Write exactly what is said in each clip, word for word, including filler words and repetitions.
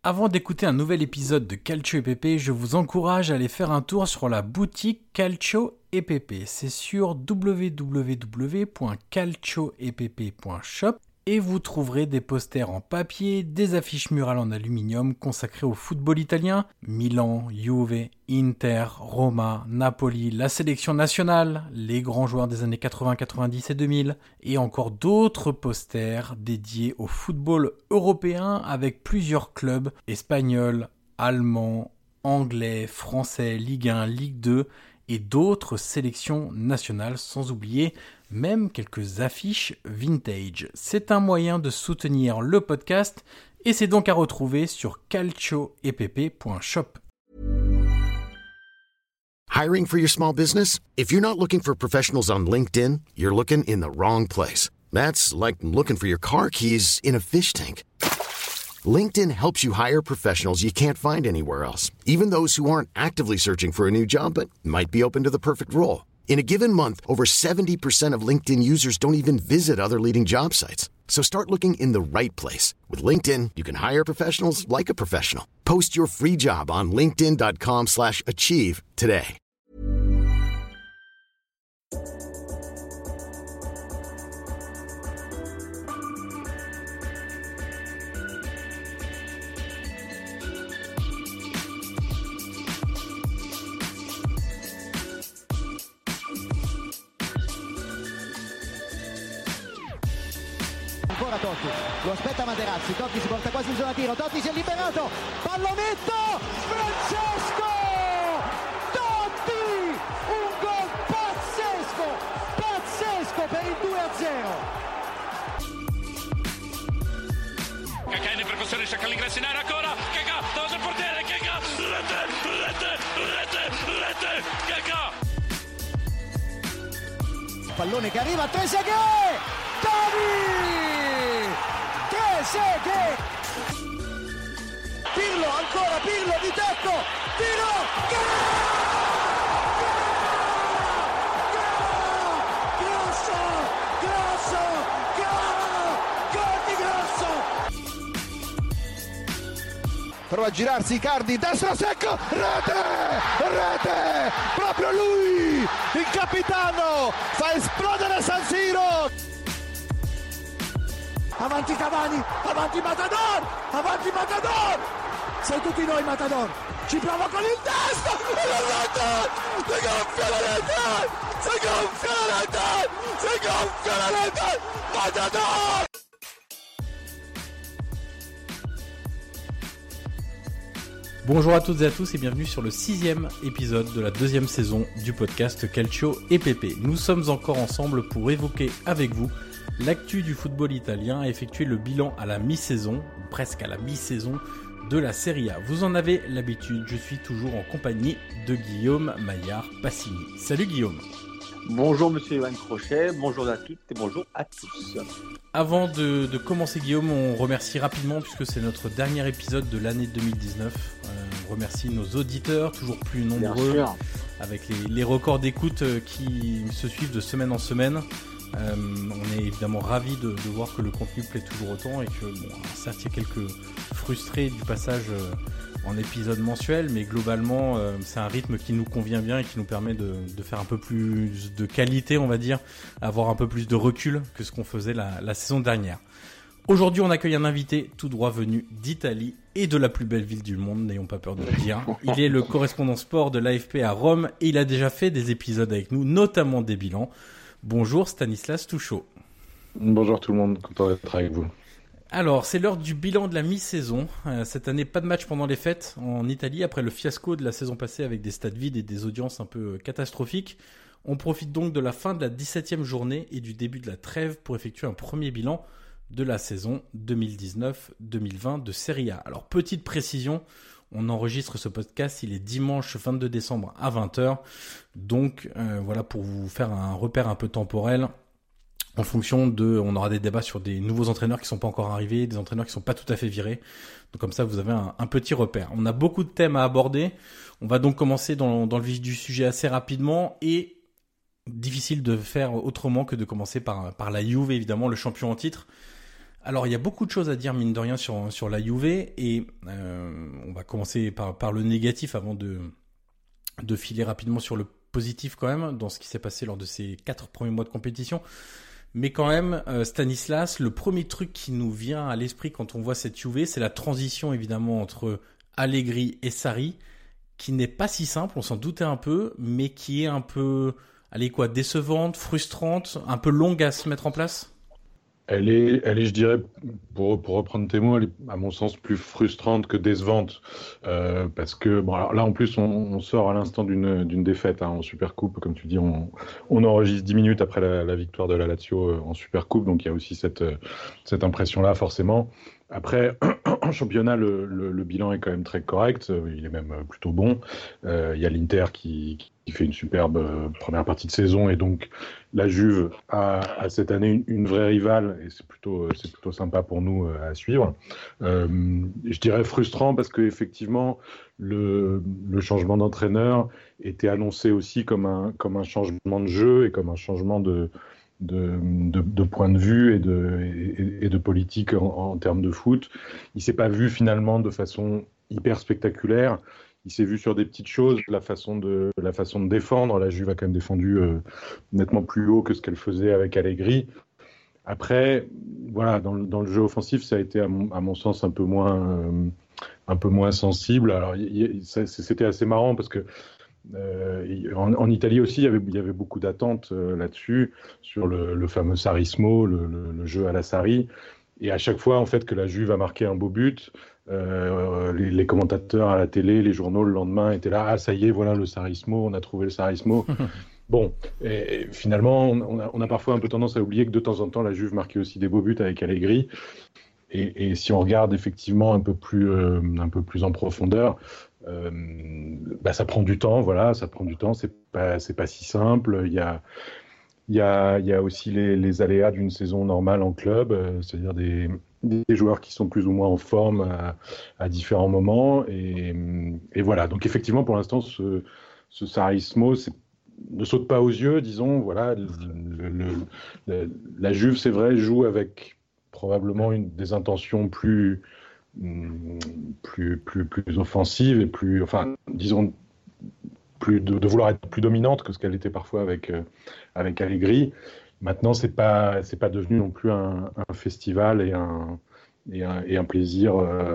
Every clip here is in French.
Avant d'écouter un nouvel épisode de Calcio et Pepe, je vous encourage à aller faire un tour sur la boutique Calcio et Pepe. C'est sur w w w point calcio et pepe point shop et vous trouverez des posters en papier, des affiches murales en aluminium consacrées au football italien, Milan, Juve, Inter, Roma, Napoli, la sélection nationale, les grands joueurs des années quatre-vingts, quatre-vingt-dix et deux mille, et encore d'autres posters dédiés au football européen avec plusieurs clubs espagnols, allemands, anglais, français, Ligue un, Ligue deux et d'autres sélections nationales, sans oublier même quelques affiches vintage. C'est un moyen de soutenir le podcast et c'est donc à retrouver sur calcio et pepe point shop. Hiring for your small business? If you're not looking for professionals on LinkedIn, you're looking in the wrong place. That's like looking for your car keys in a fish tank. LinkedIn helps you hire professionals you can't find anywhere else, even those who aren't actively searching for a new job but might be open to the perfect role. In a given month, over seventy percent of LinkedIn users don't even visit other leading job sites. So start looking in the right place. With LinkedIn, you can hire professionals like a professional. Post your free job on linkedin dot com slash achieve today. Ancora Totti, lo aspetta Materazzi, Totti si porta quasi in zona tiro, Totti si è liberato, pallonetto, Francesco Totti, un gol pazzesco, pazzesco per il due a zero. Cacà in percussione, cerca l'ingresso in area ancora, Cacà, davanti al portiere, Cacà, rete, rete, rete, rete, Cacà. Pallone che arriva, Trezeguet, Totti! Trezeguet, Pirlo, ancora Pirlo di tacco, tiro, gol! Grosso, grosso, gol! Gol di Grosso! Prova a girarsi Icardi, destro secco, rete, rete, proprio lui, il capitano, fa esplodere San Siro! Avanti Cavani, avanti Matador, avanti Matador, sei tutti noi Matador, ci prova con il destro, e la rete, si gonfia la rete, si gonfia la rete, si gonfia la rete, Matador! Bonjour à toutes et à tous et bienvenue sur le sixième épisode de la deuxième saison du podcast Calcio et Pepe. Nous sommes encore ensemble pour évoquer avec vous l'actu du football italien et effectuer le bilan à la mi-saison, ou presque à la mi-saison, de la Serie A. Vous en avez l'habitude, je suis toujours en compagnie de Guillaume Maillard-Passini. Salut Guillaume. Bonjour Monsieur Yoann Crochet, bonjour à toutes et bonjour à tous. Avant de, de commencer Guillaume, on remercie rapidement puisque c'est notre dernier épisode de l'année deux mille dix-neuf. Euh, on remercie nos auditeurs, toujours plus nombreux, avec les, les records d'écoute qui se suivent de semaine en semaine. Euh, on est évidemment ravis de, de voir que le contenu plaît toujours autant et que, bon, certes, il y a quelques frustrés du passage euh, en épisode mensuel, mais globalement, euh, c'est un rythme qui nous convient bien et qui nous permet de, de faire un peu plus de qualité, on va dire, avoir un peu plus de recul que ce qu'on faisait la, la saison dernière. Aujourd'hui, on accueille un invité tout droit venu d'Italie et de la plus belle ville du monde, n'ayons pas peur de le dire. Il est le correspondant sport de l'A F P à Rome et il a déjà fait des épisodes avec nous, notamment des bilans. Bonjour Stanislas Touchot. Bonjour tout le monde, content d'être avec vous. Alors, c'est l'heure du bilan de la mi-saison. Euh, cette année, pas de match pendant les fêtes en Italie, après le fiasco de la saison passée avec des stades vides et des audiences un peu catastrophiques. On profite donc de la fin de la dix-septième journée et du début de la trêve pour effectuer un premier bilan de la saison deux mille dix-neuf deux mille vingt de Serie A. Alors, petite précision, on enregistre ce podcast, il est dimanche vingt-deux décembre à vingt heures. Donc euh, voilà, pour vous faire un repère un peu temporel, en fonction de, on aura des débats sur des nouveaux entraîneurs qui sont pas encore arrivés, des entraîneurs qui sont pas tout à fait virés. Donc comme ça, vous avez un, un petit repère. On a beaucoup de thèmes à aborder. On va donc commencer dans, dans le vif du sujet assez rapidement et difficile de faire autrement que de commencer par, par la Juve, évidemment, le champion en titre. Alors, il y a beaucoup de choses à dire, mine de rien, sur, sur la Juve, et euh, on va commencer par, par le négatif avant de, de filer rapidement sur le positif quand même, dans ce qui s'est passé lors de ces quatre premiers mois de compétition. Mais quand même, euh, Stanislas, le premier truc qui nous vient à l'esprit quand on voit cette Juve, c'est la transition évidemment entre Allegri et Sarri, qui n'est pas si simple, on s'en doutait un peu, mais qui est un peu, allez quoi, décevante, frustrante, un peu longue à se mettre en place. Elle est, elle est, je dirais, pour, pour reprendre tes mots, elle est, à mon sens, plus frustrante que décevante. Euh, parce que, bon, alors là, en plus, on, on sort à l'instant d'une, d'une défaite hein, en Supercoupe. Comme tu dis, on, on enregistre dix minutes après la, la victoire de la Lazio en Supercoupe. Donc, il y a aussi cette, cette impression-là, forcément. Après, en championnat, le, le, le bilan est quand même très correct. Il est même plutôt bon. Euh, il y a l'Inter qui, qui fait une superbe première partie de saison. Et donc, la Juve a, a cette année une, une vraie rivale. Et c'est plutôt, c'est plutôt sympa pour nous à suivre. Euh, je dirais frustrant parce qu'effectivement, le, le changement d'entraîneur était annoncé aussi comme un, comme un changement de jeu et comme un changement de... De, de, de point de vue et de, et, et de politique en, en termes de foot. Il ne s'est pas vu finalement de façon hyper spectaculaire. Il s'est vu sur des petites choses, la façon de, la façon de défendre. La Juve a quand même défendu euh, nettement plus haut que ce qu'elle faisait avec Allegri. Après, voilà, dans, dans le jeu offensif, ça a été à mon, à mon sens un peu moins, euh, un peu moins sensible. Alors, y, y, ça, c'était assez marrant parce que Euh, en, en Italie aussi, il y avait, il y avait beaucoup d'attentes euh, là-dessus, sur le, le fameux Sarrismo, le, le, le jeu à la Sarri. Et à chaque fois, en fait, que la Juve a marqué un beau but, euh, les, les commentateurs à la télé, les journaux le lendemain étaient là, ah ça y est, voilà le Sarrismo, on a trouvé le Sarrismo. Bon, et, et finalement, on a, on a parfois un peu tendance à oublier que de temps en temps, la Juve marquait aussi des beaux buts avec Allegri. Et, et si on regarde effectivement un peu plus, euh, un peu plus en profondeur, Euh, bah, ça prend du temps, voilà, ça prend du temps, c'est pas, c'est pas si simple. Il y a, il y a, il y a aussi les, les aléas d'une saison normale en club, euh, c'est-à-dire des, des joueurs qui sont plus ou moins en forme à, à différents moments. Et, et voilà, donc effectivement, pour l'instant, ce, ce Sarrismo ne saute pas aux yeux, disons. Voilà, le, le, le, la Juve, c'est vrai, joue avec probablement une, des intentions plus Plus, plus, plus offensive et plus, enfin, disons, plus de, de vouloir être plus dominante que ce qu'elle était parfois avec, euh, avec Allegri. Maintenant, c'est pas, c'est pas devenu non plus un, un festival et un, et un, et un plaisir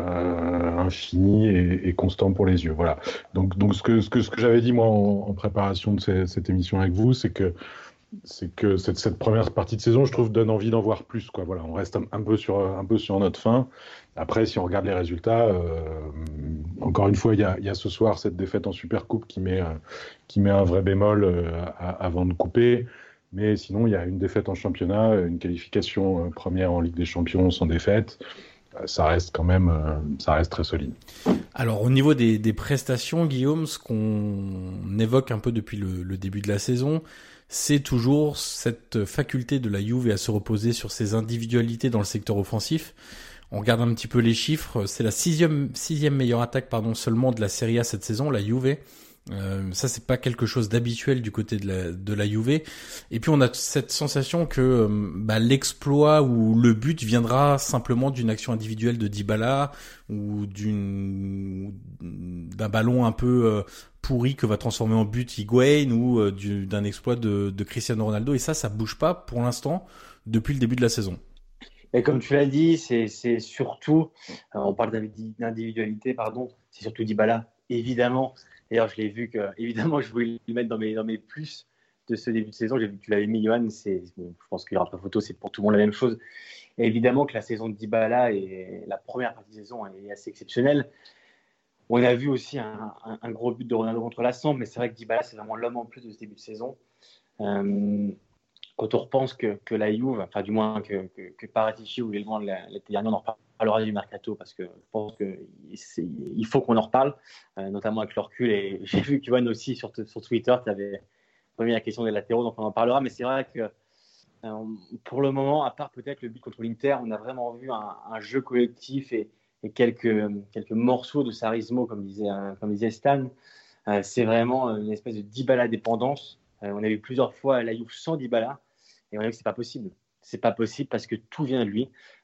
euh, infini et, et constant pour les yeux. Voilà. Donc, donc ce que, ce que, ce que j'avais dit, moi, en, en préparation de ces, cette émission avec vous, c'est que c'est que cette, cette première partie de saison, je trouve, donne envie d'en voir plus, quoi. Voilà, on reste un, un, peu sur, un peu sur notre faim. Après, si on regarde les résultats, euh, encore une fois, il y a, y a ce soir cette défaite en Supercoupe qui met, euh, qui met un vrai bémol euh, à, avant de couper. Mais sinon, il y a une défaite en championnat, une qualification euh, première en Ligue des Champions sans défaite. Euh, ça reste quand même, euh, ça reste très solide. Alors, au niveau des, des prestations, Guillaume, ce qu'on évoque un peu depuis le, le début de la saison, c'est toujours cette faculté de la Juve à se reposer sur ses individualités dans le secteur offensif. On regarde un petit peu les chiffres, c'est la sixième, sixième meilleure attaque pardon, seulement de la Serie A cette saison, la Juve. Euh, ça, c'est pas quelque chose d'habituel du côté de la, de la Juve. Et puis, on a cette sensation que bah, l'exploit ou le but viendra simplement d'une action individuelle de Dybala ou d'une, d'un ballon un peu euh, pourri que va transformer en but Higuain ou euh, du, d'un exploit de, de Cristiano Ronaldo. Et ça, ça bouge pas pour l'instant depuis le début de la saison. Et comme tu l'as dit, c'est, c'est surtout, euh, on parle d'individualité, pardon, c'est surtout Dybala, évidemment. D'ailleurs, je l'ai vu que, évidemment, je voulais le mettre dans mes, dans mes plus de ce début de saison. J'ai vu que tu l'avais mis, Johan. C'est, bon, je pense qu'il n'y aura pas photo, c'est pour tout le monde la même chose. Et évidemment que la saison de Dybala et la première partie de saison est assez exceptionnelle. On a vu aussi un, un, un gros but de Ronaldo contre la Samp, mais c'est vrai que Dybala, c'est vraiment l'homme en plus de ce début de saison. Euh, quand on repense que, que la Juve, enfin du moins que, que, que Paratici ou l'élément de l'été dernier, on en reparlera du mercato parce que je pense qu'il faut qu'on en reparle, euh, notamment avec le recul. Et j'ai vu qu'Yvan aussi sur, sur Twitter, tu avais remis la question des latéraux, donc on en parlera. Mais c'est vrai que euh, pour le moment, à part peut-être le but contre l'Inter, on a vraiment vu un, un jeu collectif et, et quelques, quelques morceaux de Sarrismo, comme disait, euh, comme disait Stan. Euh, c'est vraiment une espèce de Dybala dépendance. Euh, on a vu plusieurs fois la Juve sans Dybala et on a vu que c'est pas possible. C'est pas possible parce que tout vient de lui.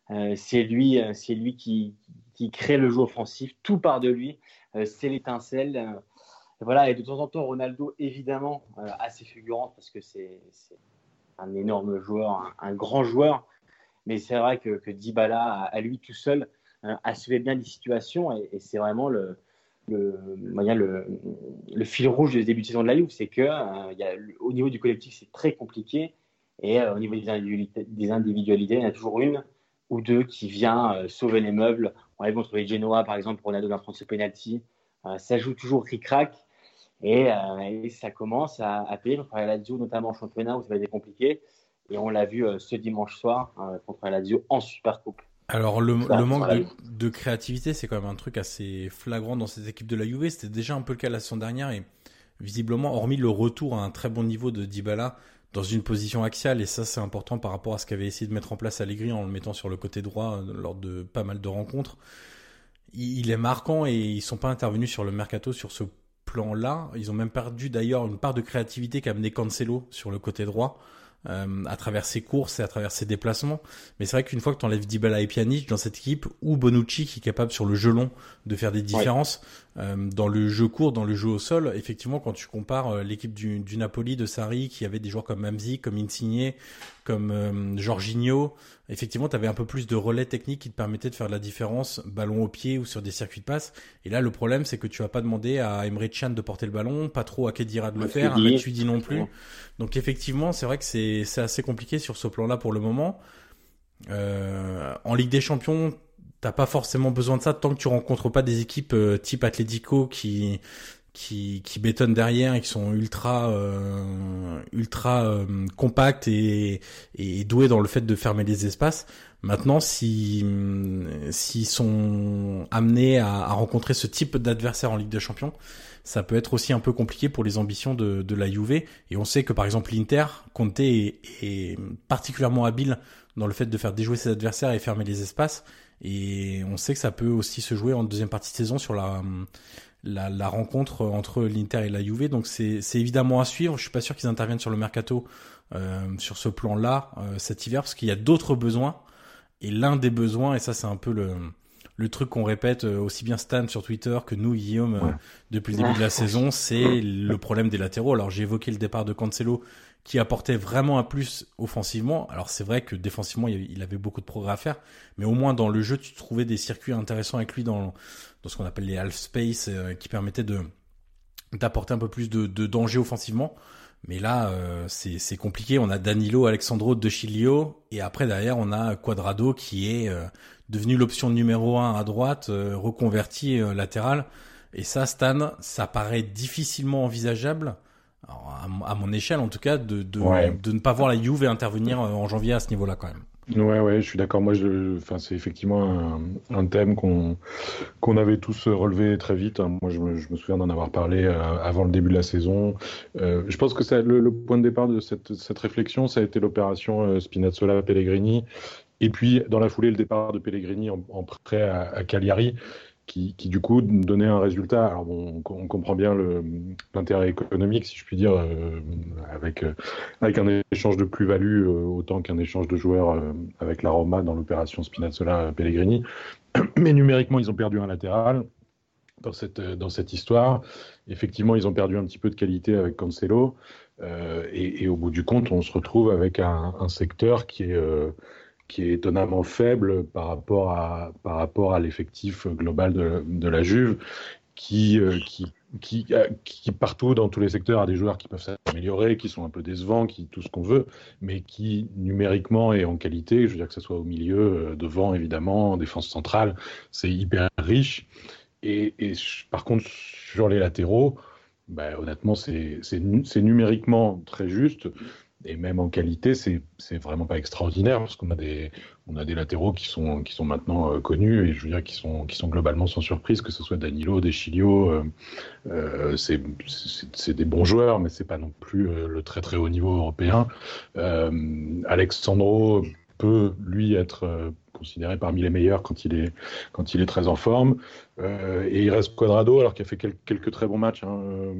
Euh, c'est lui, euh, c'est lui qui, qui crée le jeu offensif. Tout part de lui. Euh, c'est l'étincelle. Euh, voilà. Et de temps en temps, Ronaldo, évidemment, euh, assez fulgurant parce que c'est, c'est un énorme joueur, un, un grand joueur. Mais c'est vrai que, que Dybala, à, à lui tout seul, euh, assumait bien les situations. Et, et c'est vraiment le, le, le, le fil rouge du début de saison de la Juve. C'est que euh, y a, au niveau du collectif, c'est très compliqué. Et euh, au niveau des individualités, des individualités, il y en a toujours une ou deux qui vient euh, sauver les meubles. On a vu contre les Genoa, par exemple, pour Ronaldo d'un France penalty. Euh, ça joue toujours ric-rac. Et, euh, et ça commence à, à payer contre la Lazio, notamment en championnat où ça va être compliqué. Et on l'a vu euh, ce dimanche soir euh, contre la Lazio en Supercoupe. Alors le, Ça, le manque de, de créativité, c'est quand même un truc assez flagrant dans cette équipe de la Juve. C'était déjà un peu le cas la saison dernière et visiblement, hormis le retour à un très bon niveau de Dybala dans une position axiale, et ça c'est important par rapport à ce qu'avait essayé de mettre en place Allegri en le mettant sur le côté droit euh, lors de pas mal de rencontres. Il, il est marquant et ils sont pas intervenus sur le mercato sur ce plan-là. Ils ont même perdu d'ailleurs une part de créativité qu'a amené Cancelo sur le côté droit. Euh, à travers ses courses et à travers ses déplacements. Mais c'est vrai qu'une fois que tu enlèves Dybala et Pjanic dans cette équipe, ou Bonucci qui est capable sur le jeu long de faire des différences, ouais. euh, dans le jeu court, dans le jeu au sol, effectivement quand tu compares euh, l'équipe du, du Napoli de Sarri qui avait des joueurs comme Hamzy, comme Insigne, comme euh, Jorginho, effectivement tu avais un peu plus de relais techniques qui te permettaient de faire de la différence ballon au pied ou sur des circuits de passe. Et là le problème c'est que tu vas pas demander à Emre Can de porter le ballon, pas trop à Khedira de le faire, à Matuidi non plus. Ouais. Donc effectivement c'est vrai que c'est, c'est assez compliqué sur ce plan-là pour le moment. Euh, en Ligue des Champions, t'as pas forcément besoin de ça tant que tu rencontres pas des équipes euh, type Atlético qui qui qui bétonnent derrière et qui sont ultra euh, ultra euh, compacts et et doués dans le fait de fermer les espaces. Maintenant, si s'ils sont amenés à, à rencontrer ce type d'adversaire en Ligue des Champions, ça peut être aussi un peu compliqué pour les ambitions de, de la Juve. Et on sait que par exemple l'Inter, Conte est, est particulièrement habile dans le fait de faire déjouer ses adversaires et fermer les espaces. Et on sait que ça peut aussi se jouer en deuxième partie de saison sur la la, la rencontre entre l'Inter et la Juve. Donc c'est, c'est évidemment à suivre. Je suis pas sûr qu'ils interviennent sur le mercato euh, sur ce plan-là euh, cet hiver parce qu'il y a d'autres besoins. Et l'un des besoins, et ça c'est un peu le le truc qu'on répète aussi bien Stan sur Twitter que nous, Guillaume, ouais. euh, depuis le début de la saison, c'est le problème des latéraux. Alors j'ai évoqué le départ de Cancelo qui apportait vraiment un plus offensivement. Alors c'est vrai que défensivement, il avait beaucoup de progrès à faire, mais au moins dans le jeu, tu trouvais des circuits intéressants avec lui dans, dans ce qu'on appelle les half space, euh, qui permettaient de d'apporter un peu plus de, de danger offensivement. Mais là, euh, c'est, c'est compliqué. On a Danilo, Alexandro, De Chilio, et après derrière, on a Cuadrado qui est euh, devenu l'option numéro un à droite, euh, reconverti euh, latéral. Et ça, Stan, ça paraît difficilement envisageable, alors, à, à mon échelle en tout cas, de de, ouais. de ne pas voir la Juve intervenir en janvier à ce niveau-là quand même. Ouais, ouais, je suis d'accord. Moi, je, enfin, c'est effectivement un, un thème qu'on qu'on avait tous relevé très vite. Moi, je me, je me souviens d'en avoir parlé euh, avant le début de la saison. Euh, je pense que ça, le, le point de départ de cette, cette réflexion, ça a été l'opération euh, Spinazzola-Pellegrini, et puis dans la foulée, le départ de Pellegrini en, en prêt à, à Cagliari. Qui, qui du coup donnait un résultat. Alors bon, on, on comprend bien le, l'intérêt économique, si je puis dire, euh, avec euh, avec un échange de plus-value euh, autant qu'un échange de joueurs euh, avec la Roma dans l'opération Spinazzola-Pellegrini. Mais numériquement, ils ont perdu un latéral dans cette dans cette histoire. Effectivement, ils ont perdu un petit peu de qualité avec Cancelo. Euh, et, et au bout du compte, on se retrouve avec un, un secteur qui est euh, qui est étonnamment faible par rapport à, par rapport à l'effectif global de, de la Juve, qui, euh, qui, qui, qui partout dans tous les secteurs a des joueurs qui peuvent s'améliorer, qui sont un peu décevants, qui tout ce qu'on veut, mais qui numériquement et en qualité, je veux dire que ce soit au milieu, devant évidemment, en défense centrale, c'est hyper riche. Et, et par contre, sur les latéraux, bah, honnêtement, c'est, c'est, c'est numériquement très juste. Et même en qualité, c'est c'est vraiment pas extraordinaire parce qu'on a des on a des latéraux qui sont qui sont maintenant euh, connus et je veux dire qui sont qui sont globalement sans surprise, que ce soit Danilo, De Chilio, euh, euh, c'est, c'est c'est des bons joueurs, mais c'est pas non plus euh, le très très haut niveau européen. Euh, Alexandro peut lui être euh, considéré parmi les meilleurs quand il est quand il est très en forme. Euh, et il reste Cuadrado, alors qu'il a fait quelques, quelques très bons matchs hein, euh,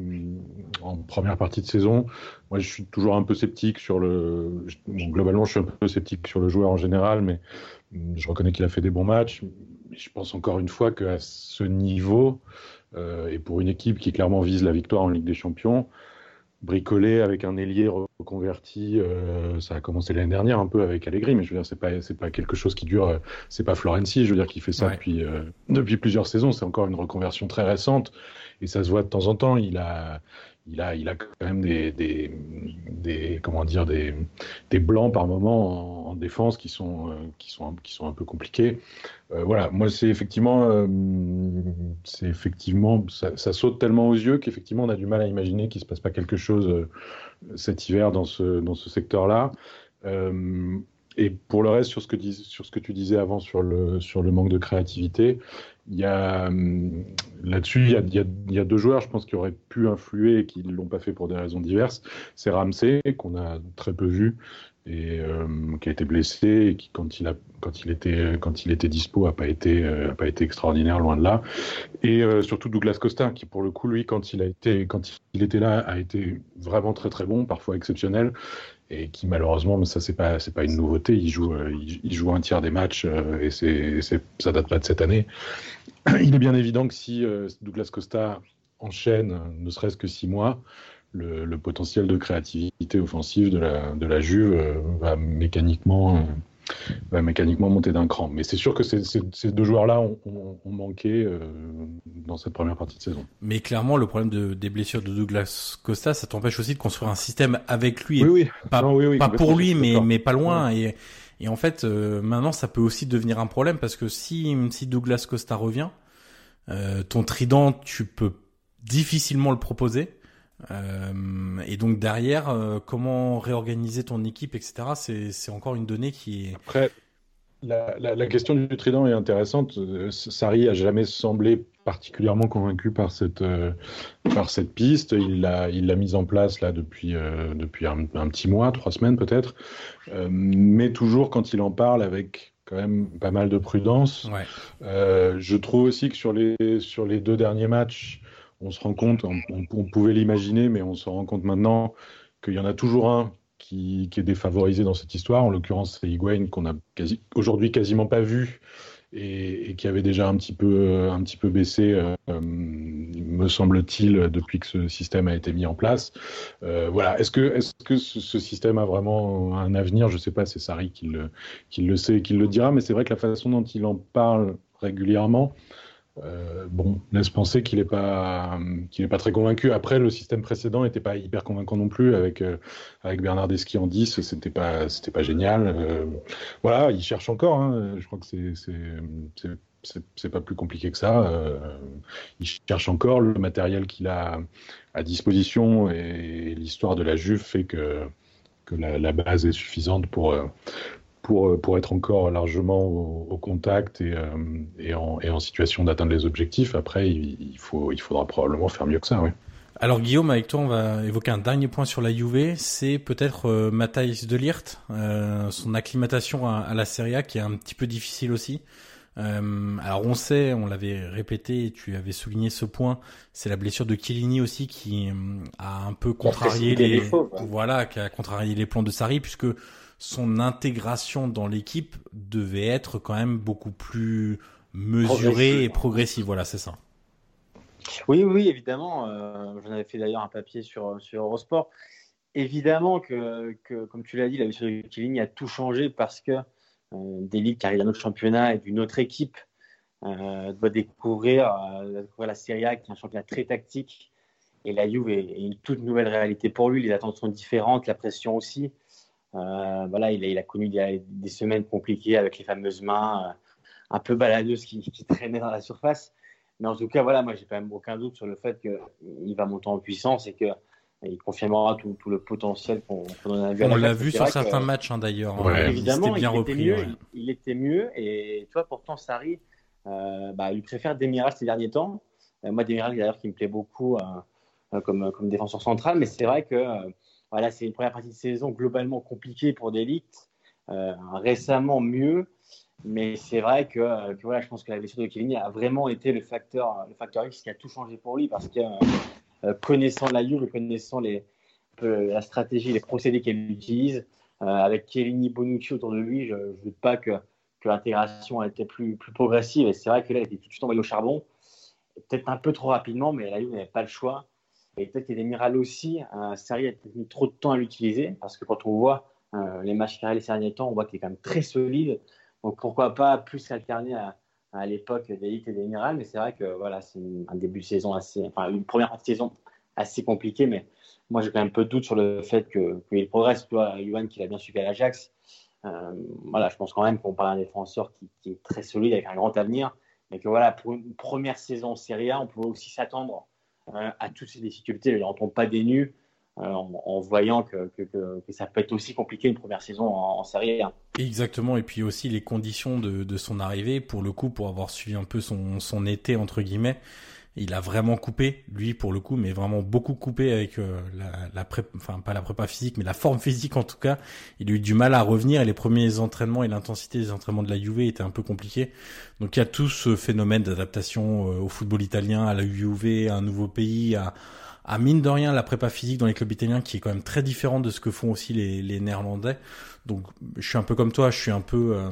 en première partie de saison. Moi, je suis toujours un peu sceptique sur le. Bon, globalement, je suis un peu sceptique sur le joueur en général, mais je reconnais qu'il a fait des bons matchs. Mais je pense encore une fois qu'à ce niveau, euh, et pour une équipe qui clairement vise la victoire en Ligue des Champions, bricoler avec un ailier reconverti, euh, ça a commencé l'année dernière un peu avec Allegri, mais je veux dire, c'est pas, c'est pas quelque chose qui dure, euh, c'est pas Florenzi, je veux dire, qui fait ça ouais. depuis, euh, depuis plusieurs saisons, c'est encore une reconversion très récente, et ça se voit de temps en temps, il a, il a, il a quand même des, des, des comment dire, des, des blancs par moment en, en défense qui sont, euh, qui sont, qui sont un peu compliqués. Euh, voilà, moi c'est effectivement, euh, c'est effectivement, ça, ça saute tellement aux yeux qu'effectivement on a du mal à imaginer qu'il se passe pas quelque chose euh, cet hiver dans ce dans ce secteur-là. Euh, et pour le reste, sur ce que dis, sur ce que tu disais avant sur le sur le manque de créativité, il y a là-dessus il y a, il y a, il y a deux joueurs, je pense, qui auraient pu influer et qui ne l'ont pas fait pour des raisons diverses. C'est Ramsey qu'on a très peu vu et euh, qui a été blessé et qui quand il a quand il était quand il était dispo a pas été euh, a pas été extraordinaire, loin de là, et euh, surtout Douglas Costa qui pour le coup lui quand il a été quand il était là a été vraiment très très bon, parfois exceptionnel, et qui malheureusement, mais ça c'est pas c'est pas une nouveauté, il joue euh, il, il joue un tiers des matchs euh, et c'est, c'est ça date pas de cette année. Il est bien évident que si euh, Douglas Costa enchaîne ne serait-ce que six mois, Le, le potentiel de créativité offensive de la, de la Juve euh, va, mécaniquement, euh, va mécaniquement monter d'un cran. Mais c'est sûr que ces, ces, ces deux joueurs-là ont, ont, ont manqué euh, dans cette première partie de saison. Mais clairement, le problème de, des blessures de Douglas Costa, ça t'empêche aussi de construire un système avec lui. Oui, oui. Pas, non, oui, oui, pas pour lui, mais, mais pas loin. Oui. Et, et en fait, euh, maintenant, ça peut aussi devenir un problème parce que si, si Douglas Costa revient, euh, ton trident, tu peux difficilement le proposer. Euh, et donc derrière, euh, comment réorganiser ton équipe, et cetera. C'est, c'est encore une donnée qui est. Après, la, la, la question du trident est intéressante. Sarri a jamais semblé particulièrement convaincu par cette euh, par cette piste. Il l'a il l'a mise en place là depuis euh, depuis un, un petit mois, trois semaines peut-être, euh, mais toujours quand il en parle avec quand même pas mal de prudence. Ouais. Euh, je trouve aussi que sur les sur les deux derniers matchs, on se rend compte, on, on pouvait l'imaginer, mais on se rend compte maintenant qu'il y en a toujours un qui, qui est défavorisé dans cette histoire. En l'occurrence, c'est Higuaín qu'on a quasi, aujourd'hui quasiment pas vu et, et qui avait déjà un petit peu, un petit peu baissé, euh, me semble-t-il, depuis que ce système a été mis en place. Euh, voilà. Est-ce que, est-ce que ce, ce système a vraiment un avenir ? Je ne sais pas, c'est Sarri qui le, qui le sait et qui le dira, mais c'est vrai que la façon dont il en parle régulièrement, Euh, bon, laisse penser qu'il n'est pas, qu'il est pas très convaincu. Après, le système précédent n'était pas hyper convaincant non plus avec, euh, avec Bernardeschi en dix, c'était pas, c'était pas génial. Euh, voilà, il cherche encore, hein. Je crois que c'est, c'est, c'est, c'est, c'est pas plus compliqué que ça. Euh, il cherche encore, le matériel qu'il a à disposition et, et l'histoire de la Juve fait que, que la, la base est suffisante pour. Euh, Pour, pour être encore largement au, au contact et, euh, et, en, et en situation d'atteindre les objectifs. Après, il, il, faut, il faudra probablement faire mieux que ça. Oui. Alors Guillaume, avec toi, on va évoquer un dernier point sur la Juve, c'est peut-être euh, Matthijs de Ligt, euh, son acclimatation à, à la Serie A qui est un petit peu difficile aussi. Euh, alors on sait, on l'avait répété, et tu avais souligné ce point, c'est la blessure de Chiellini aussi qui euh, a un peu contrarié les, les faux, voilà, qui a contrarié les plans de Sarri puisque son intégration dans l'équipe devait être quand même beaucoup plus mesurée et progressive. Voilà, c'est ça. Oui, oui, évidemment. Euh, j'en avais fait d'ailleurs un papier sur, sur Eurosport. Évidemment que, que, comme tu l'as dit, la blessure de Chiellini a tout changé parce que euh, De Ligt qui arrive d'un autre championnat et d'une autre équipe euh, doit découvrir, euh, découvrir la Serie A, qui est un championnat très tactique. Et la Juve est, est une toute nouvelle réalité pour lui. Les attentes sont différentes, la pression aussi. Euh, voilà, il a, il a connu des, des semaines compliquées avec les fameuses mains euh, un peu baladeuses qui, qui traînaient dans la surface. Mais en tout cas, voilà, moi, j'ai quand même aucun doute sur le fait qu'il va monter en puissance et qu'il confirmera tout, tout le potentiel qu'on, qu'on en a vu. On l'a vu sur certains que, matchs, hein, d'ailleurs. Ouais. Évidemment, bien il, repris, était mieux, ouais. il, il était mieux. Et toi, pourtant, Sarri, euh, bah, il préfère Demiral ces derniers temps. Euh, moi, Demiral, d'ailleurs, qui me plaît beaucoup euh, comme, comme défenseur central. Mais c'est vrai que euh, voilà, c'est une première partie de saison globalement compliquée pour De Ligt. Euh, récemment, mieux. Mais c'est vrai que, que voilà, je pense que la blessure de Chiellini a vraiment été le facteur, le facteur X qui a tout changé pour lui parce que euh, connaissant la Juve, connaissant les, euh, la stratégie, les procédés qu'elle utilise, euh, avec Chiellini, Bonucci autour de lui, je ne doute pas que, que l'intégration était plus, plus progressive. Et c'est vrai que là, il était tout de suite envoyé au charbon. Et peut-être un peu trop rapidement, mais la Juve n'avait pas le choix. Et peut-être que Demiral aussi, euh, Sarri a peut-être mis trop de temps à l'utiliser, parce que quand on voit euh, les matchs qu'il a les derniers temps, on voit qu'il est quand même très solide. Donc pourquoi pas plus s'alterner à, à l'époque d'Elite et Demiral. Mais c'est vrai que voilà, c'est une, un début de saison assez, enfin une première partie de saison assez compliquée. Mais moi, j'ai quand même un peu de doute sur le fait que, qu'il progresse. Tu vois, Yohan, qui l'a bien suivi à l'Ajax. Euh, voilà, je pense quand même qu'on parle d'un défenseur qui, qui est très solide, avec un grand avenir. Mais que voilà, pour une première saison en Serie A, on pouvait aussi s'attendre euh, à toutes ces difficultés. Il n'en tombe pas des nues euh, en, en voyant que, que, que, que ça peut être aussi compliqué une première saison en, en Serie A. Exactement, et puis aussi les conditions de, de son arrivée, pour le coup, pour avoir suivi un peu son, son été, entre guillemets, il a vraiment coupé, lui pour le coup, mais vraiment beaucoup coupé avec euh, la, la pré... enfin pas la prépa physique, mais la forme physique en tout cas. Il a eu du mal à revenir et les premiers entraînements et l'intensité des entraînements de la Juve étaient un peu compliqués. Donc il y a tout ce phénomène d'adaptation euh, au football italien, à la Juve, à un nouveau pays, à, à mine de rien la prépa physique dans les clubs italiens qui est quand même très différente de ce que font aussi les, les Néerlandais. Donc je suis un peu comme toi, je suis un peu... Euh,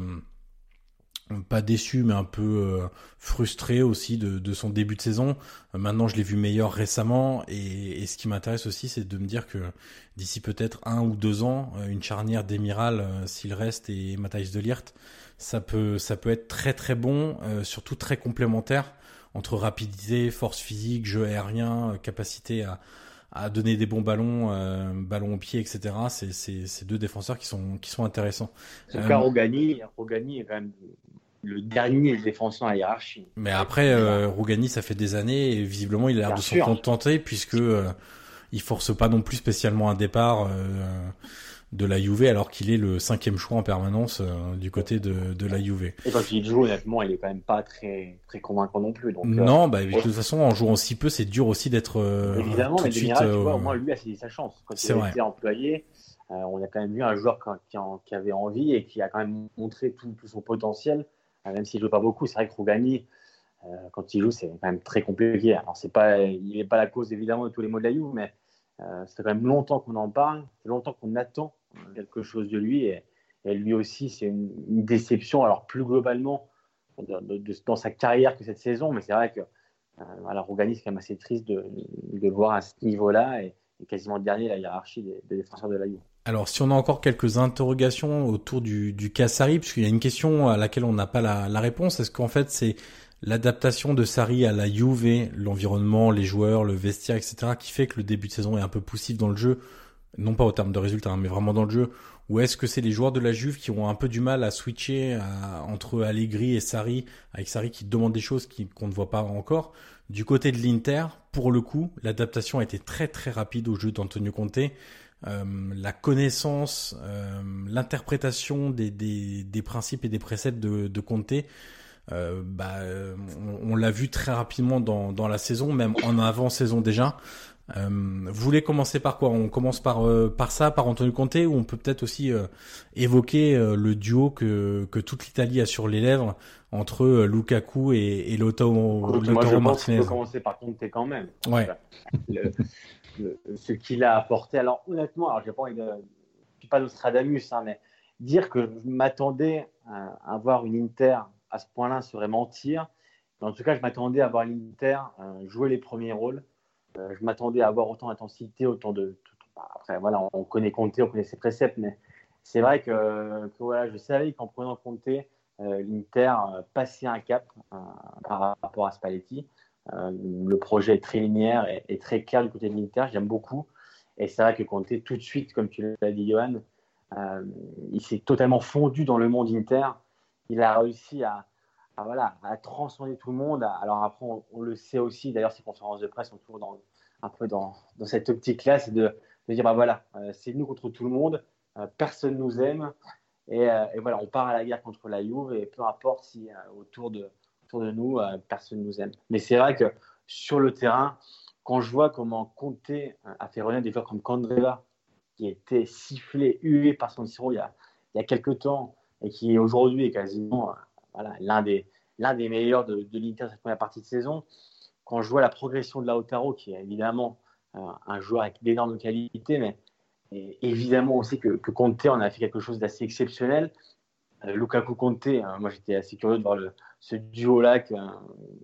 pas déçu mais un peu euh, frustré aussi de, de son début de saison. Euh, maintenant je l'ai vu meilleur récemment et, et ce qui m'intéresse aussi c'est de me dire que d'ici peut-être un ou deux ans euh, une charnière d'Emiral euh, s'il reste et Matthijs de Ligt, ça peut ça peut être très très bon, euh, surtout très complémentaire entre rapidité, force physique, jeu aérien, euh, capacité à à donner des bons ballons, euh, ballons au pied, et cetera. C'est, c'est, c'est deux défenseurs qui sont, qui sont intéressants. En tout cas, Rugani, Rugani est quand même le dernier défenseur à la hiérarchie. Mais après, euh, Rugani, ça fait des années et visiblement, il a l'air Bien de sûr. s'en contenter puisque euh, il force pas non plus spécialement un départ euh, de la Juve alors qu'il est le cinquième choix en permanence euh, du côté de, de la Juve. Et quand il joue, honnêtement, il est quand même pas très, très convaincant non plus. Donc, non, euh, bah, de toute façon, en jouant si peu, c'est dur aussi d'être euh, évidemment, tout mais de suite. Demiral, tu euh, vois, au moins, lui a saisi sa chance. Quand c'est il a vrai. été employé, euh, on a quand même vu un joueur qui, qui, en, qui avait envie et qui a quand même montré tout, tout son potentiel, euh, même s'il joue pas beaucoup. C'est vrai que Rugani, euh, quand il joue, c'est quand même très compliqué. Alors, c'est pas, il n'est pas la cause, évidemment, de tous les maux de la Juve, mais euh, c'est quand même longtemps qu'on en parle, c'est longtemps qu'on attend quelque chose de lui. Et, et lui aussi, c'est une, une déception. Alors, plus globalement, de, de, de, dans sa carrière que cette saison, mais c'est vrai que euh, alors, Rugani, c'est quand même assez triste de, de le voir à ce niveau-là et, et quasiment dernier la hiérarchie des, des défenseurs de la Juve. Alors, si on a encore quelques interrogations autour du, du cas Sarri, puisqu'il y a une question à laquelle on n'a pas la, la réponse, est-ce qu'en fait c'est l'adaptation de Sarri à la Juve, l'environnement, les joueurs, le vestiaire, et cetera, qui fait que le début de saison est un peu poussif dans le jeu, non pas au terme de résultats, hein, mais vraiment dans le jeu, ou est-ce que c'est les joueurs de la Juve qui ont un peu du mal à switcher à, entre Allegri et Sarri, avec Sarri qui demande des choses qui, qu'on ne voit pas encore. Du côté de l'Inter, pour le coup, l'adaptation a été très très rapide au jeu d'Antonio Conte. Euh, la connaissance, euh, l'interprétation des, des, des principes et des préceptes de, de Conte, euh, bah, on, on l'a vu très rapidement dans, dans la saison, même en avant-saison déjà. Euh, vous voulez commencer par quoi? On commence par euh, par ça, par Antonio Conte, ou on peut peut-être aussi euh, évoquer euh, le duo que que toute l'Italie a sur les lèvres entre euh, Lukaku et, et Lautaro, Moi, Lautaro je pense Martinez. qu'on peut commencer par Conte quand même. Ouais. Le, le, ce qu'il a apporté. Alors honnêtement, alors j'ai pas envie de, je suis pas Nostradamus, hein, mais dire que je m'attendais à avoir une Inter à ce point-là serait mentir. Mais en tout cas, je m'attendais à voir l'Inter euh, jouer les premiers rôles. Euh, je m'attendais à avoir autant d'intensité, autant de. Après, voilà, on, on connaît Conte, on connaît ses préceptes, mais c'est vrai que, que voilà, je savais qu'en prenant Conte, euh, l'Inter euh, passait un cap euh, par rapport à Spalletti. Euh, le projet est très linéaire et, et très clair du côté de l'Inter, j'aime beaucoup. Et c'est vrai que Conte, tout de suite, comme tu l'as dit, Johan, euh, il s'est totalement fondu dans le monde Inter. Il a réussi à. Ah, voilà, à transcender tout le monde. Alors après, on, on le sait aussi, d'ailleurs, ces conférences de presse sont toujours dans, un peu dans, dans cette optique-là, c'est de, de dire, bah voilà, euh, c'est nous contre tout le monde, euh, personne ne nous aime, et, euh, et voilà, on part à la guerre contre la Juve, et peu importe si euh, autour, de, autour de nous, euh, personne ne nous aime. Mais c'est vrai que sur le terrain, quand je vois comment Conte a fait revenir des joueurs comme Candreva, qui était sifflé, hué par San Siro il y a, il y a quelques temps, et qui aujourd'hui est quasiment... Voilà, l'un des, l'un des meilleurs de, de l'Inter cette première partie de saison. Quand je vois la progression de Lautaro, qui est évidemment euh, un joueur avec d'énormes qualités, mais et évidemment aussi que, que Conte en a fait quelque chose d'assez exceptionnel. euh, Lukaku-Conte, hein, moi j'étais assez curieux de voir le, ce duo-là que euh,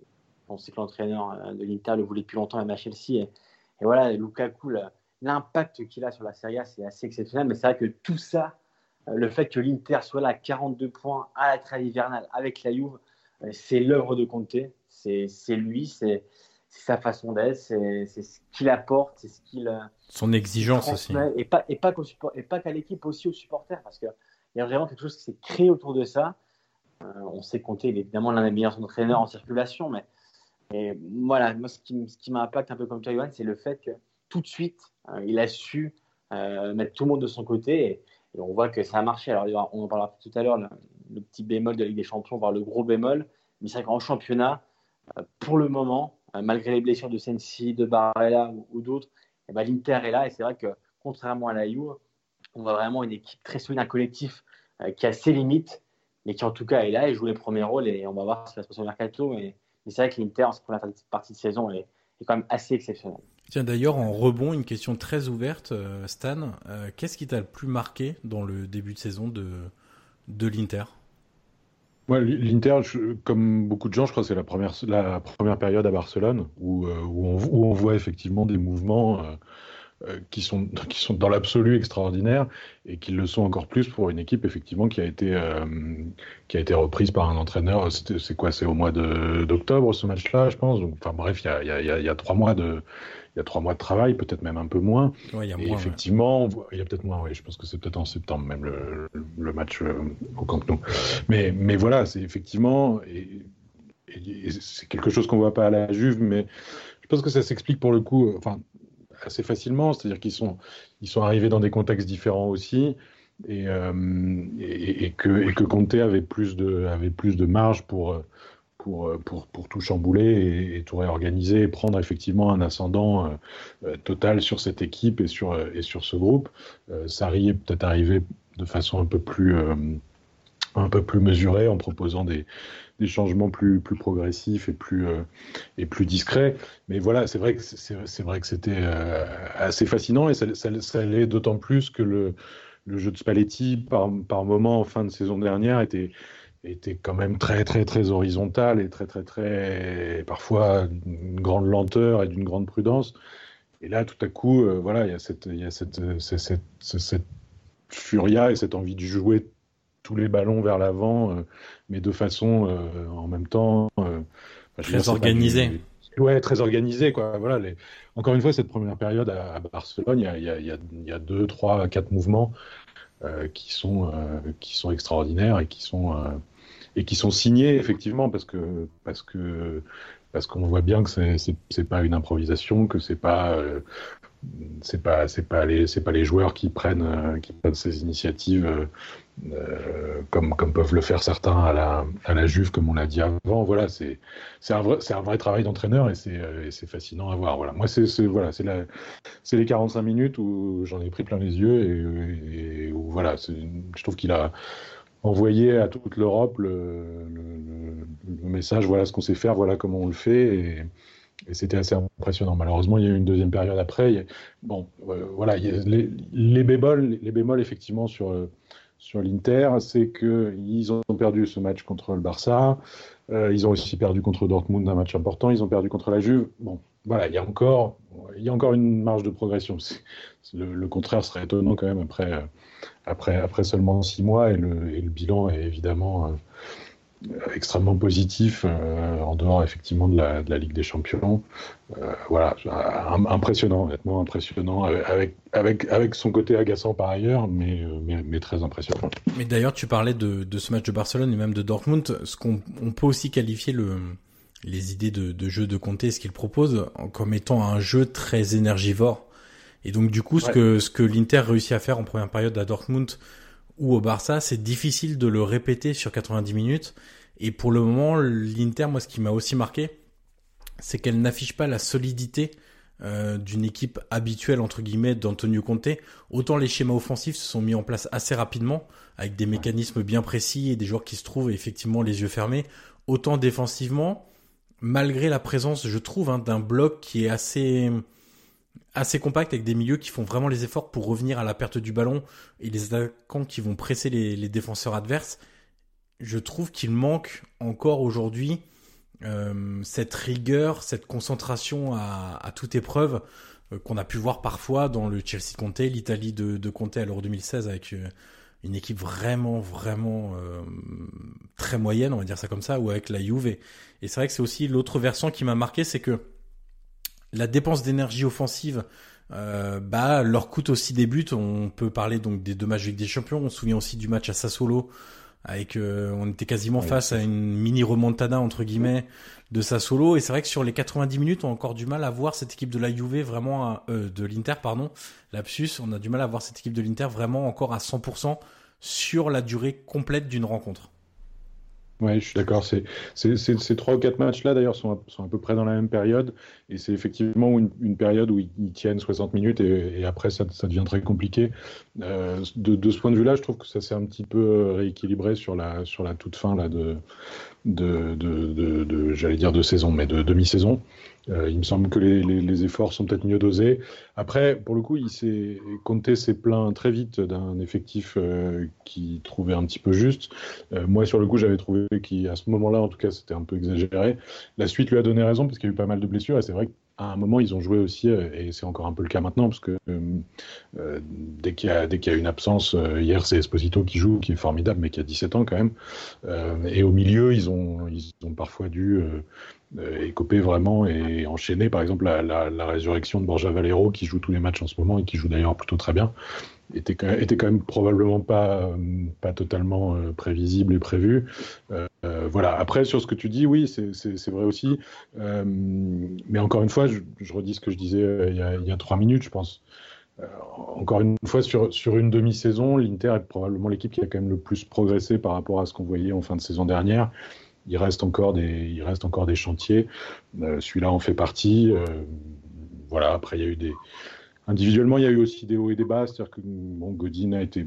on sait que l'entraîneur euh, de l'Inter le voulait depuis longtemps, même à Chelsea. Et, et voilà, Lukaku, là, l'impact qu'il a sur la Serie A, c'est assez exceptionnel. Mais c'est vrai que tout ça, euh, le fait que l'Inter soit là à quarante-deux points à la trêve hivernale avec la Juve, euh, c'est l'œuvre de Conte. C'est, c'est lui, c'est, c'est sa façon d'être, c'est, c'est ce qu'il apporte, c'est ce qu'il. Euh, Son exigence aussi. Et pas, et, pas qu'au support, et pas qu'à l'équipe, aussi aux supporters. Parce qu'il y a vraiment quelque chose qui s'est créé autour de ça. Euh, on sait Conte, il est évidemment l'un des meilleurs entraîneurs en circulation, mais et voilà, moi ce qui, ce qui m'impacte un peu comme toi, Johan, c'est le fait que tout de suite, euh, il a su euh, mettre tout le monde de son côté et, et on voit que ça a marché. Alors on en parlera tout à l'heure, le, le petit bémol de la Ligue des Champions, voire le gros bémol, mais c'est vrai qu'en championnat, euh, pour le moment, euh, malgré les blessures de Sensi, de Barella ou, ou d'autres, eh ben, l'Inter est là et c'est vrai que contrairement à la Juve, on voit vraiment une équipe très solide, un collectif euh, qui a ses limites, mais qui en tout cas est là et joue les premiers rôles et on va voir ce qui va se passer au mercato. Mais, mais c'est vrai que l'Inter, en cette première partie de saison, est, est quand même assez exceptionnelle. Tiens, d'ailleurs, en rebond, une question très ouverte, euh, Stan. Euh, qu'est-ce qui t'a le plus marqué dans le début de saison de, de l'Inter ? Ouais, l'Inter, je, comme beaucoup de gens, je crois que c'est la première, la première période à Barcelone où, euh, où, on, où on voit effectivement des mouvements euh, euh, qui, sont, qui sont dans l'absolu extraordinaires et qui le sont encore plus pour une équipe effectivement qui a été, euh, qui a été reprise par un entraîneur. C'était, c'est quoi ? C'est au mois de, d'octobre ce match-là, je pense. Donc, enfin bref, il y a, y, a, y, a, y a trois mois de... Il y a trois mois de travail, peut-être même un peu moins. Ouais, il y a et moins, effectivement, ouais. il y a peut-être moins, oui. Je pense que c'est peut-être en septembre même le, le match euh, au Camp Nou. Mais, mais voilà, c'est effectivement, et, et, et c'est quelque chose qu'on voit pas à la Juve, mais je pense que ça s'explique pour le coup, euh, enfin, assez facilement. C'est-à-dire qu'ils sont, ils sont arrivés dans des contextes différents aussi, et, euh, et, et que, et que Conte avait plus de, avait plus de marge pour. Pour, pour, pour tout chambouler et, et tout réorganiser et prendre effectivement un ascendant euh, total sur cette équipe et sur, et sur ce groupe. Euh, Sarri est peut-être arrivé de façon un peu plus, euh, un peu plus mesurée en proposant des, des changements plus, plus progressifs et plus, euh, et plus discrets. Mais voilà, c'est vrai que, c'est, c'est vrai que c'était euh, assez fascinant et ça, ça, ça l'est d'autant plus que le, le jeu de Spalletti, par, par moment en fin de saison dernière, était était quand même très très très horizontal et très très très parfois d'une grande lenteur et d'une grande prudence. Et là, tout à coup, euh, voilà, il y a cette il y a cette, cette, cette, cette furia et cette envie de jouer tous les ballons vers l'avant, euh, mais de façon euh, en même temps euh, très organisée. Du... Ouais, très organisée, quoi. Voilà. Les... Encore une fois, cette première période à, à Barcelone, il y a il y a il y a, il y a deux, trois, quatre mouvements euh, qui sont euh, qui sont extraordinaires et qui sont euh, et qui sont signés effectivement parce que parce que parce qu'on voit bien que c'est c'est, c'est pas une improvisation, que c'est pas euh, c'est pas c'est pas les c'est pas les joueurs qui prennent euh, qui prennent ces initiatives euh, euh, comme comme peuvent le faire certains à la à la Juve, comme on l'a dit avant. Voilà, c'est c'est un vrai c'est un vrai travail d'entraîneur et c'est euh, et c'est fascinant à voir. Voilà, moi c'est c'est voilà c'est la c'est les quarante-cinq minutes où j'en ai pris plein les yeux et, et où voilà, c'est, je trouve qu'il a envoyer à toute l'Europe le, le, le message, voilà ce qu'on sait faire, voilà comment on le fait, et, et c'était assez impressionnant. Malheureusement, il y a eu une deuxième période après. Il y a, bon, euh, voilà, il y a les, les bémols, les bémols effectivement sur sur l'Inter, c'est que ils ont perdu ce match contre le Barça, euh, ils ont aussi perdu contre Dortmund, un match important, ils ont perdu contre la Juve. Bon, voilà, il y a encore, il y a encore une marge de progression. C'est, le, le contraire serait étonnant quand même après. Euh, Après, après seulement six mois, et le, et le bilan est évidemment euh, extrêmement positif, euh, en dehors effectivement de la, de la Ligue des Champions. Euh, voilà, impressionnant, honnêtement impressionnant, avec, avec, avec son côté agaçant par ailleurs, mais, mais, mais très impressionnant. Mais d'ailleurs, tu parlais de, de ce match de Barcelone et même de Dortmund, ce qu'on on peut aussi qualifier le, les idées de, de jeu de Conte, ce qu'il propose, comme étant un jeu très énergivore. Et donc du coup, ce ouais. que ce que l'Inter réussit à faire en première période à Dortmund ou au Barça, c'est difficile de le répéter sur quatre-vingt-dix minutes. Et pour le moment, l'Inter, moi, ce qui m'a aussi marqué, c'est qu'elle n'affiche pas la solidité euh, d'une équipe habituelle entre guillemets d'Antonio Conte. Autant les schémas offensifs se sont mis en place assez rapidement, avec des mécanismes bien précis et des joueurs qui se trouvent effectivement les yeux fermés. Autant défensivement, malgré la présence, je trouve, hein, d'un bloc qui est assez assez compact, avec des milieux qui font vraiment les efforts pour revenir à la perte du ballon et les attaquants qui vont presser les, les défenseurs adverses, je trouve qu'il manque encore aujourd'hui euh, cette rigueur, cette concentration à, à toute épreuve euh, qu'on a pu voir parfois dans le Chelsea Conte, l'Italie de, de Conte à l'Euro deux mille seize avec euh, une équipe vraiment, vraiment euh, très moyenne, on va dire ça comme ça, ou avec la Juve. Et, et c'est vrai que c'est aussi l'autre versant qui m'a marqué, c'est que la dépense d'énergie offensive euh, bah, leur coûte aussi des buts. On peut parler donc des deux matchs de Ligue des Champions. On se souvient aussi du match à Sassuolo, avec euh, on était quasiment ouais, face à une mini remontada entre guillemets de Sassuolo. Et c'est vrai que sur les quatre-vingt-dix minutes, on a encore du mal à voir cette équipe de la Juve vraiment, à, euh, de l'Inter, pardon, lapsus. On a du mal à voir cette équipe de l'Inter vraiment encore à cent pour cent sur la durée complète d'une rencontre. Ouais, je suis d'accord. C'est, c'est, c'est, ces trois ou quatre matchs-là, d'ailleurs, sont à, sont à peu près dans la même période. Et c'est effectivement une, une période où ils, ils tiennent soixante minutes et, et après, ça, ça devient très compliqué. Euh, de, de ce point de vue-là, je trouve que ça s'est un petit peu rééquilibré sur la, sur la toute fin là, de, de, de, de, de, j'allais dire de saison, mais de demi-saison. Euh, il me semble que les, les, les efforts sont peut-être mieux dosés. Après, pour le coup, il s'est, Conte s'est plaint très vite d'un effectif euh, qui trouvait un petit peu juste. Euh, moi, sur le coup, j'avais trouvé qu'à ce moment-là, en tout cas, c'était un peu exagéré. La suite lui a donné raison parce qu'il y a eu pas mal de blessures et c'est vrai qu'à un moment, ils ont joué aussi, et c'est encore un peu le cas maintenant, parce que euh, dès, qu'il y a, dès qu'il y a une absence, euh, hier, c'est Esposito qui joue, qui est formidable, mais qui a dix-sept ans quand même. Euh, et au milieu, ils ont, ils ont parfois dû... Euh, Euh, écoper vraiment et enchaîner par exemple la, la, la résurrection de Borja Valero qui joue tous les matchs en ce moment et qui joue d'ailleurs plutôt très bien était quand même, était quand même probablement pas, pas totalement euh, prévisible et prévu. Euh, euh, voilà. Après sur ce que tu dis, oui c'est, c'est, c'est vrai aussi, euh, mais encore une fois je, je redis ce que je disais euh, il, y a, il y a trois minutes je pense. Euh, encore une fois sur, sur une demi-saison l'Inter est probablement l'équipe qui a quand même le plus progressé par rapport à ce qu'on voyait en fin de saison dernière. Il reste encore des, il reste encore des chantiers. Euh, celui-là en fait partie. Euh, voilà. Après, il y a eu des, individuellement, il y a eu aussi des hauts et des bas. C'est-à-dire que bon, Godin a été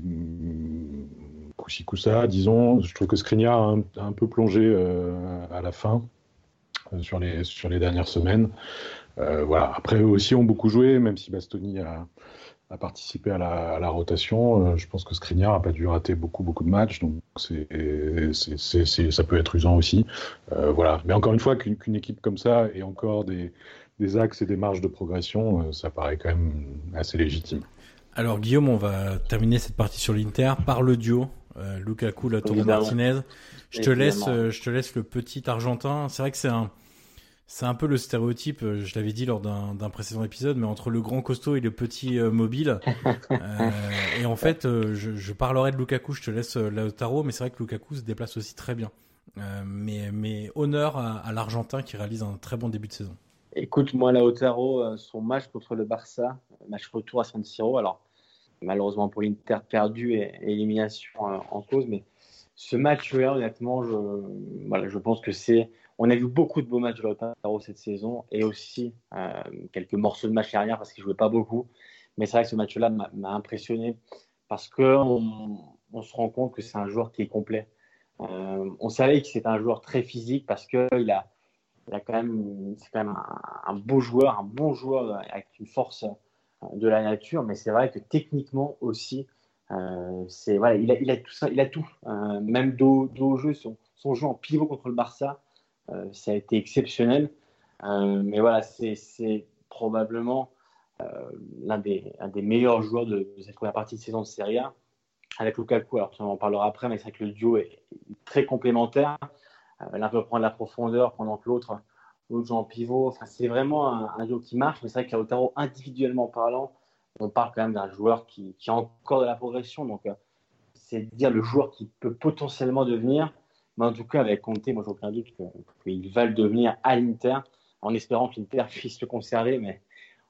coup-ci coup-ça, disons. Je trouve que Skriniar a un, a un peu plongé euh, à la fin euh, sur les sur les dernières semaines. Euh, voilà. Après, eux aussi ont beaucoup joué, même si Bastoni a a participé à la, à la rotation. Euh, je pense que Skriniar n'a pas dû rater beaucoup, beaucoup de matchs, donc c'est, c'est, c'est, c'est, ça peut être usant aussi. Euh, voilà. Mais encore une fois, qu'une, qu'une équipe comme ça ait encore des, des axes et des marges de progression, euh, ça paraît quand même assez légitime. Alors Guillaume, on va terminer cette partie sur l'Inter par le duo euh, Lukaku, Lautaro Martinez. Je te laisse, euh, je te laisse le petit Argentin. C'est vrai que c'est un C'est un peu le stéréotype, je l'avais dit lors d'un, d'un précédent épisode, mais entre le grand costaud et le petit euh, mobile. euh, et en fait, euh, je, je parlerai de Lukaku, je te laisse euh, Lautaro, mais c'est vrai que Lukaku se déplace aussi très bien. Euh, mais, mais honneur à, à l'Argentin qui réalise un très bon début de saison. Écoute, moi, Lautaro, son match contre le Barça, match retour à San Siro, alors malheureusement pour l'Inter perdu et, et élimination euh, en cause, mais ce match-là, honnêtement, je, voilà, je pense que c'est... On a vu beaucoup de beaux matchs de Lautaro cette saison et aussi euh, quelques morceaux de match derrière parce qu'il ne jouait pas beaucoup. Mais c'est vrai que ce match-là m'a, m'a impressionné parce qu'on on se rend compte que c'est un joueur qui est complet. Euh, on savait que c'était un joueur très physique parce qu'il a, il a quand même, c'est quand même un, un beau joueur, un bon joueur avec une force de la nature. Mais c'est vrai que techniquement aussi, euh, c'est, voilà, il, a, il a tout ça, il a tout. Euh, même dos, dos au jeu, son, son jeu en pivot contre le Barça. Euh, ça a été exceptionnel, euh, mais voilà, c'est, c'est probablement euh, l'un des, un des meilleurs joueurs de, de cette première partie de saison de Serie A, avec Lukaku. Alors, on en parlera après, mais c'est vrai que le duo est très complémentaire. Euh, l'un peut prendre la profondeur pendant que l'autre, l'autre joue en pivot. Enfin, c'est vraiment un, un duo qui marche, mais c'est vrai que Lautaro, individuellement parlant, on parle quand même d'un joueur qui, qui a encore de la progression. Donc, euh, c'est dire le joueur qui peut potentiellement devenir. Mais en tout cas, avec Conte, moi, j'ai aucun doute qu'il va le devenir à l'Inter, en espérant que l'Inter puisse le conserver. Mais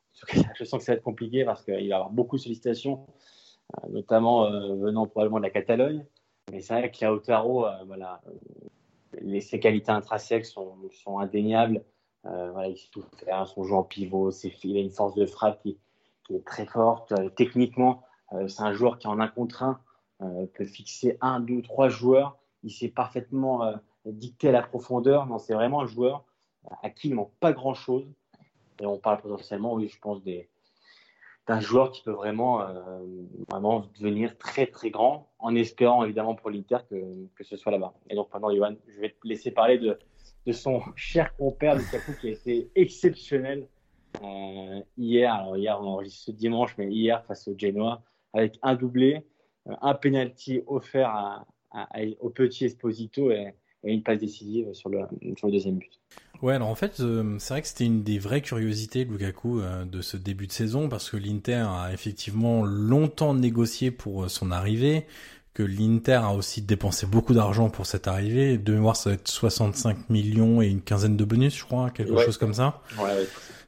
je sens que ça va être compliqué parce qu'il va y avoir beaucoup de sollicitations, notamment euh, venant probablement de la Catalogne. Mais c'est vrai que Lautaro, euh, voilà, les, ses qualités intrinsèques sont, sont indéniables. Euh, voilà, il sait tout faire, son jeu en pivot, ses, il a une force de frappe qui, qui est très forte. Euh, techniquement, euh, c'est un joueur qui, en un contre un, euh, peut fixer un, deux, trois joueurs. Il sait parfaitement euh, dicter à la profondeur. Non, c'est vraiment un joueur à qui il ne manque pas grand-chose. Et on parle potentiellement, oui, je pense, des, d'un joueur qui peut vraiment, euh, vraiment devenir très très grand, en espérant évidemment pour l'Inter que, que ce soit là-bas. Et donc maintenant, Johan, je vais te laisser parler de, de son cher compère Lukaku qui a été exceptionnel euh, hier. Alors hier, on enregistre ce dimanche, mais hier face au Genoa, avec un doublé, un penalty offert à, à, à, au petit Esposito et, et une passe décisive sur le, sur le deuxième but. Ouais, alors en fait, euh, c'est vrai que c'était une des vraies curiosités de Lukaku euh, de ce début de saison, parce que l'Inter a effectivement longtemps négocié pour euh, son arrivée, que l'Inter a aussi dépensé beaucoup d'argent pour cette arrivée. De mémoire, ça va être soixante-cinq millions et une quinzaine de bonus, je crois, quelque ouais. chose comme ça. Ouais, ouais.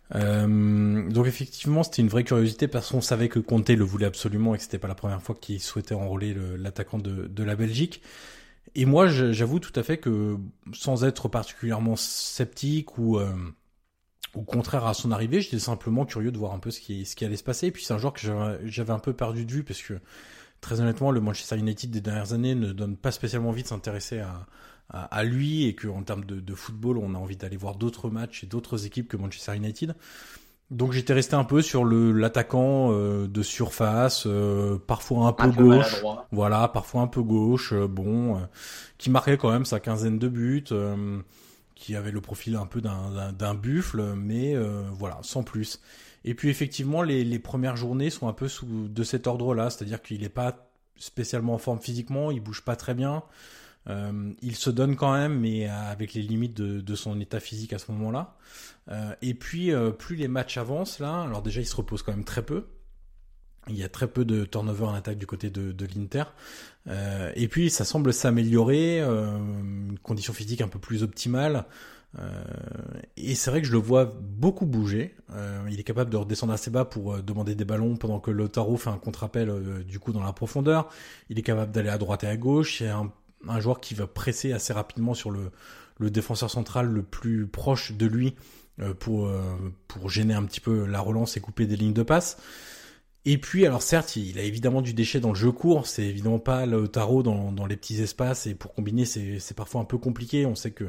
Euh, donc effectivement, c'était une vraie curiosité parce qu'on savait que Conte le voulait absolument et que c'était pas la première fois qu'il souhaitait enrôler le, l'attaquant de, de la Belgique. Et moi, j'avoue tout à fait que, sans être particulièrement sceptique ou, euh, ou contraire à son arrivée, j'étais simplement curieux de voir un peu ce qui, ce qui allait se passer. Et puis c'est un joueur que j'avais, j'avais un peu perdu de vue parce que, très honnêtement, le Manchester United des dernières années ne donne pas spécialement envie de s'intéresser à, à, à lui, et qu'en termes de, de football, on a envie d'aller voir d'autres matchs et d'autres équipes que Manchester United. Donc j'étais resté un peu sur le l'attaquant euh, de surface, euh, parfois un peu un gauche, peu voilà, parfois un peu gauche, euh, bon, euh, qui marquait quand même sa quinzaine de buts, euh, qui avait le profil un peu d'un d'un, d'un buffle, mais euh, voilà, sans plus. Et puis effectivement, les les premières journées sont un peu sous de cet ordre-là, c'est-à-dire qu'il est pas spécialement en forme physiquement, il bouge pas très bien. Euh, il se donne quand même, mais avec les limites de, de son état physique à ce moment-là. Euh, et puis, euh, plus les matchs avancent, là, alors déjà, il se repose quand même très peu. Il y a très peu de turnover en attaque du côté de, de l'Inter. Euh, et puis, ça semble s'améliorer, euh, une condition physique un peu plus optimale. Euh, et c'est vrai que je le vois beaucoup bouger. Euh, il est capable de redescendre assez bas pour euh, demander des ballons pendant que Lautaro fait un contre-appel euh, du coup dans la profondeur. Il est capable d'aller à droite et à gauche. Il y a un un joueur qui va presser assez rapidement sur le, le défenseur central le plus proche de lui euh, pour, euh, pour gêner un petit peu la relance et couper des lignes de passe. Et puis, alors certes, il a évidemment du déchet dans le jeu court, c'est évidemment pas Lautaro dans, dans les petits espaces, et pour combiner, c'est, c'est parfois un peu compliqué. On sait que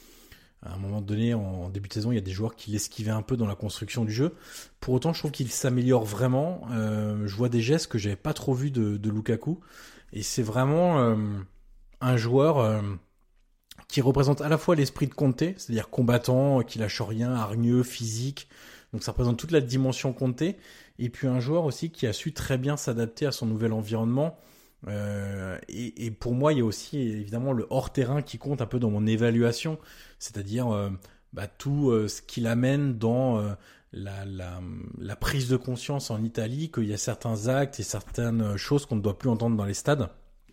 à un moment donné, en, en début de saison, il y a des joueurs qui l'esquivaient un peu dans la construction du jeu. Pour autant, je trouve qu'il s'améliore vraiment. Euh, je vois des gestes que j'avais pas trop vus de, de Lukaku, et c'est vraiment... Euh, un joueur euh, qui représente à la fois l'esprit de Conte, c'est-à-dire combattant, qui lâche rien, hargneux, physique, donc ça représente toute la dimension Conte, et puis un joueur aussi qui a su très bien s'adapter à son nouvel environnement, euh, et, et pour moi il y a aussi évidemment le hors-terrain qui compte un peu dans mon évaluation, c'est-à-dire euh, bah, tout euh, ce qu'il amène dans euh, la, la, la prise de conscience en Italie, qu'il y a certains actes et certaines choses qu'on ne doit plus entendre dans les stades,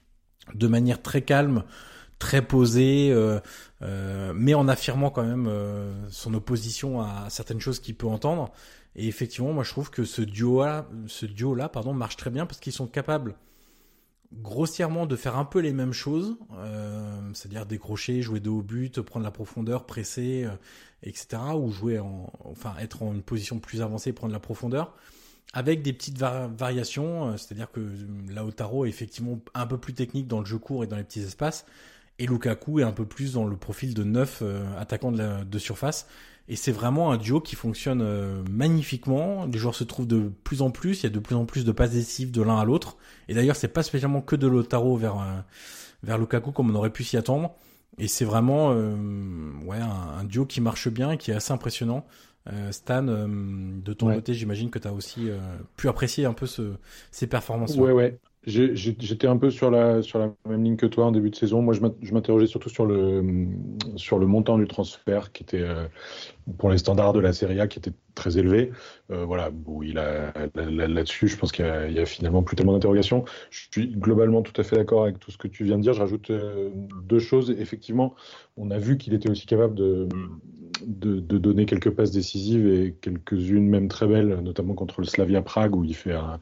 de manière très calme, très posée, euh, euh, mais en affirmant quand même euh, son opposition à certaines choses qu'il peut entendre. Et effectivement, moi je trouve que ce duo-là, ce duo-là, pardon, marche très bien parce qu'ils sont capables grossièrement de faire un peu les mêmes choses, euh, c'est-à-dire décrocher, jouer de haut but, prendre la profondeur, presser, euh, et cetera, ou jouer en, enfin être en une position plus avancée, prendre la profondeur, avec des petites var- variations, c'est-à-dire que Lautaro est effectivement un peu plus technique dans le jeu court et dans les petits espaces, et Lukaku est un peu plus dans le profil de neuf euh, attaquant de, la, de surface. Et c'est vraiment un duo qui fonctionne euh, magnifiquement. Les joueurs se trouvent de plus en plus, il y a de plus en plus de passes décisives de l'un à l'autre. Et d'ailleurs, c'est pas spécialement que de Lautaro vers euh, vers Lukaku comme on aurait pu s'y attendre. Et c'est vraiment euh, ouais un, un duo qui marche bien et qui est assez impressionnant. Euh, Stan, euh, de ton ouais. côté, j'imagine que tu as aussi euh, pu apprécier un peu ce, ces performances. Ouais, ouais. J'ai, j'étais un peu sur la, sur la même ligne que toi en début de saison. Moi, je m'interrogeais surtout sur le, sur le montant du transfert qui était, euh, pour les standards de la Serie A, qui était très élevé. Euh, voilà, bon, il a, là, là-dessus, je pense qu'il y a, il y a finalement plus tellement d'interrogations. Je suis globalement tout à fait d'accord avec tout ce que tu viens de dire. Je rajoute euh, deux choses. Effectivement, on a vu qu'il était aussi capable de, de, de donner quelques passes décisives et quelques-unes même très belles, notamment contre le Slavia Prague, où il fait un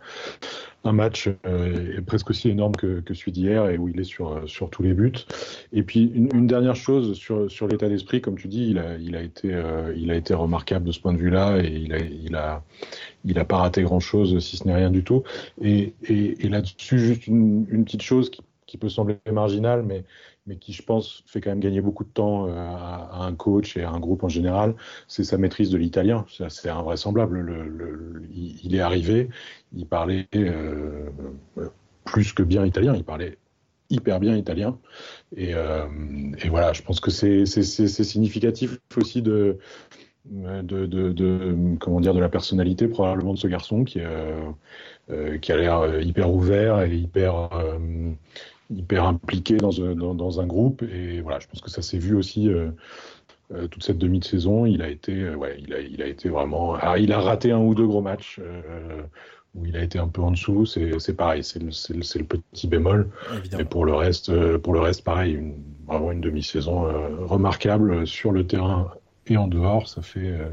un match euh, presque aussi énorme que, que celui d'hier et où il est sur, sur tous les buts. Et puis une, une dernière chose sur, sur l'état d'esprit, comme tu dis, il a, il a été, euh, il a été remarquable de ce point de vue-là et il a, il a, il a pas raté grand-chose si ce n'est rien du tout. Et, et, et là-dessus, juste une, une petite chose qui qui peut sembler marginal, mais, mais qui, je pense, fait quand même gagner beaucoup de temps à, à un coach et à un groupe en général, c'est sa maîtrise de l'italien. C'est, c'est invraisemblable. Le, le, le, il est arrivé, il parlait euh, plus que bien italien, il parlait hyper bien italien. Et, euh, et voilà, je pense que c'est, c'est, c'est, c'est significatif aussi de, de, de, de, comment dire, de la personnalité probablement de ce garçon qui, euh, euh, qui a l'air hyper ouvert et hyper... Euh, hyper impliqué dans, dans, dans un groupe, et voilà, je pense que ça s'est vu aussi euh, euh, toute cette demi de saison. Il a été, euh, ouais, il a, il a été vraiment. Ah, il a raté un ou deux gros matchs euh, où il a été un peu en dessous. C'est, c'est pareil, c'est le, c'est, le, c'est le petit bémol. Évidemment. Mais pour le reste, euh, pour le reste, pareil, une, vraiment une demi-saison euh, remarquable sur le terrain et en dehors. Ça fait, euh,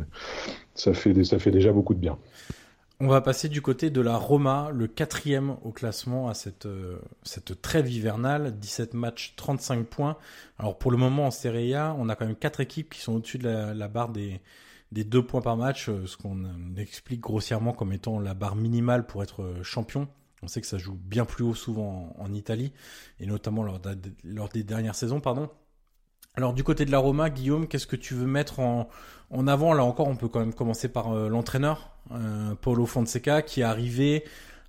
ça fait, des, ça fait déjà beaucoup de bien. On va passer du côté de la Roma, le quatrième au classement à cette, euh, cette trêve hivernale, dix-sept matchs, trente-cinq points. Alors pour le moment en Serie A, on a quand même quatre équipes qui sont au-dessus de la, la barre des, des deux points par match, ce qu'on explique grossièrement comme étant la barre minimale pour être champion. On sait que ça joue bien plus haut souvent en, en Italie, et notamment lors, de, lors des dernières saisons, pardon. Alors du côté de la Roma, Guillaume, qu'est-ce que tu veux mettre en, en avant ? Là encore, on peut quand même commencer par euh, l'entraîneur, euh, Paulo Fonseca, qui est arrivé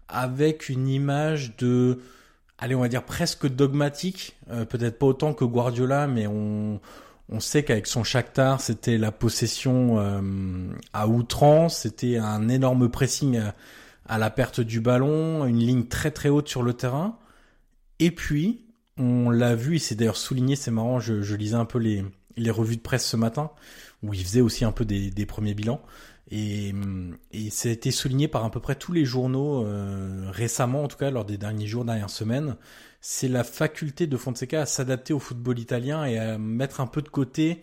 avec une image de, allez, on va dire presque dogmatique, euh, peut-être pas autant que Guardiola, mais on, on sait qu'avec son Shakhtar, c'était la possession euh, à outrance, c'était un énorme pressing à, à la perte du ballon, une ligne très très haute sur le terrain, et puis on l'a vu, il s'est d'ailleurs souligné, c'est marrant, je, je lisais un peu les, les revues de presse ce matin, où il faisait aussi un peu des, des premiers bilans, et, et ça a été souligné par à peu près tous les journaux, euh, récemment en tout cas, lors des derniers jours, dernières semaines, c'est la faculté de Fonseca à s'adapter au football italien et à mettre un peu de côté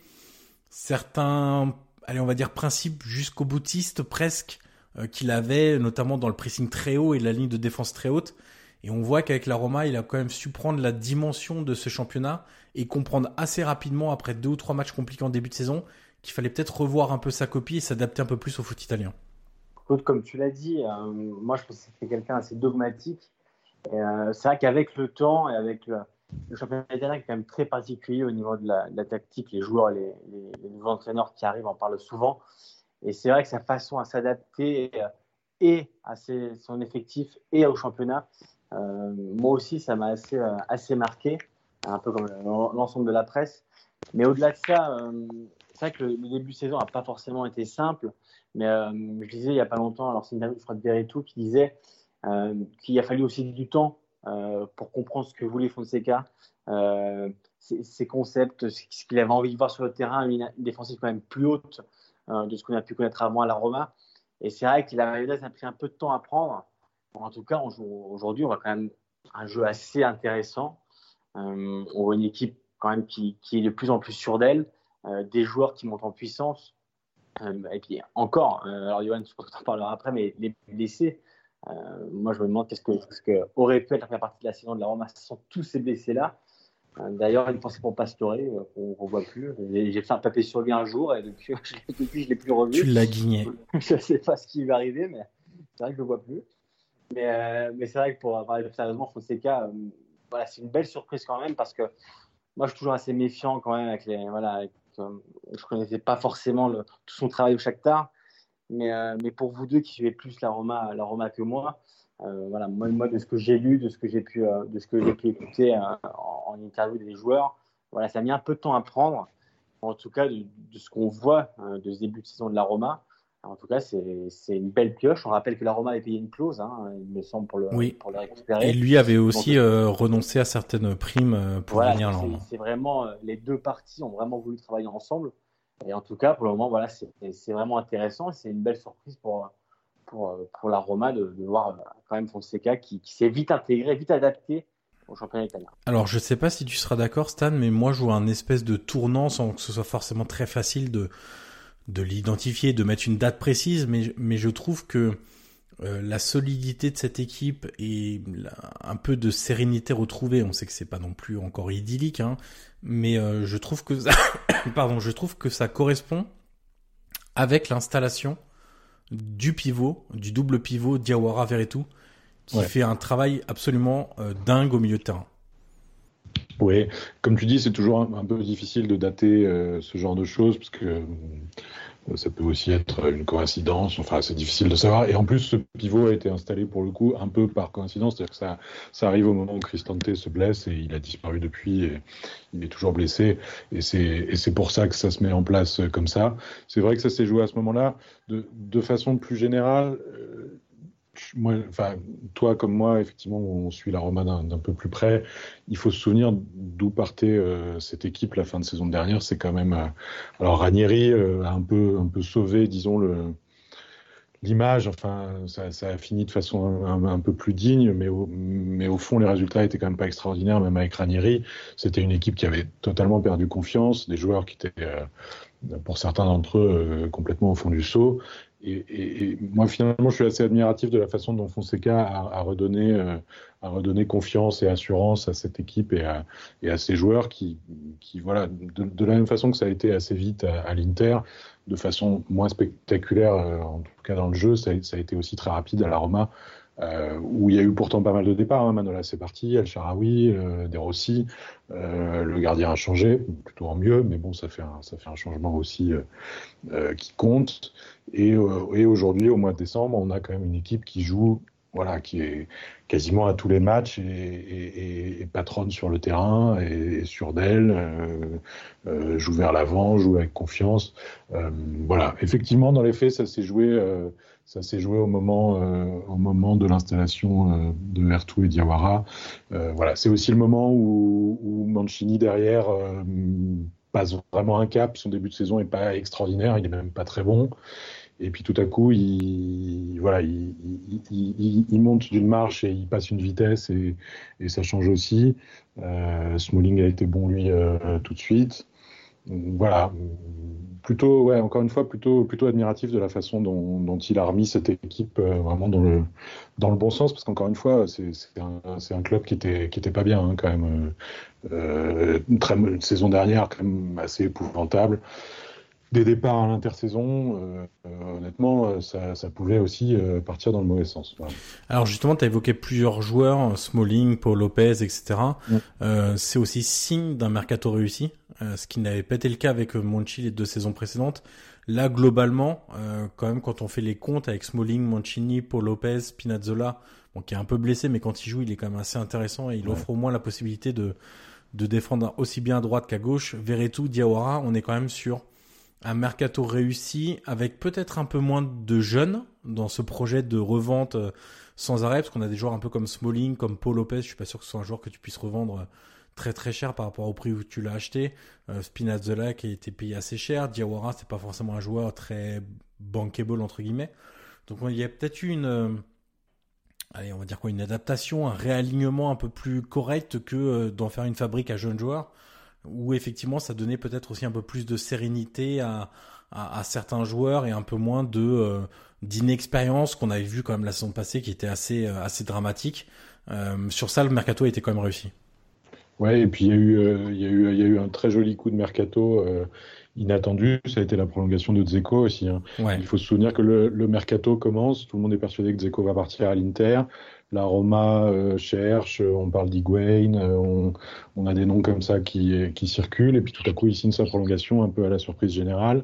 certains, allez, on va dire principes jusqu'au boutiste presque, euh, qu'il avait, notamment dans le pressing très haut et la ligne de défense très haute. Et on voit qu'avec la Roma, il a quand même su prendre la dimension de ce championnat et comprendre assez rapidement, après deux ou trois matchs compliqués en début de saison, qu'il fallait peut-être revoir un peu sa copie et s'adapter un peu plus au foot italien. Claude, comme tu l'as dit, euh, moi je pense que c'est quelqu'un assez dogmatique. Et, euh, c'est vrai qu'avec le temps et avec le, le championnat italien qui est quand même très particulier au niveau de la, de la tactique, les joueurs, les, les, les nouveaux entraîneurs qui arrivent en parlent souvent. Et c'est vrai que sa façon à s'adapter et, et à ses, son effectif et au championnat, Euh, moi aussi, ça m'a assez, euh, assez marqué, un peu comme l'ensemble de la presse. Mais au-delà de ça, euh, c'est vrai que le, le début de saison n'a pas forcément été simple. Mais euh, je disais il n'y a pas longtemps, alors c'est une interview de Fred Beretou qui disait euh, qu'il a fallu aussi du temps euh, pour comprendre ce que voulait Fonseca, euh, ses, ses concepts, ce qu'il avait envie de voir sur le terrain, une, une défensive quand même plus haute euh, de ce qu'on a pu connaître avant à la Roma. Et c'est vrai qu'il a, ça a pris un peu de temps à prendre. En tout cas, on joue, aujourd'hui, on voit quand même un jeu assez intéressant. Euh, on voit une équipe quand même qui, qui est de plus en plus sûre d'elle, euh, des joueurs qui montent en puissance. Euh, et puis encore, euh, alors Johan, je pense que tu en parleras après, mais les blessés, euh, moi je me demande qu'est-ce que, qu'est-ce que aurait pu être la première partie de la saison de la Roma sans tous ces blessés-là. Euh, d'ailleurs, il pensait pour Pastore, euh, qu'on ne revoit plus. J'ai, j'ai fait un papier sur lui un jour et depuis, depuis je ne l'ai plus revu. Tu l'as guigné. Je ne sais pas ce qui va arriver, mais c'est vrai que je ne le vois plus. Mais, euh, mais c'est vrai que pour parler sérieusement, Fonseca, euh, voilà, c'est une belle surprise quand même parce que moi je suis toujours assez méfiant quand même avec les. Voilà, avec, euh, je ne connaissais pas forcément le, tout son travail au Shakhtar, mais, euh, mais pour vous deux qui suivez plus la Roma, la Roma que moi, euh, voilà, moi, moi de ce que j'ai lu, de ce que j'ai pu, euh, de ce que j'ai pu écouter euh, en, en interview des joueurs, voilà, ça a mis un peu de temps à prendre. En tout cas, de, de ce qu'on voit euh, de ce début de saison de la Roma. En tout cas, c'est, c'est une belle pioche. On rappelle que la Roma avait payé une clause, hein, il me semble, pour le, oui. pour le récupérer. Et lui avait aussi Donc, euh, renoncé à certaines primes pour voilà, venir là. C'est, c'est vraiment, les deux parties ont vraiment voulu travailler ensemble. Et en tout cas, pour le moment, voilà, c'est, c'est vraiment intéressant. C'est une belle surprise pour, pour, pour la Roma de, de voir quand même Fonseca qui, qui s'est vite intégré, vite adapté au championnat italien. Alors, je ne sais pas si tu seras d'accord, Stan, mais moi, je vois un espèce de tournant sans que ce soit forcément très facile de... de l'identifier, de mettre une date précise, mais, mais je trouve que euh, la solidité de cette équipe et la, un peu de sérénité retrouvée, on sait que c'est pas non plus encore idyllique, hein, mais euh, je trouve que ça, pardon, je trouve que ça correspond avec l'installation du pivot, du double pivot Diawara Verretou, qui ouais. fait un travail absolument euh, dingue au milieu de terrain. Oui, comme tu dis, c'est toujours un, un peu difficile de dater euh, ce genre de choses parce que euh, ça peut aussi être une coïncidence. Enfin, c'est difficile de savoir. Et en plus, ce pivot a été installé pour le coup un peu par coïncidence, c'est-à-dire que ça, ça arrive au moment où Cristante se blesse et il a disparu depuis. Et il est toujours blessé et c'est et c'est pour ça que ça se met en place comme ça. C'est vrai que ça s'est joué à ce moment-là de de façon plus générale. Euh, Moi, enfin, toi comme moi, effectivement, on suit la Roma d'un, d'un peu plus près. Il faut se souvenir d'où partait euh, cette équipe la fin de saison dernière. C'est quand même, euh, alors Ranieri euh, a un peu, un peu sauvé, disons le, l'image. Enfin, ça, ça a fini de façon un, un, un peu plus digne, mais au, mais au fond, les résultats étaient quand même pas extraordinaires, même avec Ranieri. C'était une équipe qui avait totalement perdu confiance, des joueurs qui étaient euh, pour certains d'entre eux, euh, complètement au fond du seau. Et, et, et moi, finalement, je suis assez admiratif de la façon dont Fonseca a, a, redonné, euh, a redonné confiance et assurance à cette équipe et à, et à ses joueurs qui, qui voilà, de, de la même façon que ça a été assez vite à, à l'Inter, de façon moins spectaculaire, euh, en tout cas dans le jeu, ça a, ça a été aussi très rapide à la Roma. Euh, où il y a eu pourtant pas mal de départs. Hein. Manolas c'est parti, El Shaarawy, euh, De Rossi, euh, le gardien a changé, plutôt en mieux, mais bon, ça fait un, ça fait un changement aussi euh, euh, qui compte. Et, euh, et aujourd'hui, au mois de décembre, on a quand même une équipe qui joue, voilà, qui est quasiment à tous les matchs et, et, et, et patronne sur le terrain et, et sûr d'elle, euh, euh, joue vers l'avant, joue avec confiance. Euh, voilà, effectivement, dans les faits, ça s'est joué. Euh, Ça s'est joué au moment, euh, au moment de l'installation euh, de Vertu et Diawara. Euh, voilà, c'est aussi le moment où, où Mancini derrière euh, passe vraiment un cap. Son début de saison est pas extraordinaire, il est même pas très bon. Et puis tout à coup, il, voilà, il, il, il, il monte d'une marche et il passe une vitesse et, et ça change aussi. Euh, Smalling a été bon lui euh, tout de suite. Voilà, plutôt, ouais, encore une fois, plutôt, plutôt admiratif de la façon dont, dont il a remis cette équipe euh, vraiment dans le, dans le bon sens, parce qu'encore une fois, c'est, c'est, un, c'est un club qui était, qui était pas bien, hein, quand même. Euh, une, très, une saison dernière, quand même assez épouvantable. Des départs à l'intersaison, euh, euh, honnêtement, ça, ça pouvait aussi euh, partir dans le mauvais sens. Voilà. Alors justement, tu as évoqué plusieurs joueurs, Smalling, Paul Lopez, et cetera. Mm. Euh, c'est aussi signe d'un mercato réussi, euh, ce qui n'avait pas été le cas avec Monchi les deux saisons précédentes. Là, globalement, euh, quand même, quand on fait les comptes avec Smalling, Mancini, Paul Lopez, Spinazzola, bon, qui est un peu blessé, mais quand il joue, il est quand même assez intéressant et il ouais. offre au moins la possibilité de, de défendre aussi bien à droite qu'à gauche. Verretou, Diawara, on est quand même sur un mercato réussi avec peut-être un peu moins de jeunes dans ce projet de revente sans arrêt, parce qu'on a des joueurs un peu comme Smalling, comme Paul Lopez. Je suis pas sûr que ce soit un joueur que tu puisses revendre très très cher par rapport au prix où tu l'as acheté. Euh, Spinazzola qui a été payé assez cher. Diawara, c'est pas forcément un joueur très bankable entre guillemets. Donc il y a peut-être eu une, euh, allez, on va dire quoi, une adaptation, un réalignement un peu plus correct que euh, d'en faire une fabrique à jeunes joueurs, où effectivement ça donnait peut-être aussi un peu plus de sérénité à, à, à certains joueurs et un peu moins de euh, d'inexpérience qu'on avait vu quand même la saison passée, qui était assez euh, assez dramatique. Euh, sur ça, le mercato a été quand même réussi. Ouais, et puis il y a eu euh, il y a eu il y a eu un très joli coup de mercato euh, inattendu. Ça a été la prolongation de Dzeko aussi. Hein. Ouais. Il faut se souvenir que le, le mercato commence. Tout le monde est persuadé que Dzeko va partir à l'Inter. La Roma euh, cherche, on parle d'Higuaín, euh, on, on a des noms comme ça qui, qui circulent, et puis tout à coup il signe sa prolongation un peu à la surprise générale.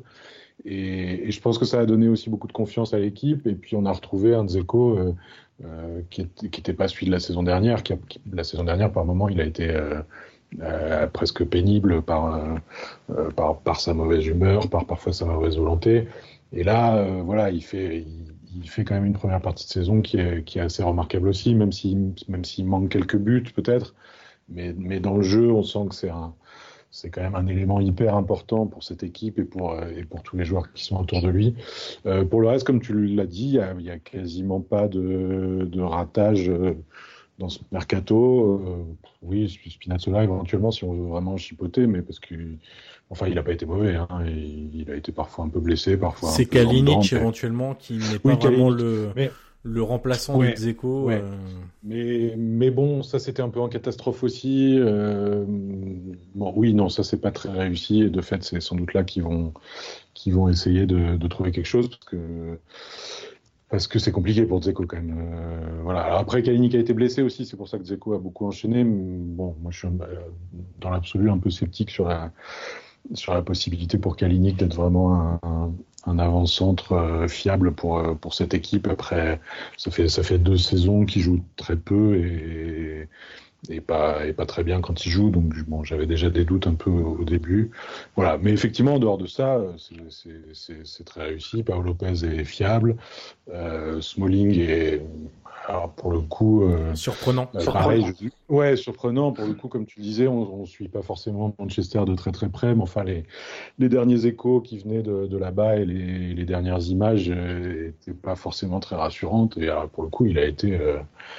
Et, et je pense que ça a donné aussi beaucoup de confiance à l'équipe, et puis on a retrouvé un Dzeko euh, euh, qui n'était pas celui de la saison dernière. Qui, qui, la saison dernière, par moment, il a été euh, euh, presque pénible par, euh, par, par sa mauvaise humeur, par parfois sa mauvaise volonté. Et là, euh, voilà, il fait... Il, Il fait quand même une première partie de saison qui est, qui est assez remarquable aussi, même s'il, même s'il manque quelques buts peut-être. Mais, mais dans le jeu, on sent que c'est, un, c'est quand même un élément hyper important pour cette équipe et pour, et pour tous les joueurs qui sont autour de lui. Euh, pour le reste, comme tu l'as dit, il n'y a, a quasiment pas de, de ratage dans ce mercato. Euh, oui, Spinazzola éventuellement, si on veut vraiment chipoter, mais parce que... Enfin, il n'a pas été mauvais, hein. Il a été parfois un peu blessé, parfois. C'est Kalinic éventuellement qui n'est pas oui, vraiment le, mais... le remplaçant ouais, de Dzeko. Ouais. Euh... Mais, mais bon, ça c'était un peu en catastrophe aussi. Euh... Bon, oui, non, ça c'est pas très réussi. Et de fait, c'est sans doute là qu'ils vont, qu'ils vont essayer de, de trouver quelque chose. Parce que parce que c'est compliqué pour Dzeko quand même. Euh, voilà. Alors après, Kalinic a été blessé aussi, c'est pour ça que Dzeko a beaucoup enchaîné. Bon, moi je suis euh, dans l'absolu un peu sceptique sur la, sur la possibilité pour Kalinic d'être vraiment un, un, un avant-centre euh, fiable pour, pour cette équipe. Après, ça fait, ça fait deux saisons qu'il joue très peu et, et, pas, et pas très bien quand il joue. Donc bon, j'avais déjà des doutes un peu au début. Voilà. Mais effectivement, en dehors de ça, c'est, c'est, c'est, c'est très réussi. Paolo Lopez est fiable. Euh, Smalling est, alors pour le coup, euh, surprenant. Euh, pareil, je... ouais, surprenant. Pour le coup, comme tu disais, on ne suit pas forcément Manchester de très très près, mais enfin les, les derniers échos qui venaient de, de là-bas et les, les dernières images n'étaient euh, pas forcément très rassurantes. Et alors, pour le coup, il a été euh,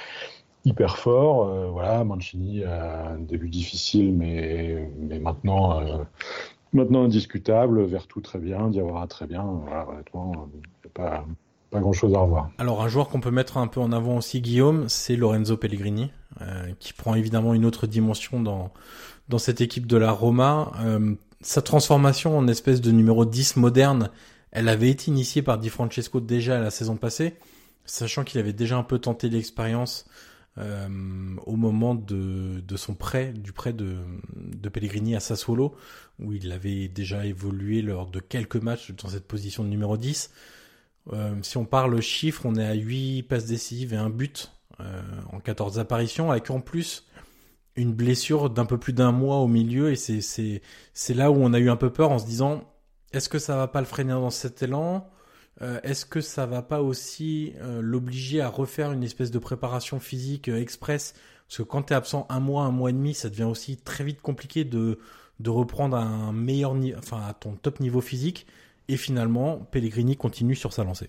hyper fort. Euh, voilà, Mancini a un début difficile, mais, mais maintenant, euh, maintenant indiscutable. Vertu très bien, Diawara très bien. Voilà, honnêtement, il n'y a pas, pas grand-chose à revoir. Alors, un joueur qu'on peut mettre un peu en avant aussi, Guillaume, c'est Lorenzo Pellegrini, euh, qui prend évidemment une autre dimension dans, dans cette équipe de la Roma. Euh, sa transformation en espèce de numéro dix moderne, elle avait été initiée par Di Francesco déjà la saison passée, sachant qu'il avait déjà un peu tenté l'expérience Euh, au moment de, de son prêt, du prêt de, de Pellegrini à Sassuolo, où il avait déjà évolué lors de quelques matchs dans cette position de numéro dix. Euh, si on parle chiffres, on est à huit passes décisives et un but euh, en quatorze apparitions, avec en plus une blessure d'un peu plus d'un mois au milieu, et c'est, c'est, c'est là où on a eu un peu peur en se disant, est-ce que ça va pas le freiner dans cet élan ? Euh, est-ce que ça va pas aussi euh, l'obliger à refaire une espèce de préparation physique euh, express ? Parce que quand t'es absent un mois, un mois et demi, ça devient aussi très vite compliqué de de reprendre à un meilleur niveau, enfin à ton top niveau physique. Et finalement, Pellegrini continue sur sa lancée.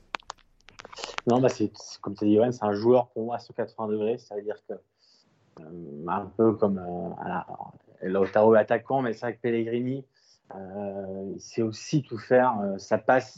Non, bah c'est, c'est comme tu as dit, Yoann, c'est un joueur pour moi à cent quatre-vingts degrés. Ça veut dire que euh, un peu comme euh, à la, Lautaro est attaquant, mais c'est vrai que Pellegrini, euh, il sait aussi tout faire. Euh, ça passe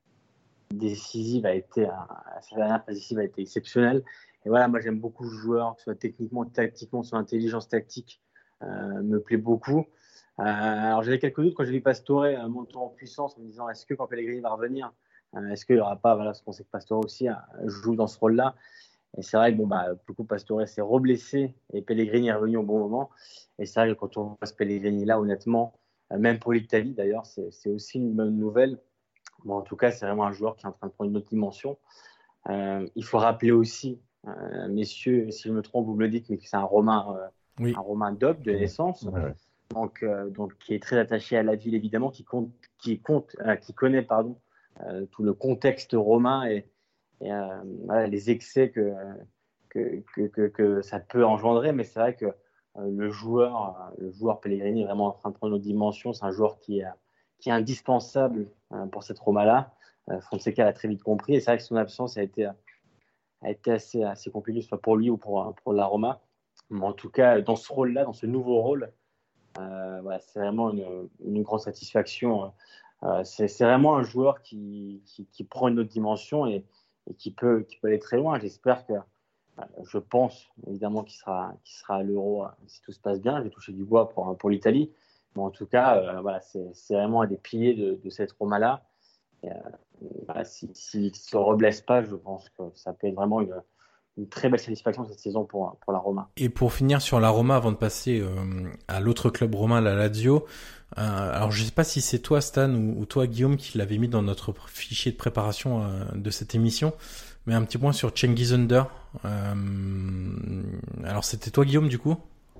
décisive a été, sa dernière passe décisive a été exceptionnelle. Et voilà, moi j'aime beaucoup ce joueur, que ce soit techniquement, tactiquement, son intelligence tactique euh, me plaît beaucoup. Euh, alors j'avais quelques doutes quand j'ai vu Pastore euh, monter en puissance en me disant est-ce que quand Pellegrini va revenir, euh, est-ce qu'il n'y aura pas, voilà, parce qu'on sait que Pastore aussi euh, joue dans ce rôle-là. Et c'est vrai que bon, bah, du coup, Pastore s'est reblessé et Pellegrini est revenu au bon moment. Et c'est vrai que quand on voit ce Pellegrini-là, honnêtement, euh, même pour l'Italie d'ailleurs, c'est, c'est aussi une bonne nouvelle. Bon, en tout cas, c'est vraiment un joueur qui est en train de prendre une autre dimension. Euh, il faut rappeler aussi, euh, messieurs, si je me trompe, vous me le dites, mais que c'est un Romain, euh, oui. un Romain d'Ob de naissance, Ouais, ouais. donc, euh, donc qui est très attaché à la ville évidemment, qui compte, qui compte, euh, qui connaît pardon euh, tout le contexte romain et, et euh, voilà, les excès que, que, que, que, que ça peut engendrer. Mais c'est vrai que euh, le joueur, le joueur Pellegrini est vraiment en train de prendre une autre dimension. C'est un joueur qui est qui est indispensable euh, pour cette Roma-là. Euh, Fonseca l'a très vite compris, et c'est vrai que son absence a été, a été assez, assez compliquée, soit pour lui ou pour, pour la Roma. Mais en tout cas, dans ce rôle-là, dans ce nouveau rôle, euh, voilà, c'est vraiment une, une grande satisfaction. Euh, c'est, c'est vraiment un joueur qui, qui, qui prend une autre dimension et, et qui, peut, qui peut aller très loin. J'espère que, euh, je pense évidemment qu'il sera, qu'il sera à l'Euro euh, si tout se passe bien. J'ai touché du bois pour, pour l'Italie. Mais en tout cas, euh, voilà, c'est, c'est vraiment un des piliers de, de cette Roma-là. Et, euh, voilà, s'il si, si ne se reblesse pas, je pense que ça peut être vraiment une, une très belle satisfaction cette saison pour, pour la Roma. Et pour finir sur la Roma, avant de passer euh, à l'autre club romain, la Lazio, euh, alors je ne sais pas si c'est toi, Stan, ou, ou toi, Guillaume, qui l'avait mis dans notre fichier de préparation euh, de cette émission, mais un petit point sur Cengiz Under. Euh, alors c'était toi, Guillaume, du coup ?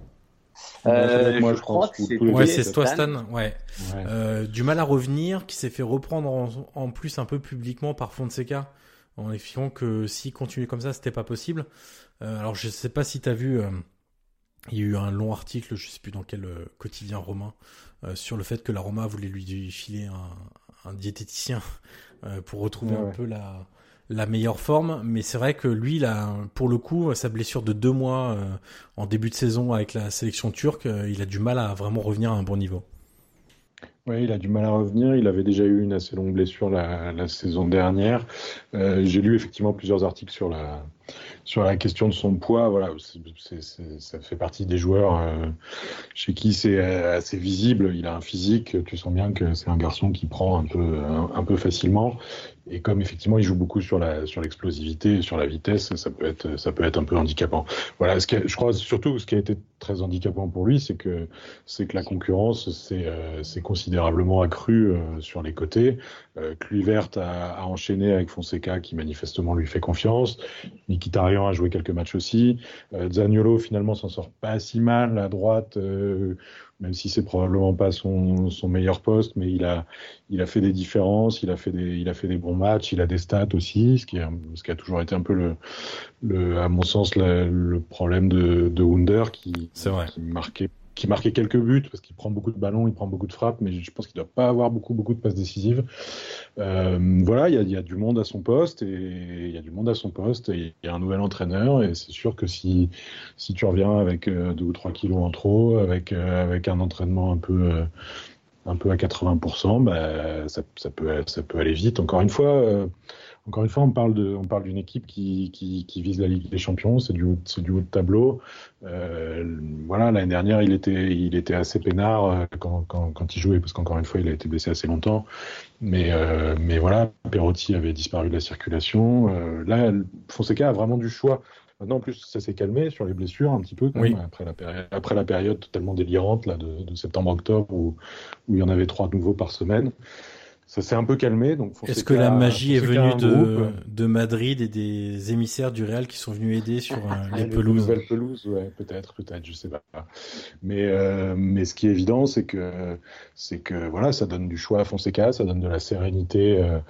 Euh, moi, je, je crois pense, que c'est Ouais, toi, c'est toi, Stan. Ouais. Ouais. Euh, du mal à revenir, qui s'est fait reprendre en, en plus un peu publiquement par Fonseca, en expliquant que s'il continuait comme ça, c'était pas possible. Euh, alors je sais pas si t'as vu, euh, il y a eu un long article, je sais plus dans quel euh, quotidien romain, euh, sur le fait que la Roma voulait lui filer un, un diététicien euh, pour retrouver ouais, un ouais. peu la la meilleure forme, mais c'est vrai que lui, là, pour le coup, sa blessure de deux mois euh, en début de saison avec la sélection turque, euh, il a du mal à vraiment revenir à un bon niveau. Oui, il a du mal à revenir. Il avait déjà eu une assez longue blessure la, la saison dernière. Euh, j'ai lu effectivement plusieurs articles sur la, sur la question de son poids, voilà, c'est, c'est, c'est, ça fait partie des joueurs euh, chez qui c'est assez visible. Il a un physique, tu sens bien que c'est un garçon qui prend un peu, un, un peu facilement. Et comme effectivement il joue beaucoup sur la sur l'explosivité, sur la vitesse, ça peut être ça peut être un peu handicapant. Voilà, ce qui a, je crois surtout ce qui a été très handicapant pour lui, c'est que c'est que la concurrence s'est euh, s'est considérablement accrue euh, sur les côtés. Euh, Kluivert a, a enchaîné avec Fonseca qui manifestement lui fait confiance. Mkhitaryan a joué quelques matchs aussi. Euh, Zaniolo finalement s'en sort pas si mal à droite. Euh, même si c'est probablement pas son, son meilleur poste, mais il a, il a fait des différences, il a fait des, il a fait des bons matchs, il a des stats aussi, ce qui, est, ce qui a toujours été un peu le, le à mon sens, le, le problème de, de Wunder qui, qui marquait, qui marquait quelques buts parce qu'il prend beaucoup de ballons, il prend beaucoup de frappes, mais je pense qu'il doit pas avoir beaucoup, beaucoup de passes décisives. Euh, voilà, il y a, il y a du monde à son poste et il y a du monde à son poste et il y a un nouvel entraîneur et c'est sûr que si si tu reviens avec euh, deux ou trois kilos en trop, avec euh, avec un entraînement un peu euh, un peu à quatre-vingts pour cent, bah ça ça peut ça peut aller vite. Encore une fois. Euh, Encore une fois, on parle de, on parle d'une équipe qui, qui, qui vise la Ligue des Champions, c'est du, c'est du haut de tableau. Euh, voilà, l'année dernière, il était, il était assez peinard quand, quand, quand il jouait, parce qu'encore une fois, il a été blessé assez longtemps. Mais, euh, mais voilà, Perotti avait disparu de la circulation. Euh, là, Fonseca a vraiment du choix. Maintenant, en plus, ça s'est calmé sur les blessures un petit peu, quand oui. même, après la période, après la période totalement délirante là de, de septembre-octobre où, où il y en avait trois nouveaux par semaine. Ça s'est un peu calmé. Donc Fonseca, est-ce que la magie est venue de, groupe, de Madrid et des émissaires du Real qui sont venus aider sur euh, les les pelouses nouvelles pelouses, ouais, peut-être, peut-être, je sais pas. Mais euh, mais ce qui est évident, c'est que c'est que voilà, ça donne du choix à Fonseca, ça donne de la sérénité. Euh,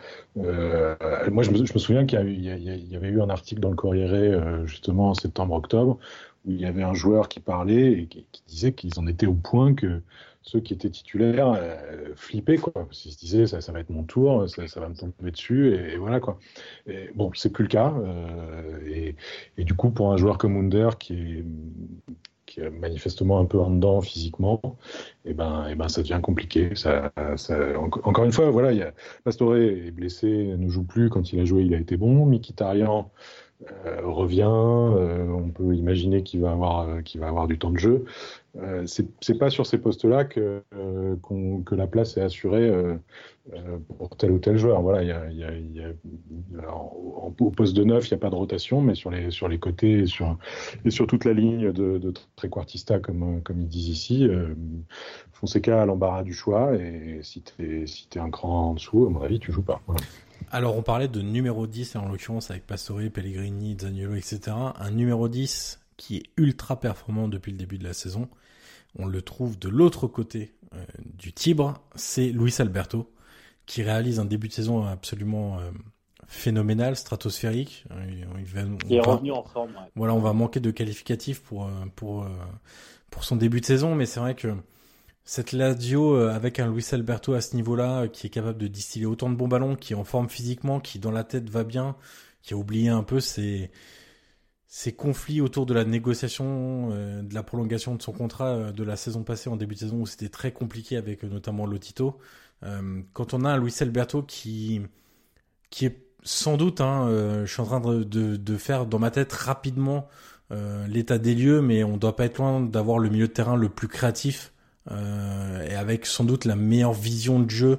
euh, moi, je me, je me souviens qu'il y, a eu, il y, a, il y avait eu un article dans le Corriere euh, justement en septembre-octobre où il y avait un joueur qui parlait et qui, qui disait qu'ils en étaient au point que ceux qui étaient titulaires euh, flippaient, quoi. Parce qu'ils se disaient, ça, ça va être mon tour, ça, ça va me tomber dessus, et, et voilà, quoi. Et, bon, c'est plus le cas. Euh, et, et du coup, pour un joueur comme Wunder, qui est, qui est manifestement un peu en dedans physiquement, et ben, et ben, ça devient compliqué. Ça, ça, en, encore une fois, voilà, il y a, Pastore est blessé, ne joue plus. Quand il a joué, il a été bon. Mkhitaryan Euh, revient, euh, on peut imaginer qu'il va avoir, euh, qu'il va avoir du temps de jeu. Euh, c'est, c'est pas sur ces postes-là que, euh, qu'on, que la place est assurée euh, euh, pour tel ou tel joueur. Voilà, il y a, il y a, il y a, en, au poste de neuf, il n'y a pas de rotation, mais sur les, sur les côtés et sur, et sur toute la ligne de, de trequartista, comme, comme ils disent ici, euh, Fonseca a l'embarras du choix et si t'es, si t'es un cran en dessous, à mon avis, tu joues pas. Voilà. Alors, on parlait de numéro dix, en l'occurrence avec Pastore, Pellegrini, Zaniolo, et cetera. Un numéro dix qui est ultra performant depuis le début de la saison. On le trouve de l'autre côté euh, du Tibre, c'est Luis Alberto, qui réalise un début de saison absolument euh, phénoménal, stratosphérique. Il, il va, il est va, revenu en forme. Ouais. Voilà, on va manquer de qualificatifs pour, pour, pour son début de saison, mais c'est vrai que cette Lazio avec un Luis Alberto à ce niveau-là, qui est capable de distiller autant de bons ballons, qui est en forme physiquement, qui dans la tête va bien, qui a oublié un peu ses, ses conflits autour de la négociation, euh, de la prolongation de son contrat euh, de la saison passée en début de saison où c'était très compliqué avec euh, notamment Lotito. Euh, quand on a un Luis Alberto qui, qui est sans doute, hein, euh, je suis en train de, de, de faire dans ma tête rapidement euh, l'état des lieux, mais on doit pas être loin d'avoir le milieu de terrain le plus créatif. Euh, et avec sans doute la meilleure vision de jeu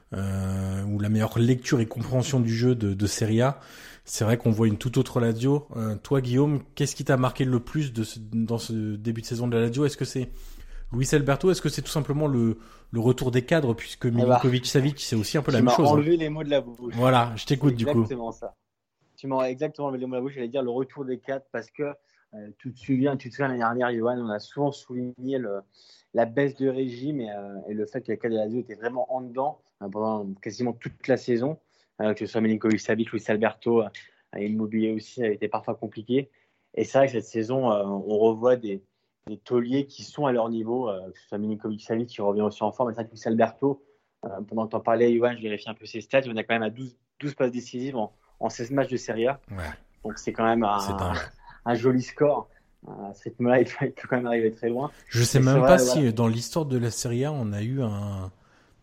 euh, ou la meilleure lecture et compréhension du jeu de, de Serie A. C'est vrai qu'on voit une toute autre Lazio. Euh, toi, Guillaume, qu'est-ce qui t'a marqué le plus de ce, dans ce début de saison de la Lazio ? Est-ce que c'est Luis Alberto ? Est-ce que c'est tout simplement le, le retour des cadres, puisque Milinkovic-Savic, c'est aussi un peu la tu même m'as chose. enlevé hein. les mots de la bouche. Voilà, je t'écoute c'est du coup. Exactement ça. Tu m'as exactement enlevé les mots de la bouche. J'allais dire le retour des cadres parce que euh, tu te souviens, tu te souviens l'année dernière, Johan, on a souvent souligné le la baisse de régime et, euh, et le fait que les cadres de Lazio étaient vraiment en dedans euh, pendant quasiment toute la saison, euh, que ce soit Milinkovic-Savic, Luis Alberto, euh, Immobilier aussi, ça a été parfois compliqué. Et c'est vrai que cette saison, euh, on revoit des, des tauliers qui sont à leur niveau, euh, que ce soit Milinkovic-Savic qui revient aussi en forme, et c'est vrai que Luis Alberto, euh, pendant que tu en parlais, Johan, je vérifie un peu ses stats, on a quand même à douze, douze passes décisives en, en seize matchs de Serie A. Ouais. Donc c'est quand même un, un, un joli score. À ce rythme-là, il peut quand même arriver très loin. Je sais même pas si dans l'histoire de la Serie A, on a eu un...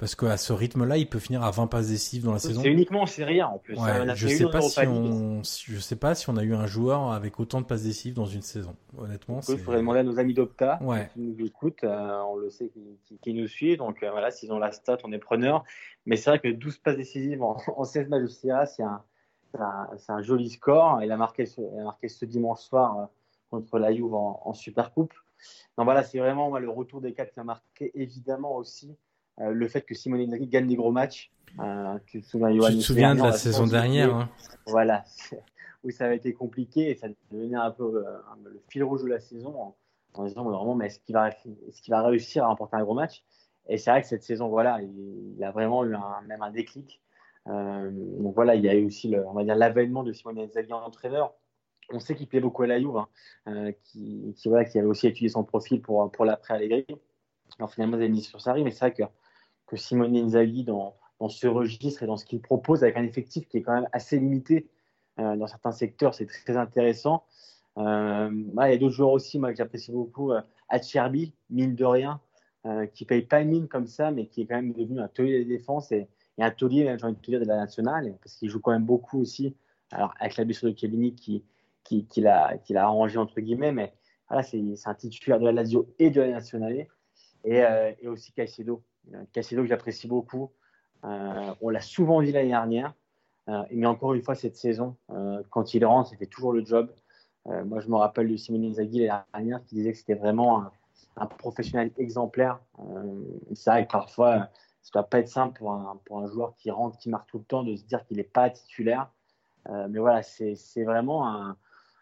Parce qu'à ce rythme-là, il peut finir à vingt passes décisives dans la saison. C'est uniquement en Serie A en plus. Ouais, on a je fait sais une pas en si Europa League. on, je sais pas si on a eu un joueur avec autant de passes décisives dans une saison. Honnêtement, Il c'est... faudrait demander à nos amis d'Opta Ouais. qui nous écoutent. Euh, on le sait, qui, qui, qui nous suivent. Donc euh, voilà, s'ils ont la stat, on est preneur. Mais c'est vrai que douze passes décisives en, en seize matchs de Serie A, c'est un, c'est un, c'est un joli score. Il a marqué ce, il a marqué ce dimanche soir euh, contre la Juve en, en Supercoupe. Donc voilà, c'est vraiment moi, le retour des quatre qui a marqué. Évidemment aussi euh, le fait que Simone Inzaghi gagne des gros matchs. Euh, tu te souviens, Johan, Tu te souviens de la saison dernière, hein. Voilà, où ça avait été compliqué et ça devenait un peu euh, le fil rouge de la saison en, en disant vraiment, mais est-ce qu'il va, est-ce qu'il va réussir à remporter un gros match? Et c'est vrai que cette saison, voilà, il, il a vraiment eu un, même un déclic. Euh, donc voilà, il y a eu aussi, le, on va dire, l'avènement de Simone Inzaghi en entraîneur. On sait qu'il plaît beaucoup à la Juve, hein, euh, qui, qui, voilà, qui avait aussi étudié son profil pour, pour l'après Allegri. Alors finalement, il a mis sur Sarri, mais c'est vrai que, que Simone Inzaghi, dans, dans ce registre et dans ce qu'il propose, avec un effectif qui est quand même assez limité euh, dans certains secteurs, c'est très, très intéressant. Euh, bah, il y a d'autres joueurs aussi, moi, que j'apprécie beaucoup. Euh, Acerbi, mine de rien, euh, qui ne paye pas une mine comme ça, mais qui est quand même devenu un taulier de défense et, et un taulier, j'ai envie de te dire, de la nationale, parce qu'il joue quand même beaucoup aussi. Alors, avec la blessure de Chiellini qui, qui, qui, l'a, qui l'a arrangé, entre guillemets, mais voilà, c'est, c'est un titulaire de la Lazio et de la Nationale. Et, euh, et aussi Caicedo. Caicedo que j'apprécie beaucoup. Euh, on l'a souvent dit l'année dernière, euh, mais encore une fois cette saison, euh, quand il rentre, il fait toujours le job. Euh, moi, je me rappelle de Simone Inzaghi l'année dernière qui disait que c'était vraiment un, un professionnel exemplaire. Euh, c'est vrai que parfois, ça ne doit pas être simple pour un, pour un joueur qui rentre, qui marque tout le temps, de se dire qu'il n'est pas titulaire. Euh, mais voilà, c'est, c'est vraiment un,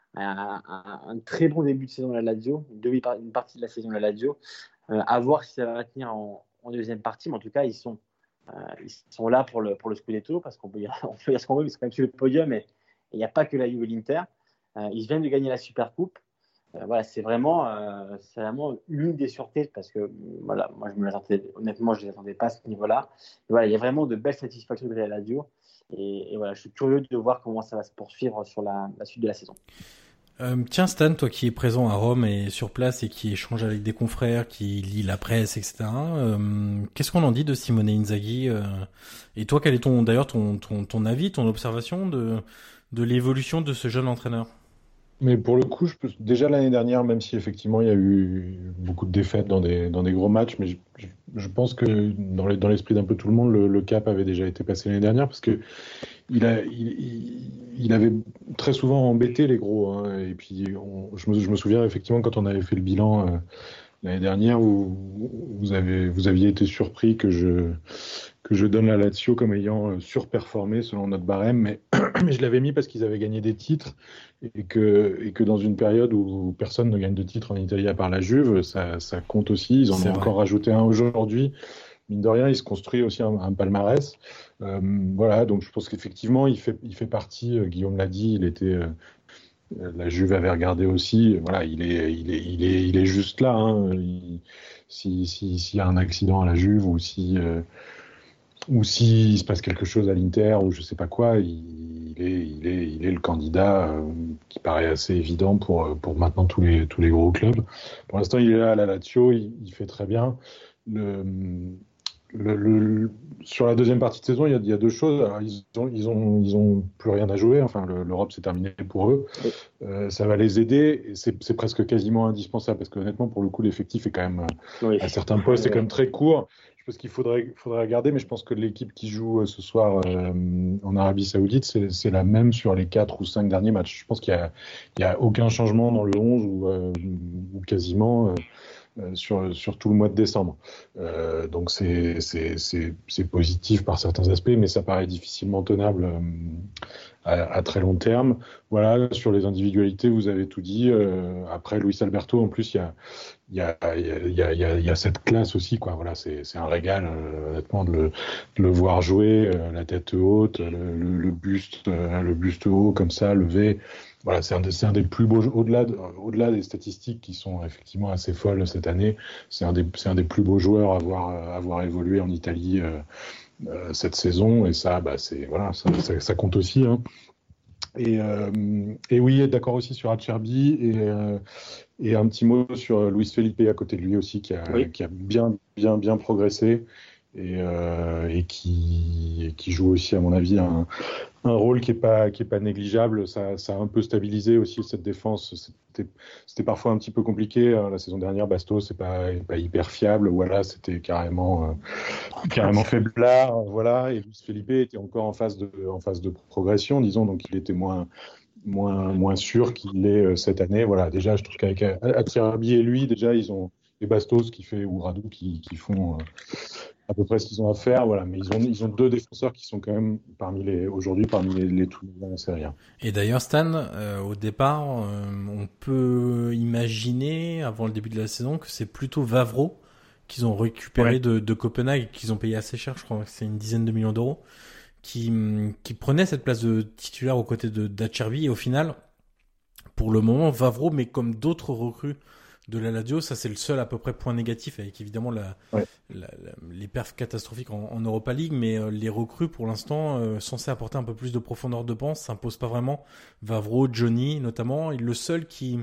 un, un, un très bon début de saison de la Lazio, une partie de la saison de la Lazio. Euh, à voir si ça va tenir en, en deuxième partie, mais en tout cas, ils sont, euh, ils sont là pour le, pour le Scudetto, parce qu'on peut dire, on peut dire ce qu'on veut, mais c'est quand même sur le podium, et il n'y a pas que la Juve et l'Inter. Euh, ils viennent de gagner la Supercoupe. Euh, voilà, c'est vraiment, euh, c'est vraiment l'une des surprises, parce que voilà, moi, je me les attendais, honnêtement, je ne les attendais pas à ce niveau-là. Et voilà, il y a vraiment de belles satisfactions de la Lazio, et, et voilà, je suis curieux de voir comment ça va se poursuivre sur la, la suite de la saison. Euh, tiens Stan, toi qui es présent à Rome et sur place et qui échange avec des confrères, qui lit la presse, et cetera. Euh, qu'est-ce qu'on en dit de Simone Inzaghi euh, et toi, quel est ton, d'ailleurs ton, ton, ton avis, ton observation de, de l'évolution de ce jeune entraîneur? Mais pour le coup, je peux... déjà l'année dernière, même si effectivement il y a eu beaucoup de défaites dans des, dans des gros matchs, mais je, je, je pense que dans, les, dans l'esprit d'un peu tout le monde, le, le cap avait déjà été passé l'année dernière, parce que il, a, il, il, il avait très souvent embêté les gros. Hein, et puis on, je, me, je me souviens effectivement quand on avait fait le bilan euh, l'année dernière, où vous, avez, vous aviez été surpris que je, que je donne la Lazio comme ayant surperformé selon notre barème, mais, mais je l'avais mis parce qu'ils avaient gagné des titres et que, et que dans une période où personne ne gagne de titres en Italie à part la Juve, ça, ça compte aussi. Ils en C'est ont vrai. encore rajouté un aujourd'hui. Mine de rien, il se construit aussi un, un palmarès. Euh, voilà, donc je pense qu'effectivement, il fait, il fait partie, euh, Guillaume l'a dit, il était... Euh, la Juve avait regardé aussi. Voilà, il est, il est, il est, il est juste là. Hein. Il, si, si, s'il y a un accident à la Juve ou si, euh, ou s'il se passe quelque chose à l'Inter ou je sais pas quoi, il, il est, il est, il est le candidat euh, qui paraît assez évident pour, pour maintenant tous les, tous les gros clubs. Pour l'instant, il est là à la Lazio, il, il fait très bien. Le, Le, le, sur la deuxième partie de saison, il y a, il y a deux choses. Alors, ils ont, ils ont, ils ont plus rien à jouer. Enfin, le, l'Europe c'est terminé pour eux. Oui. Euh, ça va les aider. Et c'est, c'est presque quasiment indispensable parce que honnêtement, pour le coup, l'effectif est quand même Oui. à certains postes, c'est quand même très court. Je pense qu'il faudrait, faudrait regarder, mais je pense que l'équipe qui joue ce soir euh, en Arabie Saoudite, c'est, c'est la même sur les quatre ou cinq derniers matchs. Je pense qu'il y a, il y a aucun changement dans le onze ou, euh, ou quasiment. Euh, Euh, sur, sur tout le mois de décembre. Euh, donc c'est, c'est, c'est, c'est positif par certains aspects, mais ça paraît difficilement tenable euh, à, à très long terme. Voilà, sur les individualités, vous avez tout dit. Euh, après, Luis Alberto, en plus, il y a, il y a, il y a, il y a, il y a cette classe aussi, quoi. Voilà, c'est, c'est un régal, euh, honnêtement, de le, de le voir jouer, euh, la tête haute, le, le, le buste, euh, le buste haut, comme ça, levé. Voilà, c'est un, des, c'est un des plus beaux, au-delà, de, au-delà des statistiques qui sont effectivement assez folles cette année, c'est un des, c'est un des plus beaux joueurs à avoir, à avoir évolué en Italie euh, euh, cette saison, et ça, bah, c'est, voilà, ça, ça, ça compte aussi. Hein. Et, euh, et oui, d'accord aussi sur Acerbi, et, euh, et un petit mot sur Luis Felipe à côté de lui aussi, qui a, Oui. qui a bien, bien, bien progressé. et, euh, et qui, et qui joue aussi, à mon avis, un, un rôle qui n'est pas, qui est pas négligeable. Ça, ça a un peu stabilisé aussi cette défense. C'était, c'était parfois un petit peu compliqué. Hein. La saison dernière, Bastos, c'est pas, pas hyper fiable. Voilà, c'était carrément, euh, carrément faiblard. Voilà. Et Luis Felipe était encore en phase de, en phase de progression, disons, donc il était moins, moins, moins sûr qu'il l'est euh, cette année. Voilà. Déjà, je trouve qu'avec Acerbi et lui, déjà, ils ont et Bastos qui fait ou Radu qui, qui font euh, à peu près ce qu'ils ont à faire, voilà. Mais ils ont, ils ont deux défenseurs qui sont quand même parmi les aujourd'hui parmi les, les tout meilleurs en Serie A. Et d'ailleurs, Stan, euh, au départ, euh, on peut imaginer avant le début de la saison que c'est plutôt Vavro qu'ils ont récupéré ouais. de, de Copenhague, qu'ils ont payé assez cher, je crois que c'est une dizaine de millions d'euros, qui, qui prenait cette place de titulaire aux côtés de d'Acerbi. Et au final, pour le moment, Vavro, mais comme d'autres recrues de la Lazio, ça c'est le seul à peu près point négatif, avec évidemment la, ouais. la, la, les perfs catastrophiques en, en Europa League, mais euh, les recrues pour l'instant euh, censés apporter un peu plus de profondeur de banc s'impose pas vraiment. Vavro, Johnny notamment, et le seul qui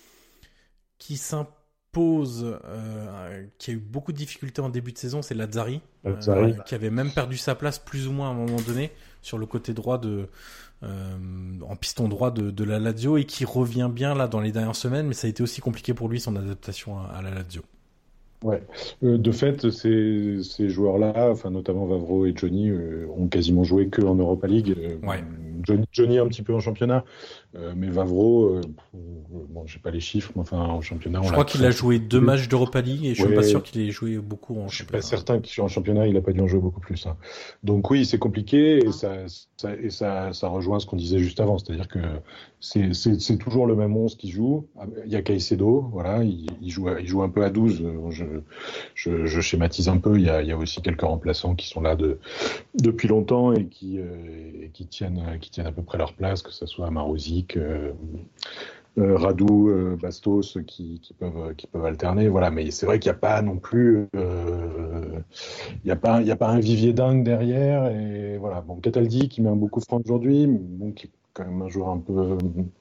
qui s'impose, euh, qui a eu beaucoup de difficultés en début de saison, c'est Lazzari, euh, qui avait même perdu sa place plus ou moins à un moment donné sur le côté droit de Euh, en piston droit de, de la Lazio, et qui revient bien là dans les dernières semaines, mais ça a été aussi compliqué pour lui son adaptation à, à la Lazio. Ouais, euh, de fait, ces, ces joueurs-là, enfin notamment Vavro et Johnny, euh, ont quasiment joué que en Europa League. Euh, ouais. Johnny, Johnny un petit peu en championnat, euh, mais Vavro, euh, bon, j'ai pas les chiffres, mais enfin en championnat. Je crois qu'il a joué deux matchs d'Europa League et je ouais. suis pas sûr qu'il ait joué beaucoup en je championnat. Je suis pas certain qu'il soit en championnat, il a pas dû en jouer beaucoup plus. Hein. Donc oui, c'est compliqué et ça, ça et ça, ça rejoint ce qu'on disait juste avant, c'est-à-dire que c'est, c'est, c'est toujours le même onze qui joue. Il y a Caicedo, voilà, il, il joue, il joue un peu à douze. Je, Je, je schématise un peu, il y, a, il y a aussi quelques remplaçants qui sont là de, depuis longtemps et qui, euh, et qui, tiennent, qui tiennent à peu près leur place, que ce soit Marozic, euh, euh, Radu, euh, Bastos, qui, qui, peuvent, qui peuvent alterner. Voilà. Mais c'est vrai qu'il n'y a pas non plus euh, il y a pas, il y a pas un vivier dingue derrière. Et voilà. Bon, Cataldi qui met un beaucoup franc aujourd'hui, bon, qui est quand même un joueur un peu...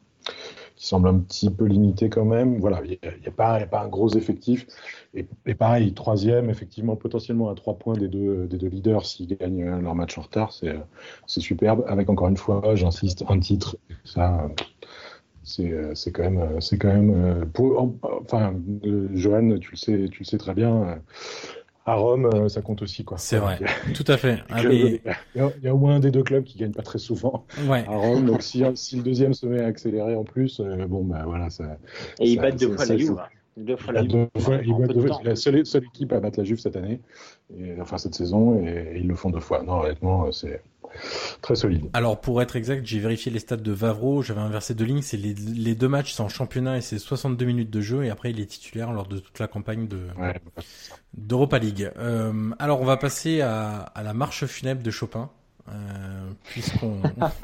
qui semble un petit peu limité quand même. Voilà, il n'y a, y a, pas, y a pas un gros effectif. Et, et pareil, troisième, effectivement, potentiellement à trois points des deux, des deux leaders s'ils gagnent leur match en retard, c'est, c'est superbe. Avec, encore une fois, j'insiste, un titre. Ça, c'est, c'est quand même... C'est quand même pour, enfin, Johan, tu le sais, tu le sais très bien... À Rome, ça compte aussi, quoi. C'est vrai, tout à fait. Ah, mais... il, y a, il y a au moins un des deux clubs qui gagne pas très souvent ouais. à Rome. Donc si, si le deuxième se met à accélérer en plus, euh, bon bah voilà, ça. Et ils battent deux fois la Juve. Deux fois la Juve. C'est la seule, seule équipe à battre la Juve cette année, et, enfin cette saison, et, et ils le font deux fois. Non, honnêtement, c'est très solide. Alors pour être exact, j'ai vérifié les stats de Vavro, j'avais inversé deux lignes, c'est les, les deux matchs, c'est en championnat et c'est soixante-deux minutes de jeu, et après il est titulaire lors de toute la campagne de ouais. d'Europa League. Euh, alors on va passer à, à la marche funèbre de Chopin, euh, puisqu'on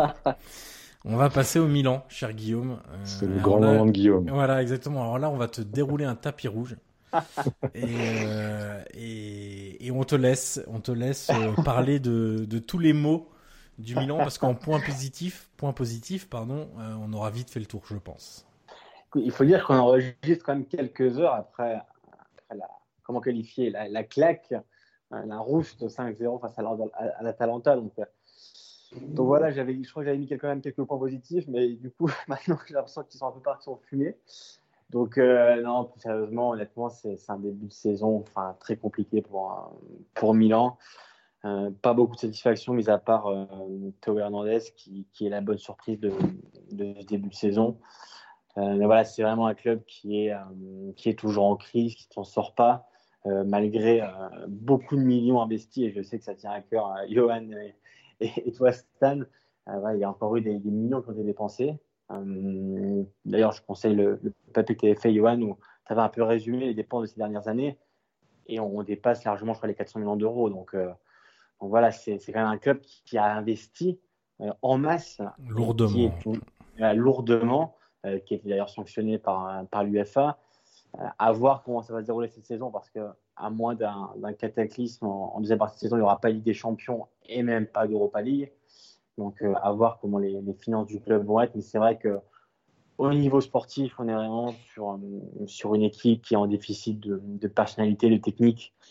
on va passer au Milan, cher Guillaume. Euh, c'est le grand moment de Guillaume. Voilà, exactement. Alors là, on va te dérouler un tapis rouge. et, euh, et, et on te laisse, on te laisse euh, parler de, de tous les mots du Milan, parce qu'en point positif, point positif, pardon, euh, on aura vite fait le tour, je pense. Il faut dire qu'on enregistre quand même quelques heures après, après la, comment qualifier, la, la claque, la rouste cinq zéro face à, à l'Atalanta. Donc, donc voilà, j'avais, je crois que j'avais mis quand même quelques points positifs, mais du coup, maintenant j'ai l'impression qu'ils sont un peu partis en fumée. Donc euh, non, plus sérieusement, honnêtement, c'est, c'est un début de saison enfin, très compliqué pour, pour Milan. Euh, pas beaucoup de satisfaction, mis à part euh, Théo Hernandez, qui, qui est la bonne surprise de, de ce début de saison. Euh, mais voilà, c'est vraiment un club qui est, euh, qui est toujours en crise, qui ne s'en sort pas, euh, malgré euh, beaucoup de millions investis. Et je sais que ça tient à cœur à Johan et, et, et toi, Stan. Euh, voilà, il y a encore eu des, des millions qui ont été dépensés. Euh, d'ailleurs, je conseille le, le papier que tu avais fait, Johan, où tu avais un peu résumé les dépenses de ces dernières années. Et on, on dépasse largement, je crois, les quatre cents millions d'euros. Donc, euh, donc voilà, c'est, c'est quand même un club qui, qui a investi euh, en masse. Lourdement. Qui est, euh, lourdement, euh, qui est d'ailleurs sanctionné par, par l'UEFA. Euh, à voir comment ça va se dérouler cette saison, parce qu'à moins d'un, d'un cataclysme en, en deuxième partie de saison, il n'y aura pas Ligue des Champions et même pas d'Europa League. Donc, euh, à voir comment les, les finances du club vont être. Mais c'est vrai qu'au niveau sportif, on est vraiment sur, sur une équipe qui est en déficit de, de personnalité, de technique.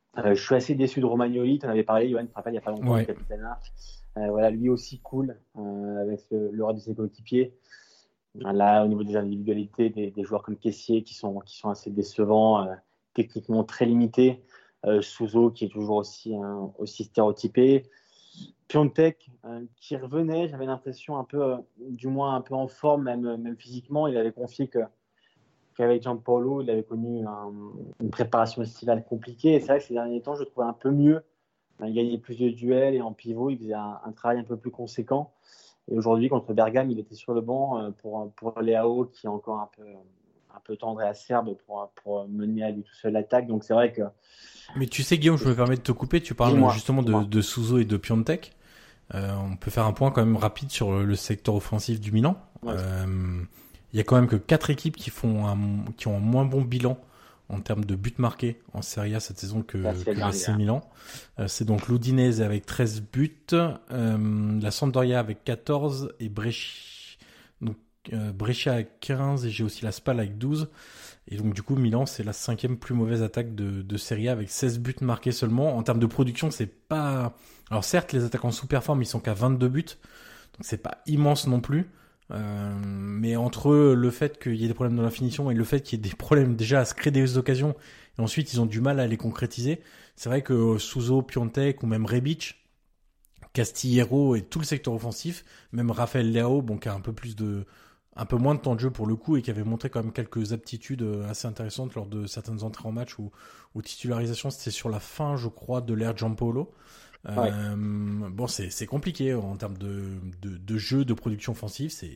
Euh, je suis assez déçu de Romagnoli. Tu en avais parlé, Johan, tu te rappelles, il n'y a pas longtemps, Ouais. le capitaine Arc. Euh, voilà, lui aussi cool euh, avec le, le rôle de ses coéquipiers. Là, au niveau des individualités, des, des joueurs comme Kessié qui sont, qui sont assez décevants, euh, techniquement très limités. Euh, Souzo qui est toujours aussi, hein, aussi stéréotypé. Piontek euh, qui revenait, j'avais l'impression un peu, euh, du moins un peu en forme, même, même physiquement. Il avait confié que, qu'avec Gianpaolo, il avait connu un, une préparation estivale compliquée. Et c'est vrai que ces derniers temps, je le trouvais un peu mieux. Il gagnait plus de duels et en pivot, il faisait un, un travail un peu plus conséquent. Et aujourd'hui, contre Bergame, il était sur le banc pour, pour Leao, qui est encore un peu, un peu tendre et acerbe pour, pour mener à lui tout seul l'attaque. Donc c'est vrai que. Mais tu sais, Guillaume, je me permets de te couper. Tu parles Dis-moi, justement de, dis-moi. de Souzo et de Piontek. Euh, on peut faire un point quand même rapide sur le, le secteur offensif du Milan. Ouais. Euh, il y a quand même que quatre équipes qui font un, qui ont un moins bon bilan en termes de buts marqués en Serie A cette saison que, Ça, c'est que bien, l'A C bien. Milan. Euh, c'est donc l'Udinese avec treize buts, euh, la Sampdoria avec quatorze et Brescia, donc, euh, Brescia avec quinze et j'ai aussi la Spal avec douze. Et donc du coup Milan c'est la cinquième plus mauvaise attaque de, de Serie A avec seize buts marqués seulement. En termes de production c'est pas... Alors certes les attaquants sous-performent, ils sont qu'à vingt-deux buts, donc c'est pas immense non plus. Euh, mais entre le fait qu'il y ait des problèmes dans la finition et le fait qu'il y ait des problèmes déjà à se créer des occasions et ensuite ils ont du mal à les concrétiser, c'est vrai que Souzo, Piontek ou même Rebic, Castillero et tout le secteur offensif, même Raphaël Leao, bon qui a un peu plus de un peu moins de temps de jeu pour le coup et qui avait montré quand même quelques aptitudes assez intéressantes lors de certaines entrées en match ou, ou titularisation, c'était sur la fin je crois de l'ère Gianpaolo. Ouais. Euh, bon, c'est, c'est compliqué en termes de, de, de jeu, de production offensive. C'est,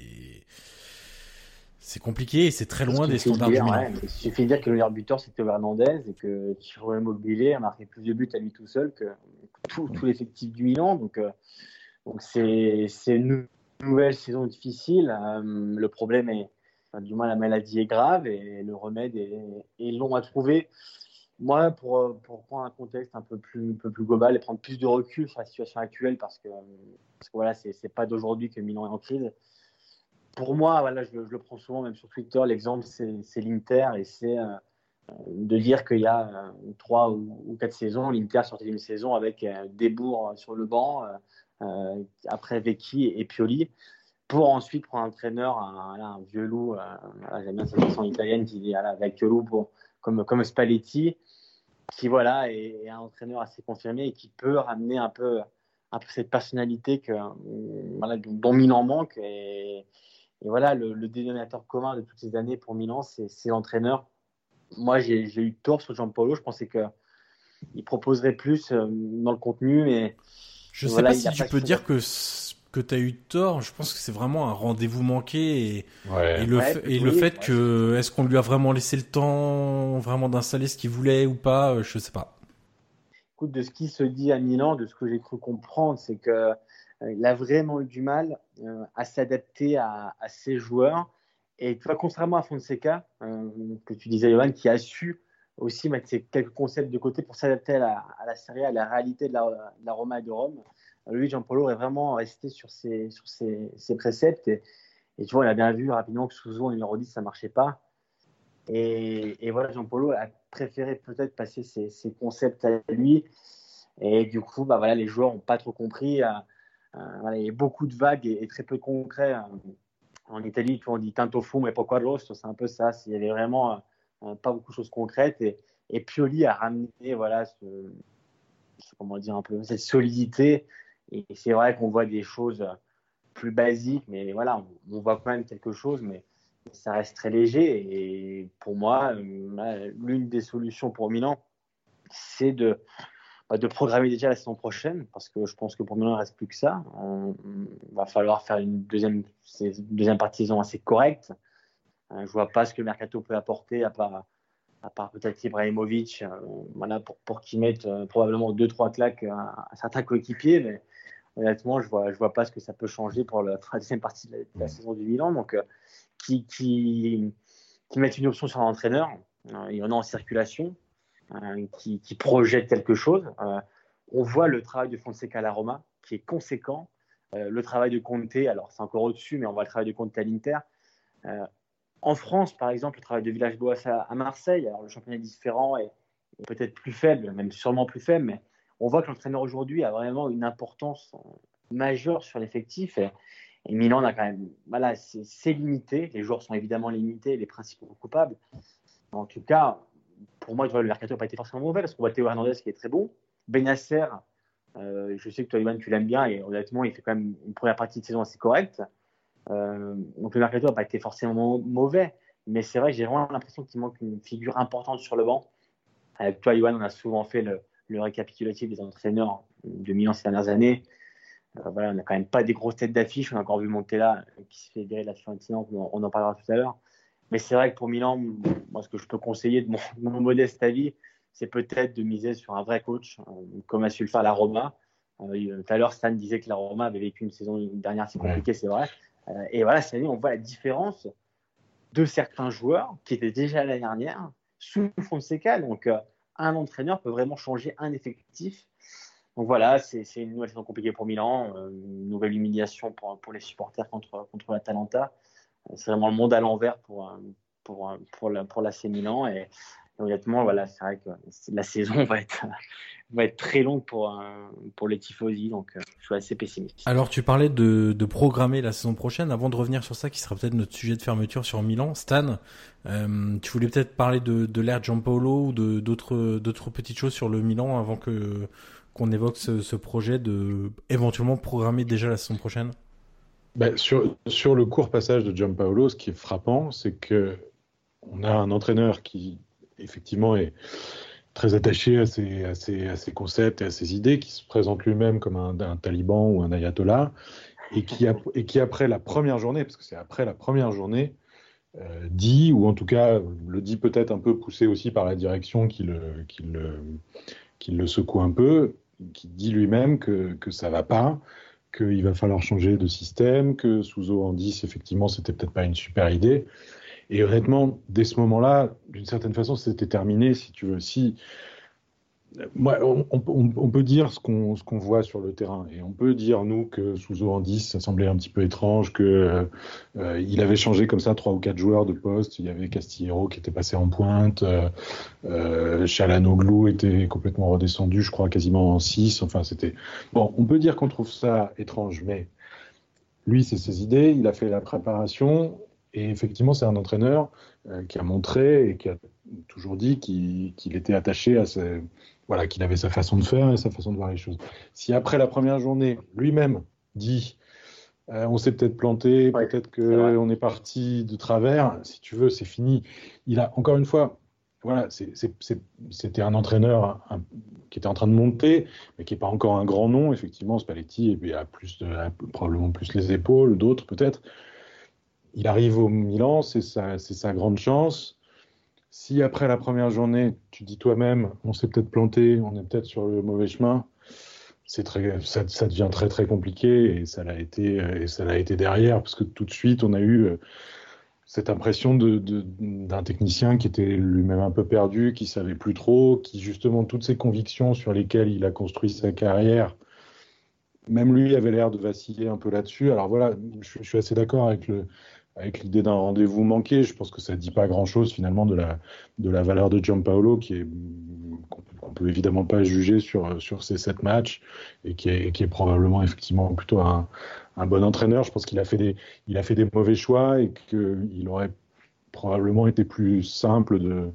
c'est compliqué et c'est très loin des standards dire, du Milan. ouais, il suffit de dire que le meilleur buteur c'était Hernandez et que Ciro Immobilier a marqué plus de buts à lui tout seul que tout, tout l'effectif du Milan. Donc, euh, donc c'est, c'est une nouvelle saison difficile. Euh, le problème est, enfin, du moins la maladie est grave et le remède est, est long à trouver. Moi, pour, pour prendre un contexte un peu plus, un peu plus global et prendre plus de recul sur la situation actuelle, parce que, parce que voilà, c'est, c'est pas d'aujourd'hui que Milan est en crise. Pour moi, voilà, je, je le prends souvent, même sur Twitter, l'exemple, c'est, c'est l'Inter, et c'est euh, de dire qu'il y a euh, trois ou, ou quatre saisons, l'Inter sortait d'une saison avec euh, Debourg sur le banc, euh, après Vecchi et, et Pioli, pour ensuite prendre un entraîneur, un, un vieux loup, euh, j'aime bien cette façon italienne qui dit voilà, avec vieux loup pour, comme, comme Spalletti, qui voilà, est, est un entraîneur assez confirmé et qui peut ramener un peu, un peu cette personnalité que, voilà, dont Milan manque. Et, et voilà, le, le dénominateur commun de toutes ces années pour Milan, c'est, c'est l'entraîneur. Moi, j'ai, j'ai eu tort sur Gianpaolo. Je pensais qu'il proposerait plus euh, dans le contenu. Mais je ne sais voilà, pas si tu pas peux dire que, que tu as eu tort. Je pense que c'est vraiment un rendez-vous manqué. Et, Ouais. et, le, Ouais, fait, oui, et le ouais, fait que, est-ce qu'on lui a vraiment laissé le temps vraiment d'installer ce qu'il voulait ou pas, je ne sais pas. Écoute, de ce qui se dit à Milan, de ce que j'ai cru comprendre, c'est qu'il euh, a vraiment eu du mal euh, à s'adapter à, à ses joueurs. Et tu vois, contrairement à Fonseca, euh, que tu disais, Johan, qui a su aussi mettre ses quelques concepts de côté pour s'adapter à la, à la Serie A, à la réalité de la, de la Roma et de Rome. Lui, Gianpaolo est vraiment resté sur ses, sur ses, ses préceptes. Et, et tu vois, il a bien vu rapidement que Souzo en numéro dix, ça ne marchait pas. Et, et voilà, Gianpaolo a préféré peut-être passer ses, ses concepts à lui. Et du coup, bah voilà, les joueurs n'ont pas trop compris. Euh, euh, voilà, il y a beaucoup de vagues et, et très peu de concret. En Italie, tu vois, on dit tanto fumo e poco arrosto, c'est un peu ça. Il y avait vraiment euh, pas beaucoup de choses concrètes. Et, et Pioli a ramené voilà, ce, ce, comment dire, un peu, cette solidité. Et c'est vrai qu'on voit des choses plus basiques, mais voilà, on, on voit quand même quelque chose. Mais ça reste très léger. Et pour moi, euh, l'une des solutions pour Milan, c'est de, de programmer déjà la saison prochaine, parce que je pense que pour Milan, il ne reste plus que ça. Il va falloir faire une deuxième, une deuxième partie de saison assez correcte. Je ne vois pas ce que le Mercato peut apporter, à part, à part peut-être Ibrahimovic, euh, voilà, pour, pour qu'il mette euh, probablement deux trois claques à, à certains coéquipiers. Mais honnêtement, je ne vois, je vois pas ce que ça peut changer pour, le, pour la deuxième partie de la, de la saison du Milan. Donc, euh, qui, qui, qui mettent une option sur l'entraîneur, euh, il y en a en circulation, euh, qui, qui projette quelque chose. Euh, on voit le travail de Fonseca à la Roma, qui est conséquent. Euh, le travail de Conte, alors c'est encore au-dessus, mais on voit le travail de Conte à l'Inter. Euh, en France, par exemple, le travail de Villas-Boas à, à Marseille, alors le championnat est différent et, est peut-être plus faible, même sûrement plus faible, mais on voit que l'entraîneur aujourd'hui a vraiment une importance majeure sur l'effectif. Et, et Milan a quand même, voilà, c'est, c'est limité. Les joueurs sont évidemment limités, les principaux coupables. En tout cas, pour moi, le mercato n'a pas été forcément mauvais parce qu'on voit Théo Hernandez qui est très bon. Benacer, euh, je sais que toi, Ivan, tu l'aimes bien et honnêtement, il fait quand même une première partie de saison assez correcte. Euh, donc le mercato n'a pas été forcément mauvais, mais c'est vrai que j'ai vraiment l'impression qu'il manque une figure importante sur le banc. Avec toi, Ivan, on a souvent fait le, le récapitulatif des entraîneurs de Milan ces dernières années. Euh, voilà, on n'a quand même pas des grosses têtes d'affiche. On a encore vu Montella euh, qui se fait virer de la Fiorentina, on, on en parlera tout à l'heure. Mais c'est vrai que pour Milan, moi, ce que je peux conseiller de mon, de mon modeste avis, c'est peut-être de miser sur un vrai coach, euh, comme a su le faire la Roma. Euh, tout à l'heure, Stan disait que la Roma avait vécu une saison une dernière assez compliquée, ouais. C'est vrai. Euh, et voilà, cette année, on voit la différence de certains joueurs qui étaient déjà l'année dernière sous Fonseca. Donc, euh, un entraîneur peut vraiment changer un effectif. Donc voilà, c'est, c'est une nouvelle saison compliquée pour Milan, euh, une nouvelle humiliation pour, pour les supporters contre, contre l'Atalanta. C'est vraiment le monde à l'envers pour, pour, pour, la, pour l'A C Milan. Et, et honnêtement, voilà, c'est vrai que la saison va être, va être très longue pour, pour les tifosi. Donc, je suis assez pessimiste. Alors, tu parlais de, de programmer la saison prochaine. Avant de revenir sur ça, qui sera peut-être notre sujet de fermeture sur Milan, Stan, euh, tu voulais peut-être parler de, de l'ère Giampaolo ou de, d'autres, d'autres petites choses sur le Milan avant que, qu'on évoque ce, ce projet de éventuellement programmer déjà la saison prochaine? Ben, sur, sur le court passage de Giampaolo, ce qui est frappant, c'est que on a un entraîneur qui, effectivement, est très attaché à ses, à ses, à ses concepts et à ses idées, qui se présente lui-même comme un, un taliban ou un ayatollah, et qui, a, et qui, après la première journée, parce que c'est après la première journée, euh, dit, ou en tout cas le dit peut-être un peu poussé aussi par la direction qui le, qui le, qui le secoue un peu, qui dit lui-même que, que ça ne va pas, qu'il va falloir changer de système, que Suso en dix, effectivement, c'était peut-être pas une super idée. Et honnêtement, dès ce moment-là, d'une certaine façon, c'était terminé, si tu veux. Si, moi, on, on, on peut dire ce qu'on, ce qu'on voit sur le terrain, et on peut dire, nous, que Suso en dix, ça semblait un petit peu étrange, qu'il euh, euh, avait changé comme ça trois ou quatre joueurs de poste. Il y avait Castillero qui était passé en pointe, euh, euh, Çalhanoğlu était complètement redescendu, je crois, quasiment en six. Enfin, c'était... Bon, on peut dire qu'on trouve ça étrange, mais lui, c'est ses idées, il a fait la préparation, et effectivement, c'est un entraîneur euh, qui a montré et qui a toujours dit qu'il, qu'il était attaché à ses... Voilà, qu'il avait sa façon de faire et sa façon de voir les choses. Si après la première journée, lui-même dit euh, on s'est peut-être planté, ouais, peut-être qu'on est parti de travers, si tu veux, c'est fini. Il a, encore une fois, voilà, c'est, c'est, c'est, c'était un entraîneur un, qui était en train de monter, mais qui n'est pas encore un grand nom, effectivement, Spalletti, et puis a, plus de, a probablement plus les épaules, d'autres peut-être. Il arrive au Milan, c'est sa, c'est sa grande chance. Si après la première journée, tu dis toi-même, on s'est peut-être planté, on est peut-être sur le mauvais chemin, c'est très, ça, ça devient très très compliqué et ça l'a été, et ça l'a été derrière parce que tout de suite on a eu cette impression de, de, d'un technicien qui était lui-même un peu perdu, qui savait plus trop, qui justement toutes ses convictions sur lesquelles il a construit sa carrière, même lui avait l'air de vaciller un peu là-dessus. Alors voilà, je, je suis assez d'accord avec le. Avec l'idée d'un rendez-vous manqué, je pense que ça ne dit pas grand-chose finalement de la, de la valeur de Giampaolo, qui est, qu'on ne peut évidemment pas juger sur, sur ces sept matchs, et qui est, qui est probablement effectivement plutôt un, un bon entraîneur. Je pense qu'il a fait des, il a fait des mauvais choix et qu'il aurait probablement été plus simple de,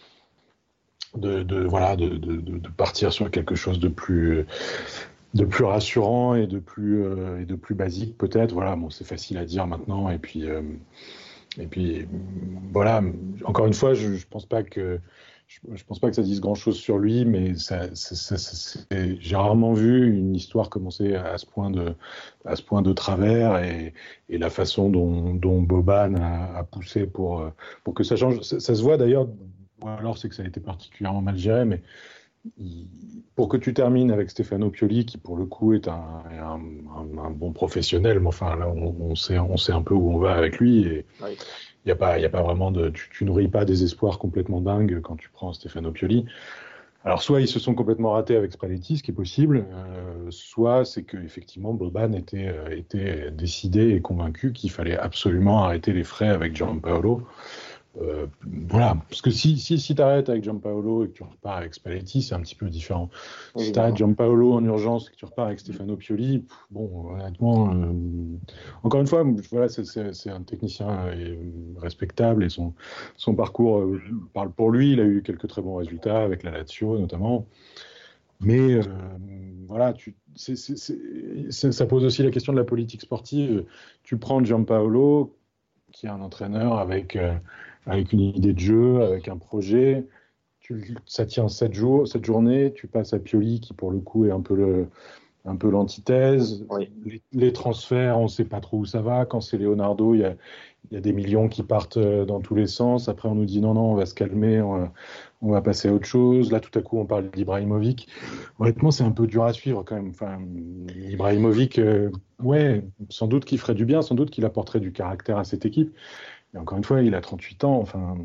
de, de, voilà, de, de, de partir sur quelque chose de plus... de plus rassurant et de plus euh, et de plus basique peut-être. Voilà, bon, c'est facile à dire maintenant. Et puis euh, et puis voilà. Encore une fois, je, je pense pas que je, je pense pas que ça dise grand-chose sur lui, mais ça, ça, ça, ça c'est, j'ai rarement vu une histoire commencer à ce point de à ce point de travers et, et la façon dont, dont Boban a, a poussé pour pour que ça change. Ça, ça se voit d'ailleurs. Ou alors c'est que ça a été particulièrement mal géré, mais Il, pour que tu termines avec Stefano Pioli, qui pour le coup est un, un, un, un bon professionnel, mais enfin là on, on, sait, on sait un peu où on va avec lui et il oui. n'y a pas, y a pas vraiment de, tu, tu nourris pas des espoirs complètement dingues quand tu prends Stefano Pioli. Alors soit ils se sont complètement ratés avec Spalletti, ce qui est possible, euh, soit c'est que effectivement Boban était, euh, était décidé et convaincu qu'il fallait absolument arrêter les frais avec Giampaolo. Euh, voilà, parce que si, si, si tu arrêtes avec Giampaolo et que tu repars avec Spalletti, c'est un petit peu différent. Si tu arrêtes Giampaolo en urgence et que tu repars avec Stefano Pioli, pff, bon, honnêtement, euh, encore une fois, voilà, c'est, c'est, c'est un technicien euh, respectable et son, son parcours euh, parle pour lui. Il a eu quelques très bons résultats avec la Lazio notamment. Mais euh, voilà, tu, c'est, c'est, c'est, c'est, ça pose aussi la question de la politique sportive. Tu prends Giampaolo, qui est un entraîneur avec, euh, avec une idée de jeu, avec un projet. Tu, ça tient sept jours, sept journées. Tu passes à Pioli, qui pour le coup est un peu, le, un peu l'antithèse. Oui. Les, les transferts, on ne sait pas trop où ça va. Quand c'est Leonardo, il y a, il y a des millions qui partent dans tous les sens. Après, on nous dit non, non, on va se calmer, on va, on va passer à autre chose. Là, tout à coup, on parle d'Ibrahimovic. Honnêtement, c'est un peu dur à suivre quand même. Enfin, Ibrahimovic, euh, ouais, sans doute qu'il ferait du bien, sans doute qu'il apporterait du caractère à cette équipe. Mais encore une fois, il a trente-huit ans. Enfin,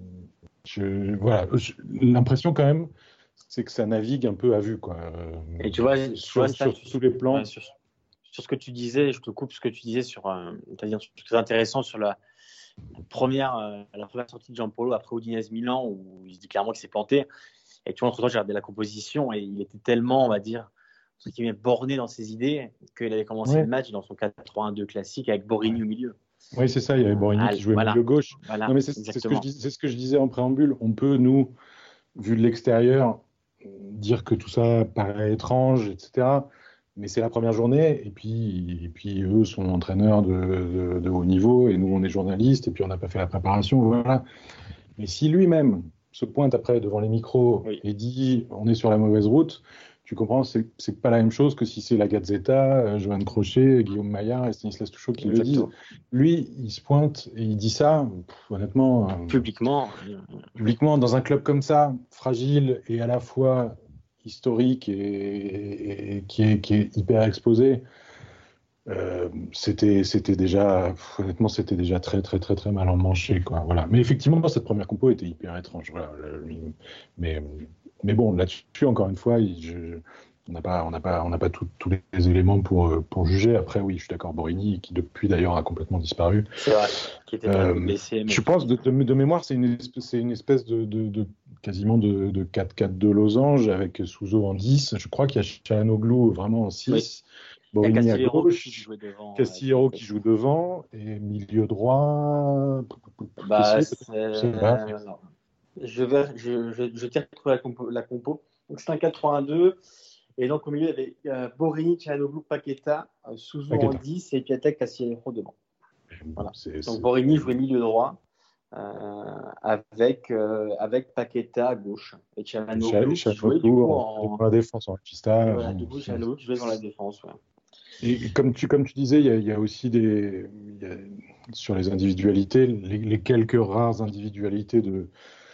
je, voilà, je, l'impression quand même, c'est que ça navigue un peu à vue, quoi. Et tu vois, sur, tu vois ça, sur tous les plans. Ouais, sur, sur ce que tu disais, je te coupe ce que tu disais sur, euh, c'est-à-dire ce qui est intéressant sur la, la première, euh, la première sortie de Giampaolo après Udinese Milan, où il se dit clairement qu'il s'est planté. Et tu vois, entre-temps, j'ai regardé la composition et il était tellement, on va dire, ce qui m'est borné dans ses idées, qu'il avait commencé Ouais. le match dans son quatre quatre-vingt-deux classique avec Borini au milieu. Oui, c'est ça, il y avait Borini Ah, qui jouait voilà. milieu gauche. Voilà, non, mais c'est, c'est, ce que je exactement. dis, c'est ce que je disais en préambule. On peut, nous, vu de l'extérieur, dire que tout ça paraît étrange, et cetera. Mais c'est la première journée, et puis, et puis eux sont entraîneurs de, de, de haut niveau, et nous, on est journalistes, et puis on n'a pas fait la préparation, voilà. Mais si lui-même se pointe après devant les micros Oui. et dit on est sur la mauvaise route, tu comprends, c'est, c'est pas la même chose que si c'est la Gazzetta, euh, Johan Crochet, Guillaume Maillard et Stanislas Tuchel qui Exactement. le disent. Lui, il se pointe et il dit ça, pff, honnêtement, euh, Publiquement, publiquement, dans un club comme ça, fragile et à la fois historique et, et, et qui, est, qui est hyper exposé, euh, c'était, c'était déjà, pff, honnêtement, c'était déjà très, très, très, très mal emmanché, quoi. Voilà. Mais effectivement, cette première compo était hyper étrange. Voilà. Mais, mais bon, là-dessus, encore une fois, je, on n'a pas, on n'a pas, on n'a pas tous les éléments pour, pour juger. Après, oui, je suis d'accord, Borini, qui depuis d'ailleurs a complètement disparu. c'est vrai, qui était Euh, blessé. Mais... Je pense, de, de, de mémoire, c'est une espèce, c'est une espèce de, de, de quasiment de, de quatre quatre deux losange avec Souzo en dix. Je crois qu'il y a Çalhanoğlu vraiment en six. Oui. Borini à gauche, gauche, qui devant, Castillero euh, qui joue devant, et milieu droit. Bah, Caissier, c'est... je sais pas. Je, vais, je, je, je tire la compo, la compo. Donc c'est un quatre trois un deux. Et donc au milieu, il y avait euh, Borini, Çalhanoğlu, Paqueta, euh, Souzo en dix et Piatek, Castillero devant. Voilà. C'est, donc c'est... Borini jouait milieu droit euh, avec, euh, avec Paqueta à gauche. Et Çalhanoğlu qui jouait du coup en... dans la défense en regista. Voilà, du coup, Çalhanoğlu qui jouait dans la défense. Ouais. Et comme tu, comme tu disais, il y a, il y a aussi des, il y a, sur les individualités, les, les quelques rares individualités de,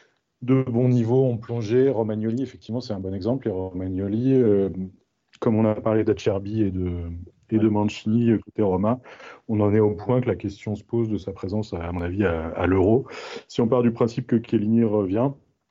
de bon niveau ont plongé. Romagnoli, effectivement, c'est un bon exemple. Et Romagnoli, euh, comme on a parlé d'Acerbi et de, et de Mancini côté Roma, on en est au point que la question se pose de sa présence, à mon avis, à, à l'Euro. Si on part du principe que Chiellini revient,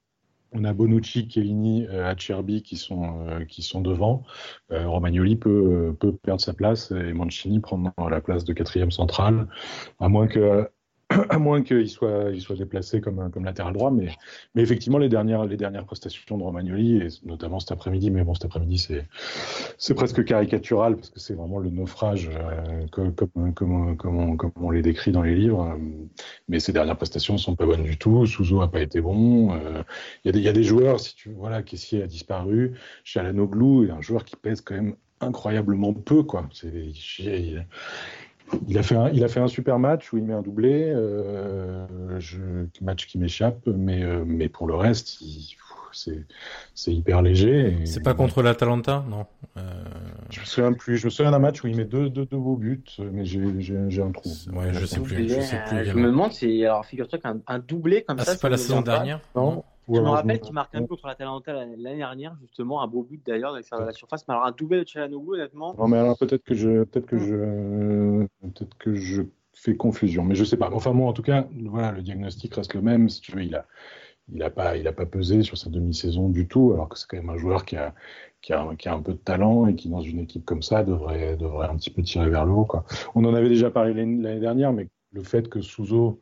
on a Bonucci, Chiellini, euh, Acerbi qui sont euh, qui sont devant. Euh, Romagnoli peut peut perdre sa place et Mancini prendre la place de quatrième central, à moins que à moins qu'il soit il soit déplacé comme comme latéral droit. Mais mais effectivement les dernières les dernières prestations de Romagnoli, et notamment cet après-midi. Mais bon, cet après-midi c'est c'est presque caricatural parce que c'est vraiment le naufrage euh, comme comme comme comme on, comme on les décrit dans les livres. Mais ces dernières prestations sont pas bonnes du tout. Souzo a pas été bon. Il euh, y a des il y a des joueurs, si tu voilà, Caissier a disparu. Çalhanoğlu est un joueur qui pèse quand même incroyablement peu, quoi. C'est il, il a fait un il a fait un super match où il met un doublé. Euh, je, match qui m'échappe, mais euh, mais pour le reste, il, c'est c'est hyper léger. Et, c'est pas contre l'Atalanta, non. Euh... Je me souviens plus. Je me souviens d'un match où il met deux deux, deux beaux buts, mais j'ai j'ai, j'ai un trou. Ouais, je sais plus. Je sais plus. Euh, je me demande si alors figure-toi qu'un un doublé comme ah, ça. C'est pas la saison dernière. Non. Je me rappelle qu'il marque un but contre l'Atalanta l'année dernière, justement, un beau but d'ailleurs avec la surface. Mais alors un doublé de Çalhanoğlu, honnêtement. Non, mais alors peut-être que je, peut-être que je, peut-être que je fais confusion, mais je sais pas. Enfin bon, en tout cas, voilà, le diagnostic reste le même. Si tu veux, il a, il a pas, il a pas pesé sur sa demi-saison du tout, alors que c'est quand même un joueur qui a, qui a, qui a un peu de talent et qui dans une équipe comme ça devrait, devrait un petit peu tirer vers le haut, quoi. On en avait déjà parlé l'année dernière, mais le fait que Souzo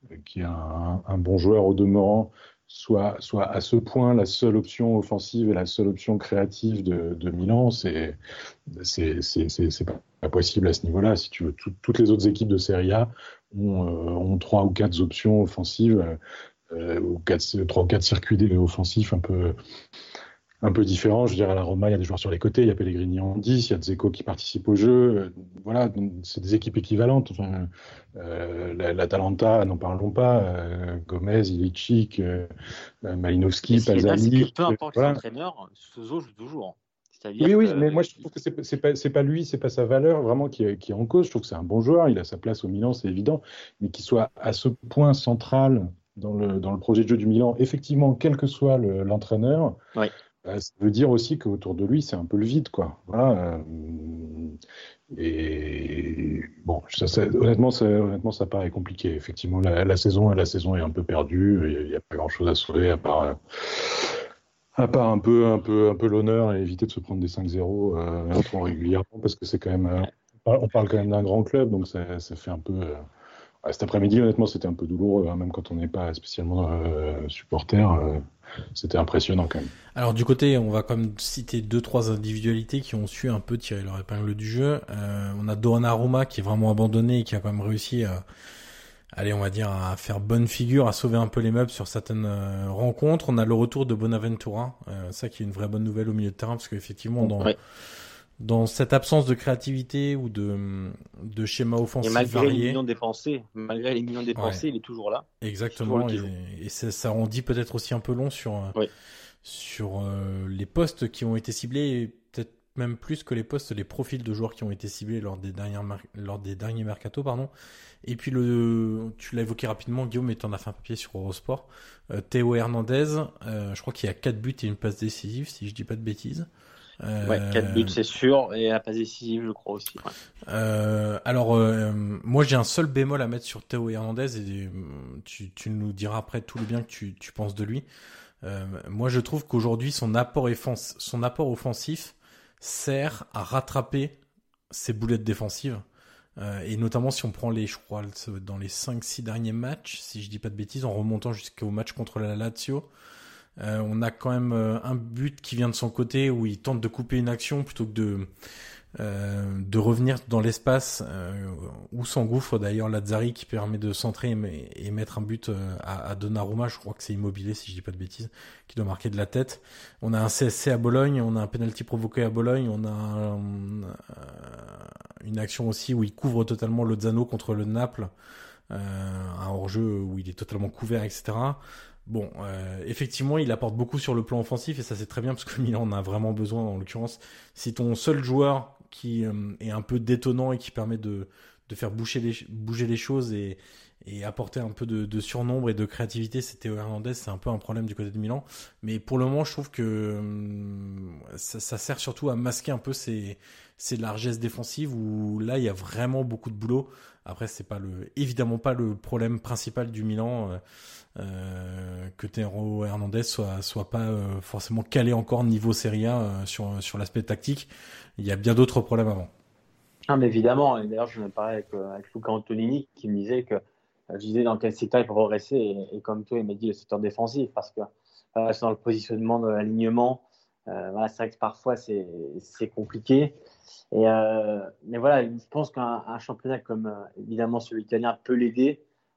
qui est un, un bon joueur au demeurant, soit, soit à ce point la seule option offensive et la seule option créative de, de Milan, c'est, c'est, c'est, c'est, c'est pas possible à ce niveau-là. Si tu veux, tout, toutes les autres équipes de Serie A ont, euh, ont trois ou quatre options offensives, euh, ou quatre, trois ou quatre circuits offensifs un peu, un peu différents. Je veux dire, à la Roma, il y a des joueurs sur les côtés, il y a Pellegrini en dix, il y a Dzeko qui participe au jeu. Euh, voilà, donc c'est des équipes équivalentes. Enfin, euh, la, l'Atalanta, n'en parlons pas. Euh, Gomez, Ilicic, euh, Malinowski, Ce qui est dingue, c'est Pasalic. que peu importe Voilà. l'entraîneur, Souzo joue toujours. C'est-à-dire Oui, oui, que... mais moi je trouve que c'est, c'est pas, c'est pas lui, c'est pas sa valeur vraiment qui est, qui est en cause. Je trouve que c'est un bon joueur, il a sa place au Milan, c'est évident, mais qu'il soit à ce point central dans le, dans le projet de jeu du Milan, effectivement, quel que soit le, l'entraîneur, Oui. euh, ça veut dire aussi qu'autour de lui, c'est un peu le vide, quoi. Voilà. euh, et bon, ça, ça- honnêtement, ça, honnêtement, ça paraît compliqué. Effectivement, la, la saison, la saison est un peu perdue. Il n'y a, a pas grand-chose à sauver à part. euh, à part un peu, un peu, un peu l'honneur et éviter de se prendre des cinq zéro euh, trop régulièrement, parce que c'est quand même, euh, on parle on parle quand même d'un grand club, donc ça, ça fait un peu. euh, ouais, cet après-midi, honnêtement, c'était un peu douloureux, hein, même quand on n'est pas spécialement euh, supporter. Euh, c'était impressionnant quand même. Alors du côté, on va quand même citer deux trois individualités qui ont su un peu tirer leur épingle du jeu. Euh, on a Donnarumma qui est vraiment abandonné et qui a quand même réussi à, allez, on va dire, à faire bonne figure, à sauver un peu les meubles sur certaines euh, rencontres. On a le retour de Bonaventura, euh, ça qui est une vraie bonne nouvelle au milieu de terrain, parce qu'effectivement, dans, Ouais. dans cette absence de créativité ou de, de schéma Et offensif malgré les varié, millions dépensés, malgré les millions dépensés, il est toujours là. exactement, C'est et, toujours lui qui et ça, ça en dit peut-être aussi un peu long sur, euh, Oui. sur euh, les postes qui ont été ciblés, et peut-être même plus que les postes, les profils de joueurs qui ont été ciblés lors des dernières mar- lors des derniers mercato, pardon. Et puis le, tu l'as évoqué rapidement, Guillaume, et t'en as fait un papier sur Eurosport. Euh, Théo Hernandez, euh, je crois qu'il y a quatre buts et une passe décisive, si je dis pas de bêtises. Euh, Ouais, quatre buts, c'est sûr, et la passe décisive, je crois aussi. Ouais. euh, alors, euh, moi, j'ai un seul bémol à mettre sur Théo Hernandez, et euh, tu, tu nous diras après tout le bien que tu, tu penses de lui. Euh, moi, je trouve qu'aujourd'hui, son apport, effens- son apport offensif sert à rattraper ses boulettes défensives. Euh, et notamment si on prend les, je crois, dans les cinq six derniers matchs, si je dis pas de bêtises, en remontant jusqu'au match contre la Lazio, euh, on a quand même euh, un but qui vient de son côté où il tente de couper une action plutôt que de euh, de revenir dans l'espace euh, où s'engouffre d'ailleurs Lazzari, qui permet de centrer et, et mettre un but euh, à, à Donnarumma. Je crois que c'est Immobilier, si je dis pas de bêtises, qui doit marquer de la tête. On a un C S C à Bologne, on a un penalty provoqué à Bologne, on a un, euh, une action aussi où il couvre totalement Lozano contre le Naples, euh, un hors-jeu où il est totalement couvert, et cetera. Bon, euh, effectivement, il apporte beaucoup sur le plan offensif, et ça c'est très bien parce que Milan en a vraiment besoin. En l'occurrence, si ton seul joueur qui euh, est un peu détonnant et qui permet de, de faire bouger les, bouger les choses et, et apporter un peu de, de surnombre et de créativité, c'est Théo Hernandez, c'est un peu un problème du côté de Milan. Mais pour le moment, je trouve que euh, ça, ça sert surtout à masquer un peu ces, ces largesses défensives où là, il y a vraiment beaucoup de boulot. Après, c'est pas le, évidemment pas le problème principal du Milan. Euh, Euh, que Théo Hernandez soit soit pas euh, forcément calé encore niveau Serie A euh, sur sur l'aspect tactique. Il y a bien d'autres problèmes avant. Ah, mais évidemment, et d'ailleurs, je me parlais avec, euh, avec Luca Antonini qui me disait que euh, je disais dans quel secteur il faut progresser, et, et comme toi, il m'a dit le secteur défensif, parce que euh, c'est dans le positionnement de l'alignement. Euh, voilà, c'est vrai que parfois c'est c'est compliqué. Et, euh, mais voilà, je pense qu'un un championnat comme euh, évidemment celui italien peut l'aider.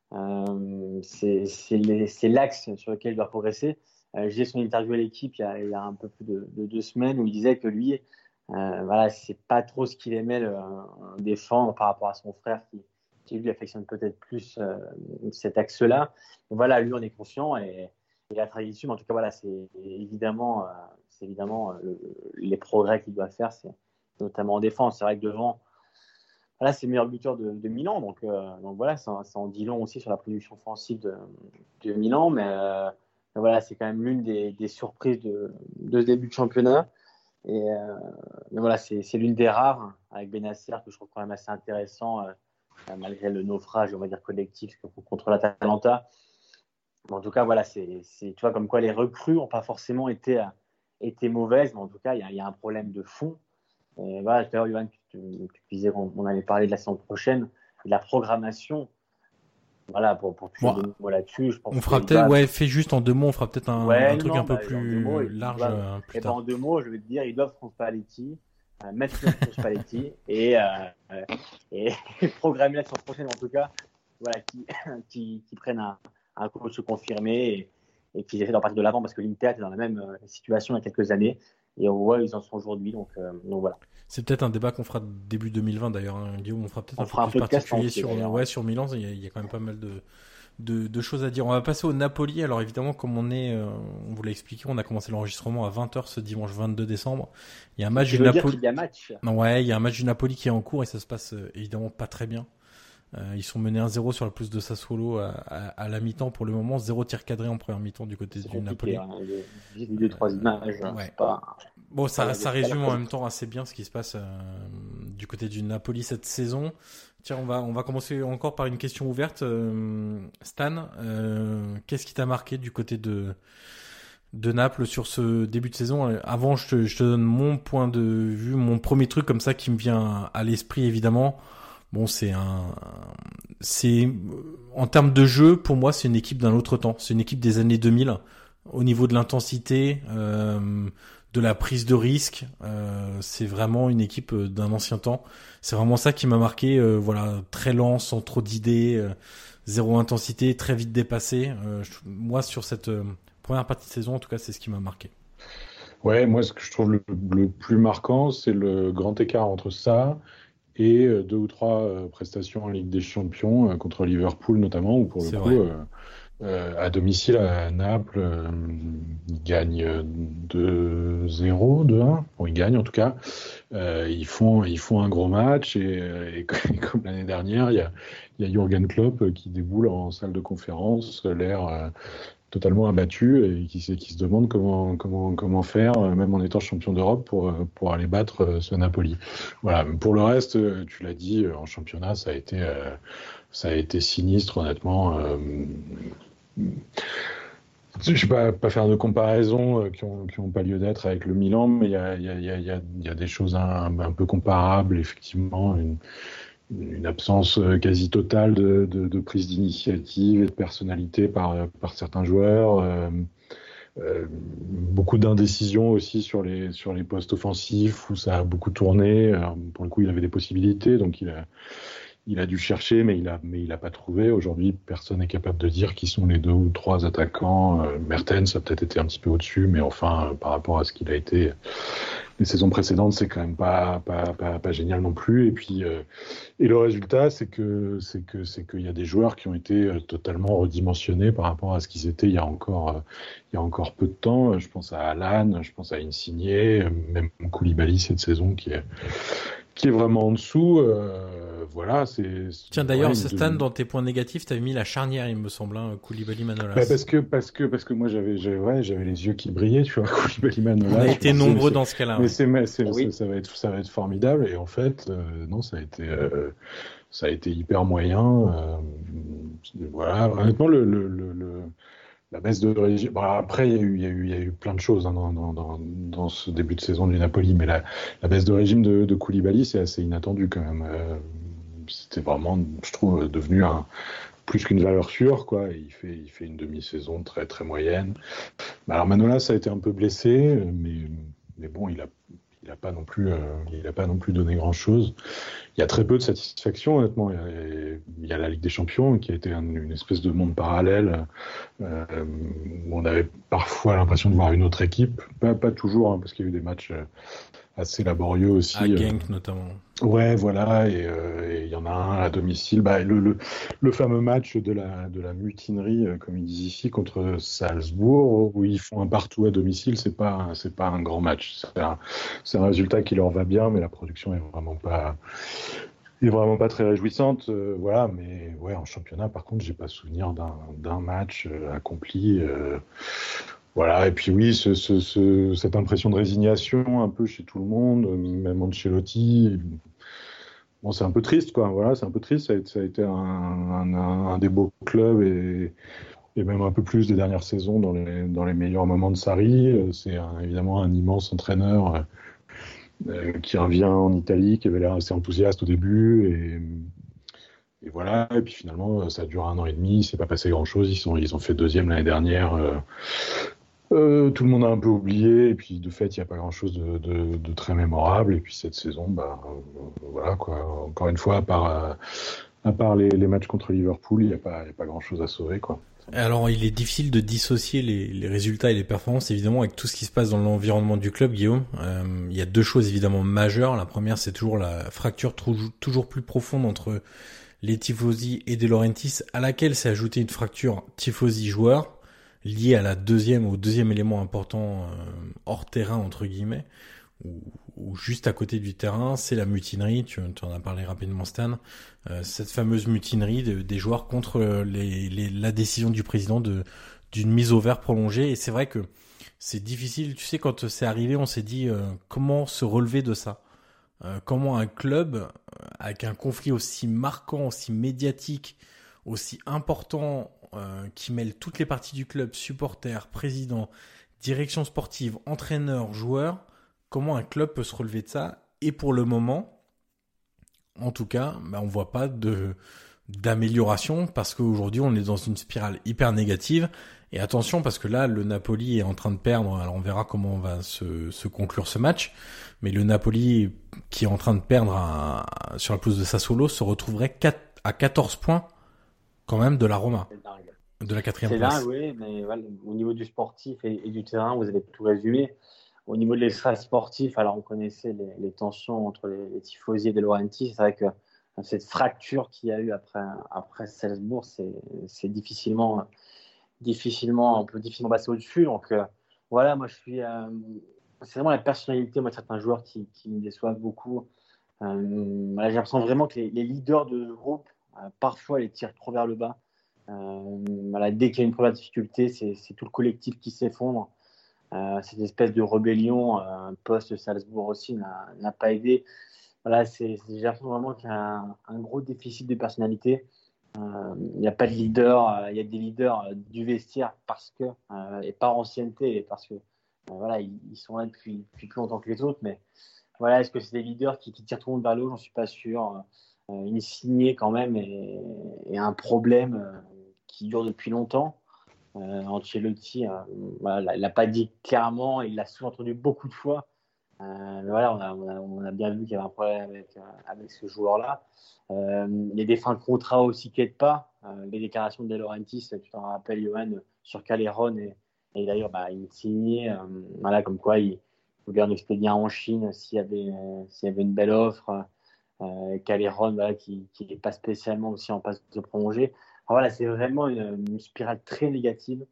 Euh, c'est c'est les- c'est l'axe sur lequel il doit progresser. Euh, j'ai son interview à l'équipe il y a, il y a un peu plus de, de deux semaines où il disait que lui, euh, voilà, c'est pas trop ce qu'il aimait le, défendre par rapport à son frère qui, qui lui affectionne peut-être plus euh, cet axe-là. Donc voilà, lui on est conscient, et, et la tradition, en tout cas voilà, c'est évidemment, euh, c'est évidemment euh, le, les progrès qu'il doit faire, c'est notamment en défense. C'est vrai que devant, voilà, c'est le meilleur buteur de, de Milan, donc, euh, donc voilà, ça, ça en dit long aussi sur la production offensive de, de Milan, mais, euh, mais voilà, c'est quand même l'une des, des surprises de, de ce début de championnat. Et euh, mais voilà, c'est, c'est l'une des rares avec Benasser que je trouve quand même assez intéressant, euh, malgré le naufrage, on va dire, collectif contre l'Atalanta. Mais en tout cas, voilà, c'est, c'est, tu vois, comme quoi les recrues n'ont pas forcément été, euh, été mauvaises, mais en tout cas, il y a, y a un problème de fond. Et voilà, tout à l'heure, Johan, tu, tu, tu disais qu'on on allait parler de la saison prochaine, de la programmation. voilà, pour, pour tuer Bon, deux mots là-dessus, je pense on fera qu'ils peut-être, doivent- ouais, fait juste en deux mots, on fera peut-être un, Ouais, un truc non, un peu bah, en deux plus mots, ils large doivent- euh, plus eh ben, tard. en deux mots, je vais te dire, ils doivent Franck Spalletti, euh, mettre sur Spalletti et, euh, euh, et programmer la saison prochaine, en tout cas, voilà, qui, qui, qui prennent un, un coach confirmé et, et qui essaient d'en partir de l'avant parce que l'Inter était dans la même euh, situation il y a quelques années et on voit ils en sont aujourd'hui. Donc, euh, donc voilà. C'est peut-être un débat qu'on fera début deux mille vingt d'ailleurs, hein, Guillaume. On fera peut-être On un fera peu un plus podcast particulier entier, sur, d'ailleurs. ouais, sur Milan. Il y, a, il y a quand même pas mal de, de, de choses à dire. On va passer au Napoli. Alors évidemment, comme on est, euh, on vous l'a expliqué, on a commencé l'enregistrement à vingt heures ce dimanche vingt-deux décembre. Il y a un match Tu du veux dire Napoli. qu'il y a match? Non, ouais, il y a un match du Napoli qui est en cours et ça se passe euh, évidemment pas très bien. Euh, ils sont menés un zéro sur la pelouse de Sassuolo à, à, à la mi-temps pour le moment. Zéro tir cadré en première mi-temps du côté C'est du compliqué. Napoli. Hein. J'ai vu deux, trois images. ouais. C'est pas... Bon, ça, Ouais, ça il y a résume pas en la même temps assez bien ce qui se passe euh, du côté du Napoli cette saison. Tiens, on va, on va commencer encore par une question ouverte. Euh, Stan, euh, qu'est-ce qui t'a marqué du côté de, de Naples sur ce début de saison? Avant, je te, je te donne mon point de vue, mon premier truc comme ça qui me vient à l'esprit évidemment. Bon, c'est un, c'est, en termes de jeu, pour moi, c'est une équipe d'un autre temps. C'est une équipe des années deux mille. Au niveau de l'intensité, euh, de la prise de risque, euh, c'est vraiment une équipe d'un ancien temps. C'est vraiment ça qui m'a marqué. Euh, voilà, très lent, sans trop d'idées, euh, zéro intensité, très vite dépassé. Euh, je, moi, sur cette euh, première partie de saison, en tout cas, c'est ce qui m'a marqué. Ouais, moi, ce que je trouve le, le plus marquant, c'est le grand écart entre ça et euh, deux ou trois euh, prestations en Ligue des Champions euh, contre Liverpool notamment, où pour le C'est coup, vrai. euh, euh, à domicile à Naples, euh, ils gagnent euh, deux zéro, deux un. Bon, ils gagnent en tout cas. Euh, ils font, ils font un gros match et, euh, et comme, comme l'année dernière, il y a, il y a Jürgen Klopp euh, qui déboule en salle de conférence, l'air euh, totalement abattu et qui, se- qui se demande comment, comment, comment faire, euh, même en étant champion d'Europe, pour, euh, pour aller battre euh, ce Napoli. Voilà. Pour le reste, euh, tu l'as dit, euh, en championnat, ça a été, euh, ça a été sinistre, honnêtement. Euh, je ne vais pas, pas faire de comparaison euh, qui n'ont qui ont pas lieu d'être avec le Milan, mais il y a, il y a, il y a, il y a, il y a des choses un, un peu comparables, effectivement. Une, une absence euh, quasi totale de, de, de prise d'initiative et de personnalité par, par certains joueurs. Euh, euh, beaucoup d'indécision aussi sur les, sur les postes offensifs où ça a beaucoup tourné. Alors, pour le coup, il avait des possibilités, donc il a, il a dû chercher, mais il a, mais il a pas trouvé. Aujourd'hui, personne n'est capable de dire qui sont les deux ou trois attaquants. Euh, Mertens a peut-être été un petit peu au-dessus, mais enfin, euh, par rapport à ce qu'il a été les saisons précédentes, c'est quand même pas, pas, pas, pas génial non plus. Et puis, euh, et le résultat, c'est que, c'est que, c'est qu'il y a des joueurs qui ont été euh, totalement redimensionnés par rapport à ce qu'ils étaient il y a encore, euh, il y a encore peu de temps. Je pense à Alan, je pense à Insigne, euh, même Koulibaly cette saison qui est, qui est vraiment en dessous. Euh, voilà, c'est. Tiens, d'ailleurs, ouais, Stan, de... dans tes points négatifs, t'avais mis la charnière, il me semble, hein, Koulibaly-Manolas. Bah parce que parce que parce que moi j'avais j'avais ouais, j'avais les yeux qui brillaient, tu vois, Koulibaly Manolas. On a été pensais, nombreux c'est, dans ce cas-là. Mais Ouais. c'est, mais c'est Oui. ça, ça va être ça va être formidable et en fait euh, non, ça a été euh, ça a été hyper moyen. Euh, voilà, honnêtement le le, le, le la baisse de régime. Bon, après, il y a eu, il y a eu, il y a eu plein de choses hein, dans, dans, dans, dans ce début de saison du Napoli, mais la, la baisse de régime de, de Koulibaly, c'est assez inattendu quand même. Euh, c'était vraiment, je trouve, devenu un, plus qu'une valeur sûre, quoi. Et il fait, il fait une demi-saison très, très moyenne. Alors Manolas, ça a été un peu blessé, mais, mais bon, il a, il a pas non plus, euh, il a pas non plus donné grand-chose. Il y a très peu de satisfaction, honnêtement. Il y a, il y a la Ligue des Champions qui a été un, une espèce de monde parallèle euh, où on avait parfois l'impression de voir une autre équipe. Pas, pas toujours, hein, parce qu'il y a eu des matchs assez laborieux aussi. À Genk, euh, notamment. Ouais, voilà, et euh, il y en a un à domicile. Bah, le, le, le fameux match de la, de la mutinerie, euh, comme ils disent ici, contre Salzbourg, où ils font un partout à domicile, c'est pas, c'est pas un grand match. C'est un, c'est un résultat qui leur va bien, mais la production est vraiment pas, est vraiment pas très réjouissante. Euh, voilà, mais ouais, en championnat, par contre, j'ai pas souvenir d'un, d'un match euh, accompli. Euh, Voilà, et puis oui, ce, ce, ce, cette impression de résignation un peu chez tout le monde, même Ancelotti. Bon, c'est un peu triste, quoi. Voilà, c'est un peu triste. Ça a été, ça a été un, un, un des beaux clubs et, et même un peu plus des dernières saisons dans les, dans les meilleurs moments de Sarri. C'est un, évidemment un immense entraîneur euh, qui revient en Italie, qui avait l'air assez enthousiaste au début et et voilà. Et puis finalement, ça dure un an et demi. Il s'est pas passé grand-chose. Ils sont, ils ont fait deuxième l'année dernière. Euh, euh, tout le monde a un peu oublié. Et puis de fait, il n'y a pas grand-chose de, de, de très mémorable. Et puis cette saison, bah euh, voilà quoi. Encore une fois, à part euh, à part les, les matchs contre Liverpool, il n'y a pas, il y a pas grand-chose à sauver quoi. Alors, il est difficile de dissocier les, les résultats et les performances, évidemment, avec tout ce qui se passe dans l'environnement du club, Guillaume. Euh, il y a deux choses évidemment majeures. La première, c'est toujours la fracture toujours, toujours plus profonde entre les tifosi et De Laurentiis, à laquelle s'est ajoutée une fracture tifosi-joueur, liée à la deuxième, au deuxième élément important euh, hors terrain, entre guillemets, ou, ou juste à côté du terrain, c'est la mutinerie, tu, tu en as parlé rapidement Stan, euh, cette fameuse mutinerie de, des joueurs contre les, les, la décision du président de d'une mise au vert prolongée. Et c'est vrai que c'est difficile, tu sais, quand c'est arrivé, on s'est dit euh, comment se relever de ça, euh, comment un club euh, avec un conflit aussi marquant, aussi médiatique, aussi important, euh, qui mêle toutes les parties du club, supporters, président, direction sportive, entraîneur, joueurs, comment un club peut se relever de ça. Et pour le moment, en tout cas, bah, on voit pas de d'amélioration parce qu'aujourd'hui on est dans une spirale hyper négative. Et attention parce que là, le Napoli est en train de perdre. Alors on verra comment on va se, se conclure ce match. Mais le Napoli qui est en train de perdre à, sur la pelouse de Sassuolo se retrouverait quatre, à quatorze points quand même de la Roma, de la quatrième place. C'est dingue, oui, mais voilà, au niveau du sportif et, et du terrain, vous avez tout résumé. Au niveau de l'extra sportif, alors on connaissait les, les tensions entre les, les tifosi et De Laurentiis. C'est vrai que cette fracture qu'il y a eu après, après Salzbourg, c'est, c'est difficilement, difficilement, on peut difficilement passer au-dessus. Donc euh, voilà, moi je suis, euh, c'est vraiment la personnalité, moi, de certains joueurs qui, qui me déçoivent beaucoup. Euh, voilà, j'ai l'impression vraiment que les, les leaders de groupe, euh, parfois, les tirent trop vers le bas. Euh, voilà, dès qu'il y a une première difficulté, c'est, c'est tout le collectif qui s'effondre. Euh, cette espèce de rébellion euh, post-Salzbourg aussi n'a, n'a pas aidé. Voilà, c'est, c'est, j'ai l'impression vraiment qu'il y a un, un gros déficit de personnalité. Euh, il n'y a pas de leader, euh, il y a des leaders euh, du vestiaire parce que, euh, et par ancienneté, et parce que euh, voilà, ils, ils sont là depuis, depuis plus longtemps que les autres. Mais voilà, est-ce que c'est des leaders qui, qui tirent tout le monde vers le haut? J'en suis pas sûr. Euh, une signée quand même et, et un problème euh, qui dure depuis longtemps. Euh, Ancelotti, euh, voilà, il l'a pas dit clairement, il l'a sous-entendu beaucoup de fois. Euh, mais voilà, on a, on, a, on a bien vu qu'il y avait un problème avec, euh, avec ce joueur-là. Euh, il y a des fins de contrat aussi qui n'aident pas. Euh, les déclarations de De Laurentiis, tu t'en rappelles, Johan, sur Caléron, et, et d'ailleurs, bah, il signait, euh, voilà, comme quoi il voulait un expédient en Chine s'il y avait, euh, s'il y avait une belle offre. Euh, Caléron, voilà, qui n'est pas spécialement aussi en passe de prolonger. Alors voilà, c'est vraiment une, une spirale très négative.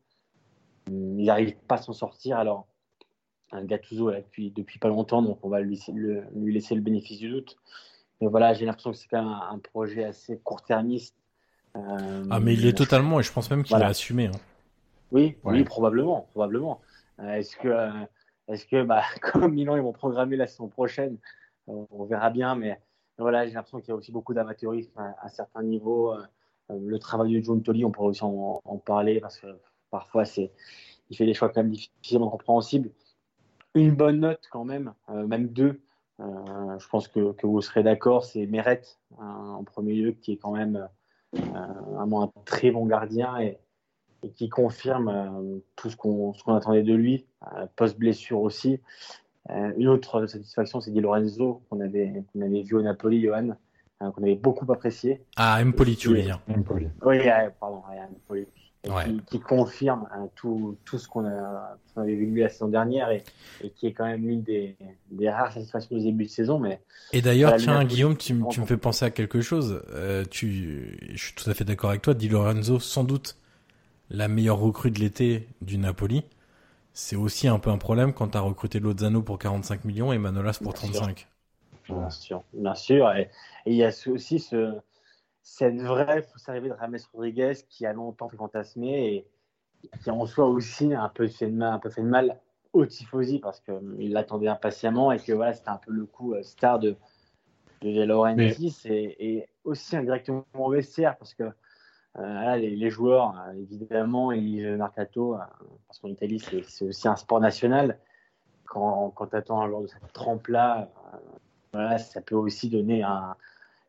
Il n'arrive pas à s'en sortir. Alors, Gattuso là depuis, depuis pas longtemps, donc on va lui, le, lui laisser le bénéfice du doute. Mais voilà, j'ai l'impression que c'est quand même un, un projet assez court-termiste. Euh, ah, mais il est totalement, et je pense même qu'il voilà. l'a assumé. Hein. Oui, Ouais. oui, probablement. probablement. Euh, est-ce que, euh, est-ce que bah, comme Milan, ils vont programmer la saison prochaine, euh, on verra bien, mais voilà, j'ai l'impression qu'il y a aussi beaucoup d'amateurisme à, à certains niveaux. Euh, le travail de Giuntoli, on pourrait aussi en, en parler, parce que parfois, c'est, il fait des choix quand même difficilement compréhensibles. Une bonne note quand même, euh, même deux. Euh, je pense que, que vous serez d'accord, c'est Meret hein, en premier lieu, qui est quand même euh, vraiment un très bon gardien et, et qui confirme euh, tout ce qu'on, ce qu'on attendait de lui, euh, post-blessure aussi. Euh, une autre satisfaction, c'est Di Lorenzo, qu'on avait, qu'on avait vu au Napoli, Johan, euh, qu'on avait beaucoup apprécié. Ah, Empoli, tu voulais dire. Empoli. Oui, euh, pardon, ouais, Empoli. Ouais. Qui, qui confirme hein, tout, tout ce qu'on, a, qu'on avait vu lui la saison dernière et, et qui est quand même l'une des, des rares satisfactions du début de saison. Mais et d'ailleurs, voilà, tiens, Napoli, Guillaume, tu, tu me fais penser à quelque chose. Euh, tu, je suis tout à fait d'accord avec toi. Di Lorenzo, sans doute la meilleure recrue de l'été du Napoli. C'est aussi un peu un problème quand tu as recruté Lozano pour quarante-cinq millions et Manolas pour bien trente-cinq. Sûr. Bien sûr, bien sûr. Et il y a aussi ce, cette vraie fausse arrivée de James Rodriguez qui a longtemps fait fantasmer et qui en soi aussi a un peu fait de mal, un peu fait de mal au tifosi parce qu'il l'attendait impatiemment et que voilà, c'était un peu le coup euh, star de, de De Laurentiis Mais... et, et aussi indirectement au vestiaire parce que euh, là, les, les joueurs, euh, évidemment, ils lisent le mercato euh, parce qu'en Italie, c'est, c'est aussi un sport national. Quand, quand tu attends un joueur de cette trempe-là, euh, voilà, ça peut aussi donner un,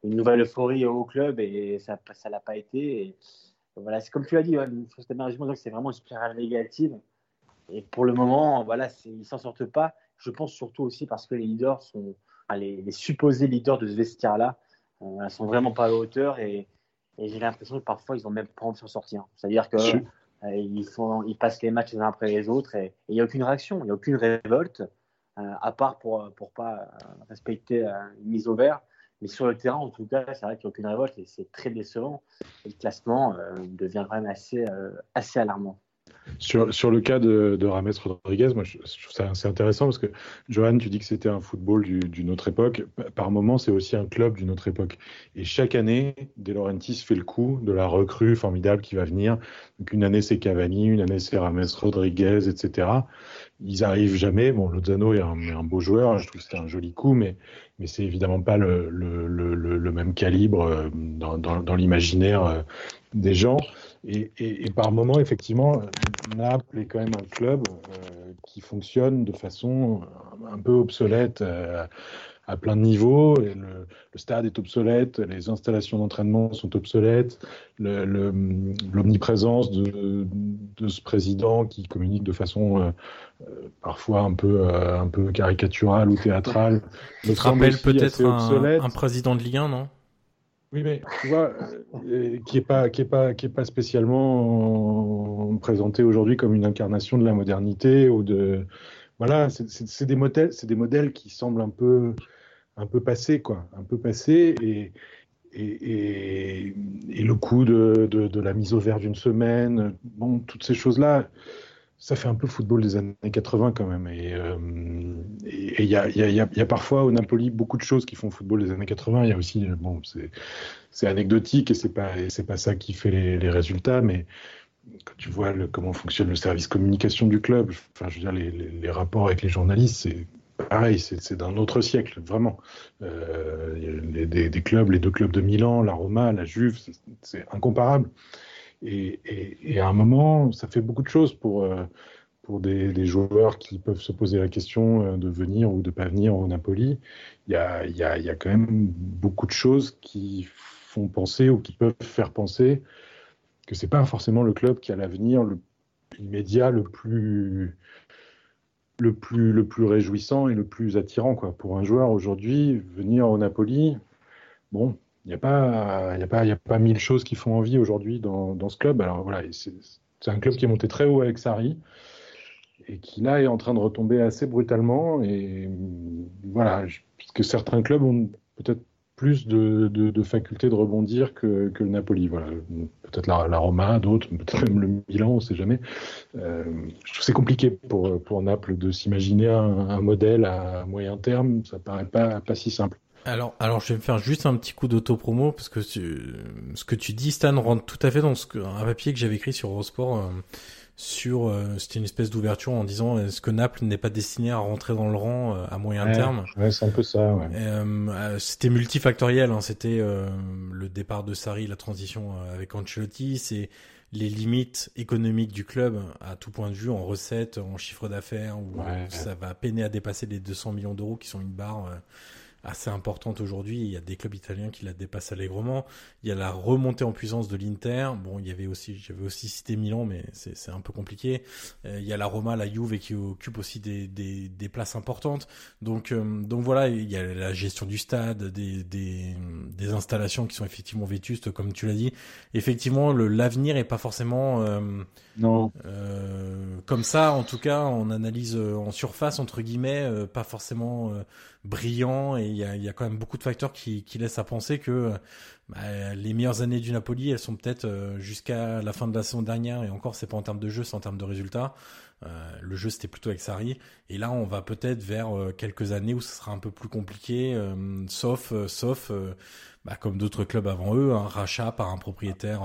une nouvelle euphorie au club et ça ça l'a pas été. Et voilà, c'est comme tu l'as dit, ouais, c'était bien résumé, donc c'est vraiment une spirale négative. Et pour le moment, voilà, c'est, ils s'en sortent pas. Je pense surtout aussi parce que les leaders sont, enfin, les, les supposés leaders de ce vestiaire-là, euh, sont vraiment pas à la hauteur et, et j'ai l'impression que parfois ils ont même pas envie de s'en sortir. C'est-à-dire que Je- euh, ils font, ils passent les matchs les uns après les autres et il y a aucune réaction, il y a aucune révolte, euh, à part pour pour pas euh, respecter euh, une mise au vert. Mais sur le terrain, en tout cas, c'est vrai qu'il n'y a aucune révolte et c'est très décevant. Et le classement euh, devient quand même assez euh, assez alarmant. Sur, sur le cas de, de James Rodriguez, moi je, je trouve ça assez intéressant parce que Johan, tu dis que c'était un football du- d'une autre époque. P- Par moment, c'est aussi un club d'une autre époque. Et chaque année, De Laurentiis fait le coup de la recrue formidable qui va venir. Donc une année c'est Cavani, une année c'est James Rodriguez, et cetera. Ils arrivent jamais. Bon, Lozano est un, est un beau joueur, je trouve que c'était un joli coup, mais, mais c'est évidemment pas le, le, le, le- le même calibre euh, dans, dans, dans l'imaginaire euh, des gens. Et, et, et par moment, effectivement, Naples est quand même un club euh, qui fonctionne de façon un peu obsolète euh, à plein de niveaux. Et le, le stade est obsolète, les installations d'entraînement sont obsolètes, le, le, l'omniprésence de, de ce président qui communique de façon euh, euh, parfois un peu, euh, un peu caricaturale ou théâtrale. Tu me te semble rappelles aussi peut-être assez un, obsolète. un président de Ligue un, non? Oui, mais tu vois, euh, qui est pas, qui est pas, qui est pas spécialement présenté aujourd'hui comme une incarnation de la modernité ou de, voilà, c'est, c'est, c'est des modèles, c'est des modèles qui semblent un peu, un peu passés, quoi, un peu passés et et, et, et le coup de, de, de la mise au vert d'une semaine, bon, toutes ces choses-là. Ça fait un peu football des années quatre-vingts quand même. Et euh, et il y a, y, a, y, a, y a parfois au Napoli beaucoup de choses qui font football des années quatre-vingts. Il y a aussi, bon, c'est, c'est anecdotique et c'est pas, et c'est pas ça qui fait les, les résultats, mais quand tu vois le, comment fonctionne le service communication du club, enfin, je veux dire, les, les, les rapports avec les journalistes, c'est pareil, c'est, c'est d'un autre siècle, vraiment. Euh, les, des, des clubs, les deux clubs de Milan, la Roma, la Juve, c'est, c'est incomparable. Et, et, et à un moment, ça fait beaucoup de choses pour, euh, pour des, des joueurs qui peuvent se poser la question euh, de venir ou de pas venir au Napoli. Il y a, il y a, il y a quand même beaucoup de choses qui font penser ou qui peuvent faire penser que c'est pas forcément le club qui a l'avenir le immédiat le plus le plus le plus réjouissant et le plus attirant, quoi. Pour un joueur aujourd'hui, venir au Napoli, bon, il n'y a pas il y a pas il y a pas mille choses qui font envie aujourd'hui dans, dans ce club. Alors voilà, c'est, c'est un club qui est monté très haut avec Sarri et qui là est en train de retomber assez brutalement. Et voilà, je, parce que certains clubs ont peut-être plus de, de, de faculté de rebondir que, que le Napoli. Voilà, peut-être la, la Roma, d'autres, peut-être même le Milan, on ne sait jamais. Euh, je trouve que c'est compliqué pour, pour Naples de s'imaginer un, un modèle à moyen terme. Ça paraît pas, pas si simple. Alors, alors, je vais me faire juste un petit coup d'auto-promo parce que tu, ce que tu dis, Stan, rentre tout à fait dans ce que, un papier que j'avais écrit sur Eurosport. Euh, sur euh, c'était une espèce d'ouverture en disant est-ce que Naples n'est pas destiné à rentrer dans le rang euh, à moyen ouais, terme. Ouais, c'est un peu ça. Ouais. Et, euh, c'était multifactoriel, hein, c'était euh, le départ de Sarri, la transition avec Ancelotti, c'est les limites économiques du club à tout point de vue, en recettes, en chiffre d'affaires, où ouais. ça va peiner à dépasser les deux cents millions d'euros qui sont une barre euh, assez importante aujourd'hui. Il y a des clubs italiens qui la dépassent allègrement. Il y a la remontée en puissance de l'Inter. Bon, il y avait aussi, j'avais aussi cité Milan, mais c'est, c'est un peu compliqué. Euh, il y a la Roma, la Juve qui occupe aussi des, des, des places importantes. Donc, euh, donc voilà, il y a la gestion du stade, des, des, des installations qui sont effectivement vétustes, comme tu l'as dit. Effectivement, le, l'avenir est pas forcément, euh, non. Euh, comme ça, en tout cas, on analyse en surface, entre guillemets, euh, pas forcément euh, brillant, et il y a, y a quand même beaucoup de facteurs qui, qui laissent à penser que bah, les meilleures années du Napoli, elles sont peut-être euh, jusqu'à la fin de la saison dernière, et encore, c'est pas en termes de jeu, c'est en termes de résultats. Euh, le jeu, c'était plutôt avec Sarri, et là, on va peut-être vers euh, quelques années où ce sera un peu plus compliqué, euh, sauf, euh, sauf, euh, bah, comme d'autres clubs avant eux, un rachat par un propriétaire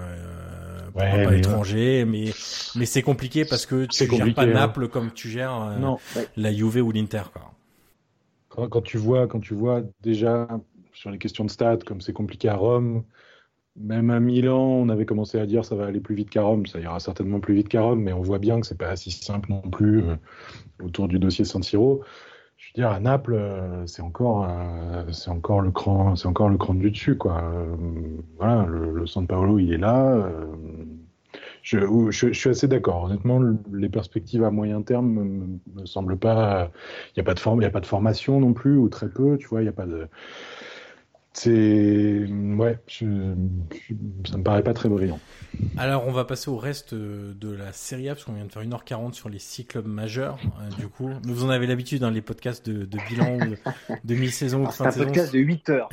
euh, ouais, pas mais étranger, mais mais c'est compliqué parce que tu c'est gères pas hein. Naples comme tu gères euh, non. la Juve ou l'Inter, quoi. Quand, quand tu vois, quand tu vois déjà sur les questions de stats, comme c'est compliqué à Rome, même à Milan, on avait commencé à dire ça va aller plus vite qu'à Rome, ça ira certainement plus vite qu'à Rome, mais on voit bien que c'est pas si simple non plus euh, autour du dossier San Siro. je veux dire, à Naples, euh, c'est encore, euh, c'est encore le cran, c'est encore le cran du dessus, quoi. Euh, voilà, le, le San Paolo, il est là. Euh, je, je, je suis assez d'accord. Honnêtement, le, les perspectives à moyen terme me, me semblent pas. Il y a pas de forme, il y a pas de formation non plus, ou très peu. Tu vois, il y a pas de. C'est ouais, je, je, ça me paraît pas très brillant. Alors, on va passer au reste de la Serie A, parce qu'on vient de faire une heure quarante sur les six clubs majeurs, euh, du coup. Mais vous en avez l'habitude, hein, les podcasts de, de bilan, ou de, de mi-saison ou de fin de saison. C'est un podcast de huit heures.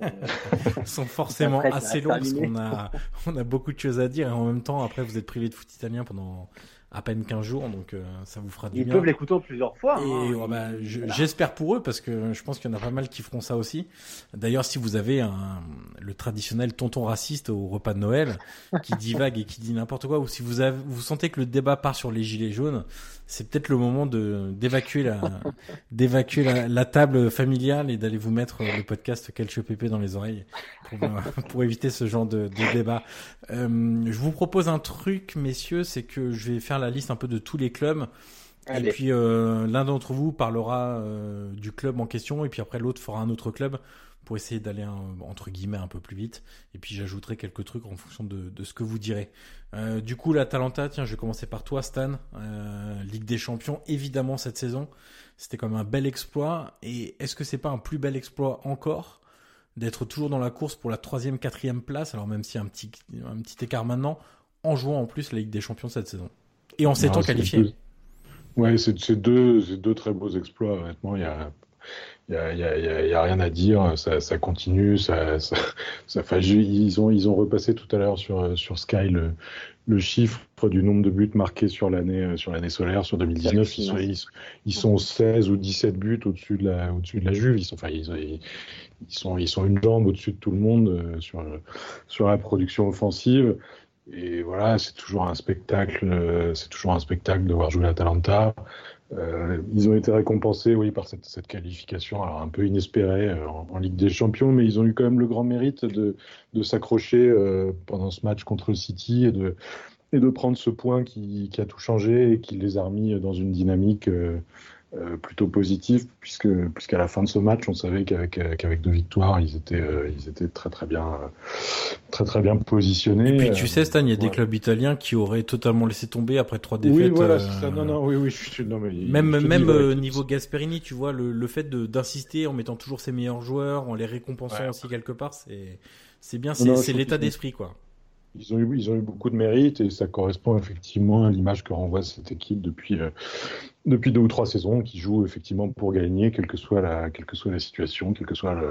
sont forcément assez longs, parce qu'on a, on a beaucoup de choses à dire, et en même temps, après, vous êtes privé de foot italien pendant à peine quinze jours, donc euh, ça vous fera du Ils bien. Ils peuvent l'écouter plusieurs fois. Et hein, oh, bah, ils... je, voilà. J'espère pour eux, parce que je pense qu'il y en a pas mal qui feront ça aussi. D'ailleurs, si vous avez un, le traditionnel tonton raciste au repas de Noël, qui divague et qui dit n'importe quoi, ou si vous avez, vous sentez que le débat part sur les gilets jaunes, c'est peut-être le moment de, d'évacuer la, d'évacuer la, la table familiale et d'aller vous mettre le podcast Calcio P P dans les oreilles pour, pour éviter ce genre de, de débat. Euh, je vous propose un truc, messieurs, c'est que je vais faire la liste un peu de tous les clubs. Allez. Et puis euh, l'un d'entre vous parlera euh, du club en question, et puis après l'autre fera un autre club pour essayer d'aller un, entre guillemets un peu plus vite. Et puis j'ajouterai quelques trucs en fonction de, de ce que vous direz. Euh, du coup, l'Atalanta, tiens, je vais commencer par toi, Stan. Euh, Ligue des Champions, évidemment cette saison, c'était comme un bel exploit. Et est-ce que c'est pas un plus bel exploit encore d'être toujours dans la course pour la troisième, quatrième place, alors même s'il y a un petit, un petit écart maintenant, en jouant en plus la Ligue des Champions cette saison et en s'étant qualifié. Deux... Ouais, c'est, c'est deux, c'est deux très beaux exploits. Honnêtement, il y a Il y a, y, a, y, a, y a rien à dire, ça, ça continue, ça, ça, ça, enfin, ils ont, ils ont repassé tout à l'heure sur, sur Sky le, le chiffre du nombre de buts marqués sur l'année, sur l'année solaire, sur deux mille dix-neuf. Ils sont, ils, ils sont seize ou dix-sept buts au-dessus de la, au-dessus de la Juve. Ils sont, enfin, ils, ils, ils sont, ils sont une jambe au-dessus de tout le monde sur, sur la production offensive. Et voilà, c'est toujours un spectacle, c'est toujours un spectacle de voir jouer l'Atalanta. Euh, ils ont été récompensés, oui, par cette, cette qualification, alors un peu inespérée euh, en, en Ligue des Champions, mais ils ont eu quand même le grand mérite de, de s'accrocher euh, pendant ce match contre le City et de, et de prendre ce point qui, qui a tout changé et qui les a remis dans une dynamique euh, euh, plutôt positive, puisque, puisqu'à la fin de ce match, on savait qu'avec, qu'avec deux victoires, ils étaient, euh, ils étaient très très bien, euh, très très bien positionnés. Et puis tu sais, Stan, il y a ouais. des clubs italiens qui auraient totalement laissé tomber après trois défaites. Oui, voilà, euh... c'est ça. Non, non, oui, oui, je suis. Non, mais même je même dis, ouais, euh, niveau Gasperini, tu vois, le, le fait de, d'insister en mettant toujours ses meilleurs joueurs, en les récompensant ouais. aussi quelque part, c'est c'est bien, c'est, non, c'est l'état d'esprit, quoi. Ils ont, eu, ils ont eu beaucoup de mérite et ça correspond effectivement à l'image que renvoie cette équipe depuis, euh, depuis deux ou trois saisons, qui joue effectivement pour gagner, quelle que soit la, quelle que soit la situation, quel que soit le,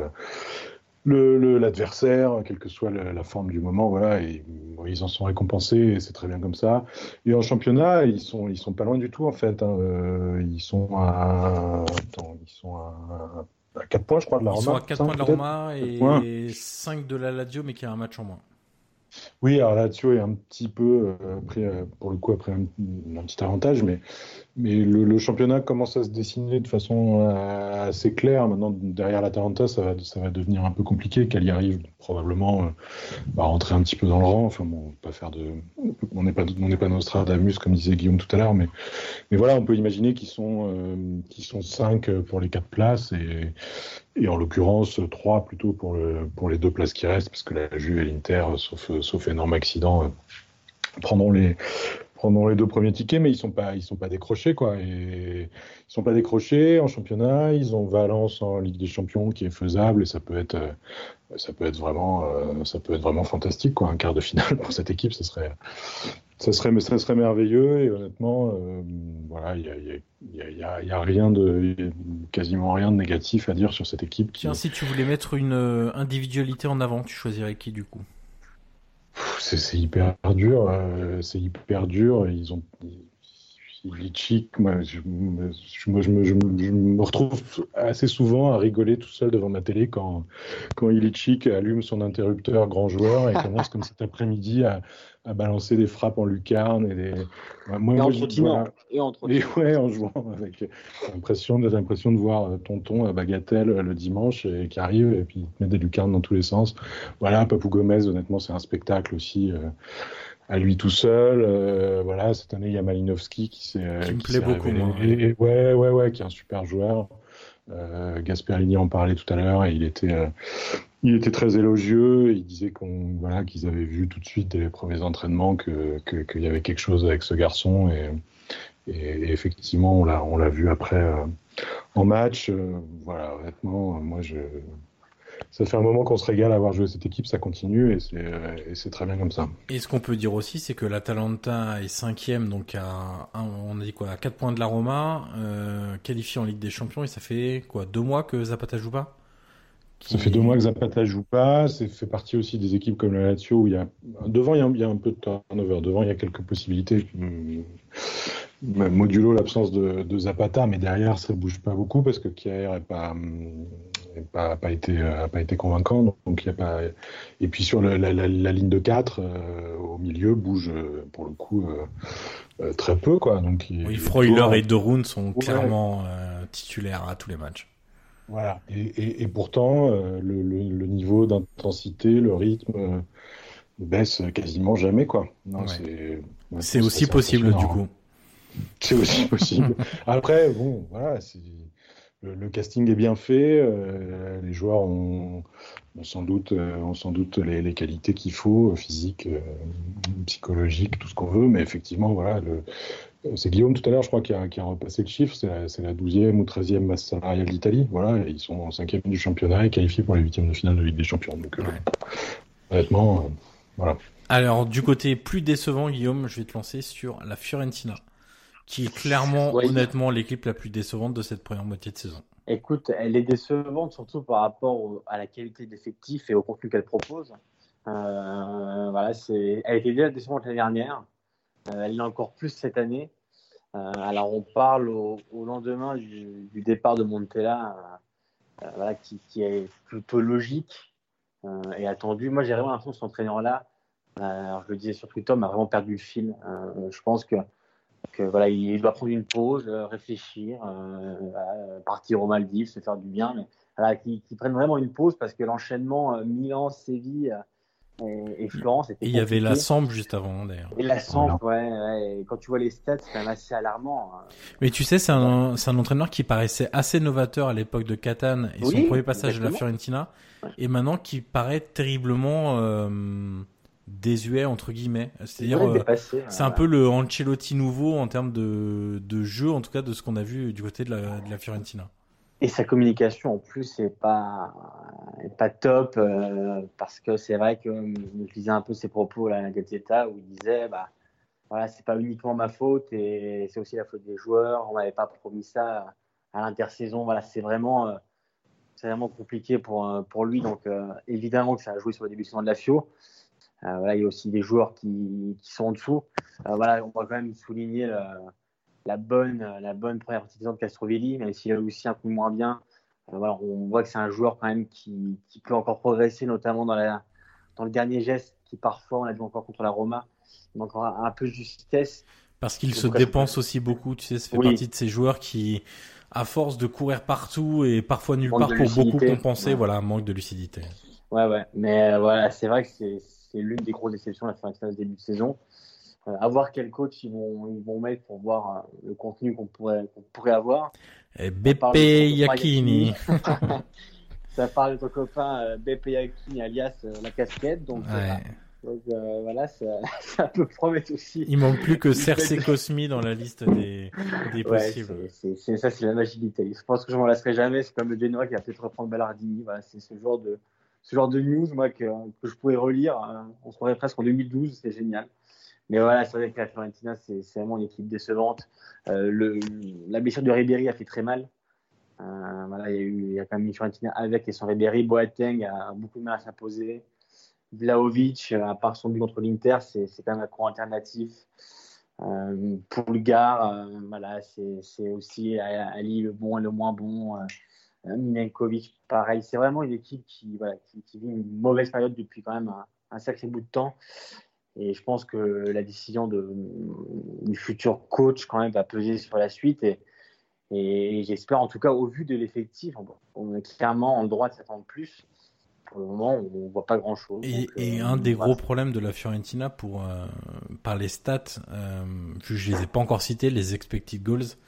le, le, l'adversaire, quelle que soit le, la forme du moment. Voilà, et bon, ils en sont récompensés et c'est très bien comme ça. Et en championnat, ils sont, ils sont pas loin du tout en fait. Hein. Euh, ils sont à, attends, ils sont à, à quatre points, je crois, de la Roma. Ils sont à quatre points de la Roma et cinq de la Lazio, mais qui a un match en moins. Oui, alors Lazio est un petit peu euh, pris, euh, pour le coup, après un, un petit avantage, mais, mais le, le championnat commence à se dessiner de façon euh, assez claire. Maintenant, derrière l'Atalanta, ça va, ça va devenir un peu compliqué. Qu'elle y arrive probablement euh, va rentrer un petit peu dans le rang. Enfin, bon, on peut pas faire de, on n'est pas, on n'est pas Nostradamus comme disait Guillaume tout à l'heure, mais, mais voilà, on peut imaginer qu'ils sont, euh, qu'ils sont cinq pour les quatre places et Et en l'occurrence, trois plutôt pour, le, pour les deux places qui restent, parce que la Juve et l'Inter, sauf, sauf énorme accident, euh, prendront, les, prendront les deux premiers tickets, mais ils ne sont pas, ils sont pas décrochés, quoi. Et ils sont pas décrochés en championnat. Ils ont Valence en Ligue des Champions qui est faisable, et ça peut être, ça peut être, vraiment, euh, ça peut être vraiment fantastique, quoi. Un quart de finale pour cette équipe, ça serait... Ça serait, ça serait merveilleux et honnêtement, euh, voilà, il y a, y, a, y, a, y a rien de, y a quasiment rien de négatif à dire sur cette équipe. Qui... Tiens, si tu voulais mettre une individualité en avant, tu choisirais qui du coup ? c'est, c'est hyper dur, euh, c'est hyper dur. Ils ont Ilicic, moi, je, je, moi je, me, je, me, je me retrouve assez souvent à rigoler tout seul devant ma télé quand, quand Ilicic allume son interrupteur grand joueur et commence comme cet après-midi à, à balancer des frappes en lucarne et des. Moi, et, moi, en je, voilà, et en trottinant. Et ouais, en jouant avec l'impression, l'impression de voir tonton à Bagatelle le dimanche et qui arrive et puis met des lucarnes dans tous les sens. Voilà, Papou Gomez, honnêtement, c'est un spectacle aussi. Euh, à lui tout seul, euh, voilà, cette année il y a Malinowski qui s'est qui me qui plaît beaucoup, moi. Et, et, ouais, ouais, ouais, qui est un super joueur. Euh, Gasperini en parlait tout à l'heure et il était, euh, il était très élogieux. Il disait qu'on, voilà, qu'ils avaient vu tout de suite dès les premiers entraînements que, que, qu'il y avait quelque chose avec ce garçon. Et, et, et effectivement, on l'a, on l'a vu après euh, en match. Euh, voilà, honnêtement, moi, je, ça fait un moment qu'on se régale à avoir joué cette équipe. Ça continue et c'est, euh, et c'est très bien comme ça. Et ce qu'on peut dire aussi, c'est que l'Atalanta est cinquième, donc à un, on a dit quoi, à quatre points de la Roma, euh, qualifié en Ligue des Champions, et ça fait quoi, deux mois que Zapata joue pas? Qui... Ça fait deux mois que Zapata joue pas. C'est fait partie aussi des équipes comme la Lazio où il y a devant il y a, il y a un peu de turnover. Devant il y a quelques possibilités. Modulo l'absence de, de Zapata, mais derrière ça bouge pas beaucoup parce que Kjaer est pas est pas pas été a pas été convaincant. Donc il y a pas. Et puis sur le, la, la, la ligne de quatre euh, au milieu bouge euh, pour le coup euh, euh, très peu quoi. Donc il, oui, Freuler et De Roon sont ouais. clairement euh, titulaires à tous les matchs. Voilà. Et, et, et pourtant euh, le, le, le niveau d'intensité, le rythme euh, baisse quasiment jamais quoi. Non, ouais. c'est ouais, c'est aussi possible du coup. C'est aussi possible. Après, bon, voilà, c'est... Le, le casting est bien fait. Euh, les joueurs ont, ont sans doute, euh, ont sans doute les, les qualités qu'il faut, physiques, euh, psychologiques, tout ce qu'on veut. Mais effectivement, voilà, le, c'est Guillaume tout à l'heure, je crois, qui a, qui a repassé le chiffre. C'est la, c'est la douzième ou treizième masse salariale d'Italie. Voilà, et ils sont en cinquième du championnat et qualifiés pour les huitièmes de finale de Ligue des Champions. Donc, euh, ouais. honnêtement, euh, voilà. Alors, du côté plus décevant, Guillaume, je vais te lancer sur la Fiorentina, qui est clairement, oui. honnêtement, l'équipe la plus décevante de cette première moitié de saison. Écoute, elle est décevante surtout par rapport au, à la qualité de l'effectif et au contenu qu'elle propose. Euh, voilà, c'est, elle était déjà décevante l'année dernière. Euh, elle l'est encore plus cette année. Euh, alors, on parle au, au lendemain du, du départ de Montella, euh, voilà, qui, qui est plutôt logique euh, et attendu. Moi, j'ai vraiment l'impression que cet entraîneur-là, euh, alors je le disais sur Twitter, m'a vraiment perdu le fil. Euh, je pense que Que, voilà, il doit prendre une pause, euh, réfléchir, euh, euh, partir aux Maldives, se faire du bien, mais voilà, qu'il, qu'il prenne vraiment une pause parce que l'enchaînement euh, Milan, Séville euh, et, et Florence était compliqué. Et il y avait la Samp juste avant d'ailleurs. Et la Samp, ouais, ouais, et quand tu vois les stats, c'est quand même assez alarmant. Hein. Mais tu sais, c'est un, c'est un entraîneur qui paraissait assez novateur à l'époque de Catane et oui, son premier passage exactement. de la Fiorentina, ouais. et maintenant qui paraît terriblement euh, désuet entre guillemets, c'est-à-dire ouais, dépassé, euh, c'est voilà. un peu le Ancelotti nouveau en termes de, de jeu, en tout cas de ce qu'on a vu du côté de la, de la Fiorentina. Et sa communication en plus est pas est pas top euh, parce que c'est vrai que je lisais un peu ses propos là, à la Gazzetta où il disait bah voilà, c'est pas uniquement ma faute et c'est aussi la faute des joueurs, on m'avait pas promis ça à l'intersaison, voilà, c'est vraiment euh, c'est vraiment compliqué pour pour lui, donc euh, évidemment que ça a joué sur le début de saison de la Fio. Euh, voilà, il y a aussi des joueurs qui, qui sont en dessous. Euh, voilà, on va quand même souligner le, la bonne, la bonne première partie de saison de Castrovilli, même s'il a aussi un coup moins bien. Euh, voilà, on voit que c'est un joueur quand même qui, qui peut encore progresser, notamment dans, la, dans le dernier geste, qui parfois, on l'a vu encore contre la Roma, donc encore un, un peu de justesse. Parce qu'il se dépense aussi beaucoup, tu sais, ça fait oui. partie de ces joueurs qui, à force de courir partout et parfois nulle part pour beaucoup compenser, ouais. voilà, un manque de lucidité. Ouais, ouais, mais euh, voilà, c'est vrai que c'est c'est l'une des grosses déceptions de la Fiorentina de début de saison. Euh, à voir quel coach ils vont, ils vont mettre pour voir euh, le contenu qu'on pourrait, qu'on pourrait avoir. Et Beppe Iachini. Ça parle de ton copain euh, Beppe Iachini alias euh, la casquette. Donc, ouais. euh, donc euh, voilà, ça, ça peut promettre aussi. Il manque plus que Cerce Cosmi dans la liste des, des ouais, possibles. C'est, c'est, c'est, ça, c'est la magie de l'Italie. Je pense que je m'en lasserai jamais. C'est comme le Genoa qui va peut-être reprendre Ballardini. Voilà, c'est ce genre de. Ce genre de news, moi, que, que je pouvais relire, hein, on se croirait presque en deux mille douze, c'est génial. Mais voilà, c'est vrai que la Fiorentina, c'est, c'est vraiment une équipe décevante. Euh, le, la blessure de Ribéry a fait très mal. Euh, voilà, il y a eu, il y a quand même une Fiorentina avec et sans Ribéry. Boateng a beaucoup de mal à s'imposer. Vlahovic, à part son but contre l'Inter, c'est, c'est quand même un courant alternatif. Euh, Pulgar, euh, voilà, c'est, c'est aussi Ali le bon et le moins bon. Euh, Milenkovic, pareil. C'est vraiment une équipe qui, voilà, qui, qui vit une mauvaise période depuis quand même un, un sacré bout de temps. Et je pense que la décision de, du futur coach quand même va peser sur la suite. Et, et j'espère, en tout cas, au vu de l'effectif, on, on est clairement en droit de s'attendre plus. Pour le moment, on ne voit pas grand-chose. Et, donc, et euh, un des voilà. gros problèmes de la Fiorentina, pour, euh, par les stats, euh, je ne les ai pas encore cités, les expected goals,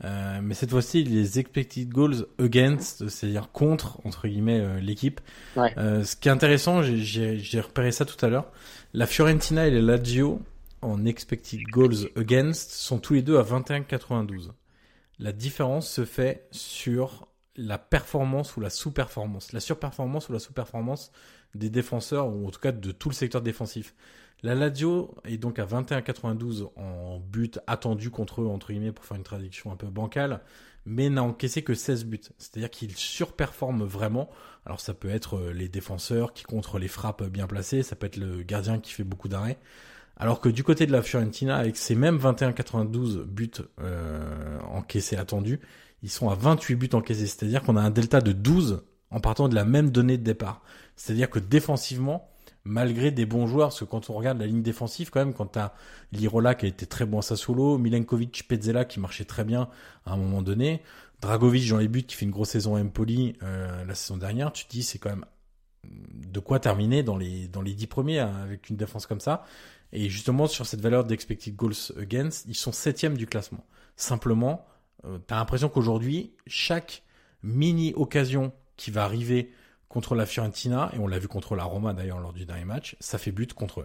Euh, mais cette fois-ci, les expected goals against, c'est-à-dire contre, entre guillemets, euh, l'équipe. Ouais. Euh, ce qui est intéressant, j'ai, j'ai, j'ai repéré ça tout à l'heure, la Fiorentina et les Lazio, en expected goals against, sont tous les deux à vingt et un virgule quatre-vingt-douze. La différence se fait sur la performance ou la sous-performance, la surperformance ou la sous-performance des défenseurs, ou en tout cas de tout le secteur défensif. La Lazio est donc à vingt et un virgule quatre-vingt-douze en but attendu contre eux, entre guillemets, pour faire une traduction un peu bancale, mais n'a encaissé que seize buts. C'est-à-dire qu'ils surperforment vraiment. Alors ça peut être les défenseurs qui contrent les frappes bien placées, ça peut être le gardien qui fait beaucoup d'arrêts. Alors que du côté de la Fiorentina, avec ces mêmes vingt et un virgule quatre-vingt-douze buts euh, encaissés attendus, ils sont à vingt-huit buts encaissés. C'est-à-dire qu'on a un delta de douze en partant de la même donnée de départ. C'est-à-dire que défensivement, malgré des bons joueurs, parce que quand on regarde la ligne défensive, quand même, quand t'as Lirola qui a été très bon à Sassuolo, Milenkovic, Pezzella qui marchait très bien à un moment donné, Dragovic dans les buts qui fait une grosse saison à Empoli euh, la saison dernière, tu te dis c'est quand même de quoi terminer dans les dans les dix premiers avec une défense comme ça. Et justement sur cette valeur d'expected goals against, ils sont septième du classement. Simplement, euh, t'as l'impression qu'aujourd'hui chaque mini occasion qui va arriver contre la Fiorentina, et on l'a vu contre la Roma d'ailleurs lors du dernier match, ça fait but contre eux.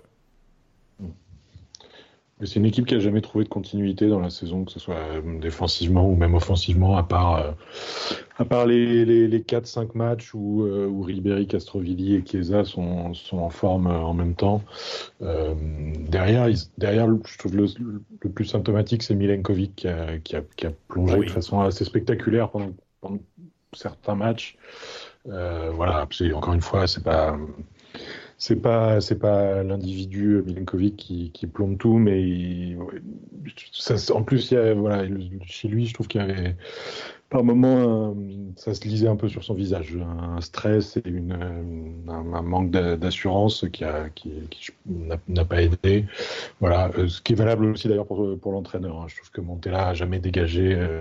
Mais c'est une équipe qui n'a jamais trouvé de continuité dans la saison, que ce soit défensivement ou même offensivement, à part, euh, à part les, les, les quatre cinq matchs où, euh, où Ribéry, Castrovilli et Chiesa sont, sont en forme euh, en même temps. Euh, derrière, ils, derrière, je trouve le, le plus symptomatique, c'est Milenkovic qui a, qui a, qui a plongé oui. de façon assez spectaculaire pendant, pendant certains matchs. Euh, voilà, c'est, encore une fois, c'est pas, c'est pas, c'est pas l'individu Milenkovic qui, qui plombe tout, mais il, ça, en plus, il y a, voilà, chez lui, je trouve qu'il y avait par moments, ça se lisait un peu sur son visage, un stress et une, un, un manque d'assurance qui, a, qui, qui n'a, n'a pas aidé. Voilà, ce qui est valable aussi d'ailleurs pour, pour l'entraîneur. Hein. Je trouve que Montella a jamais dégagé. Euh,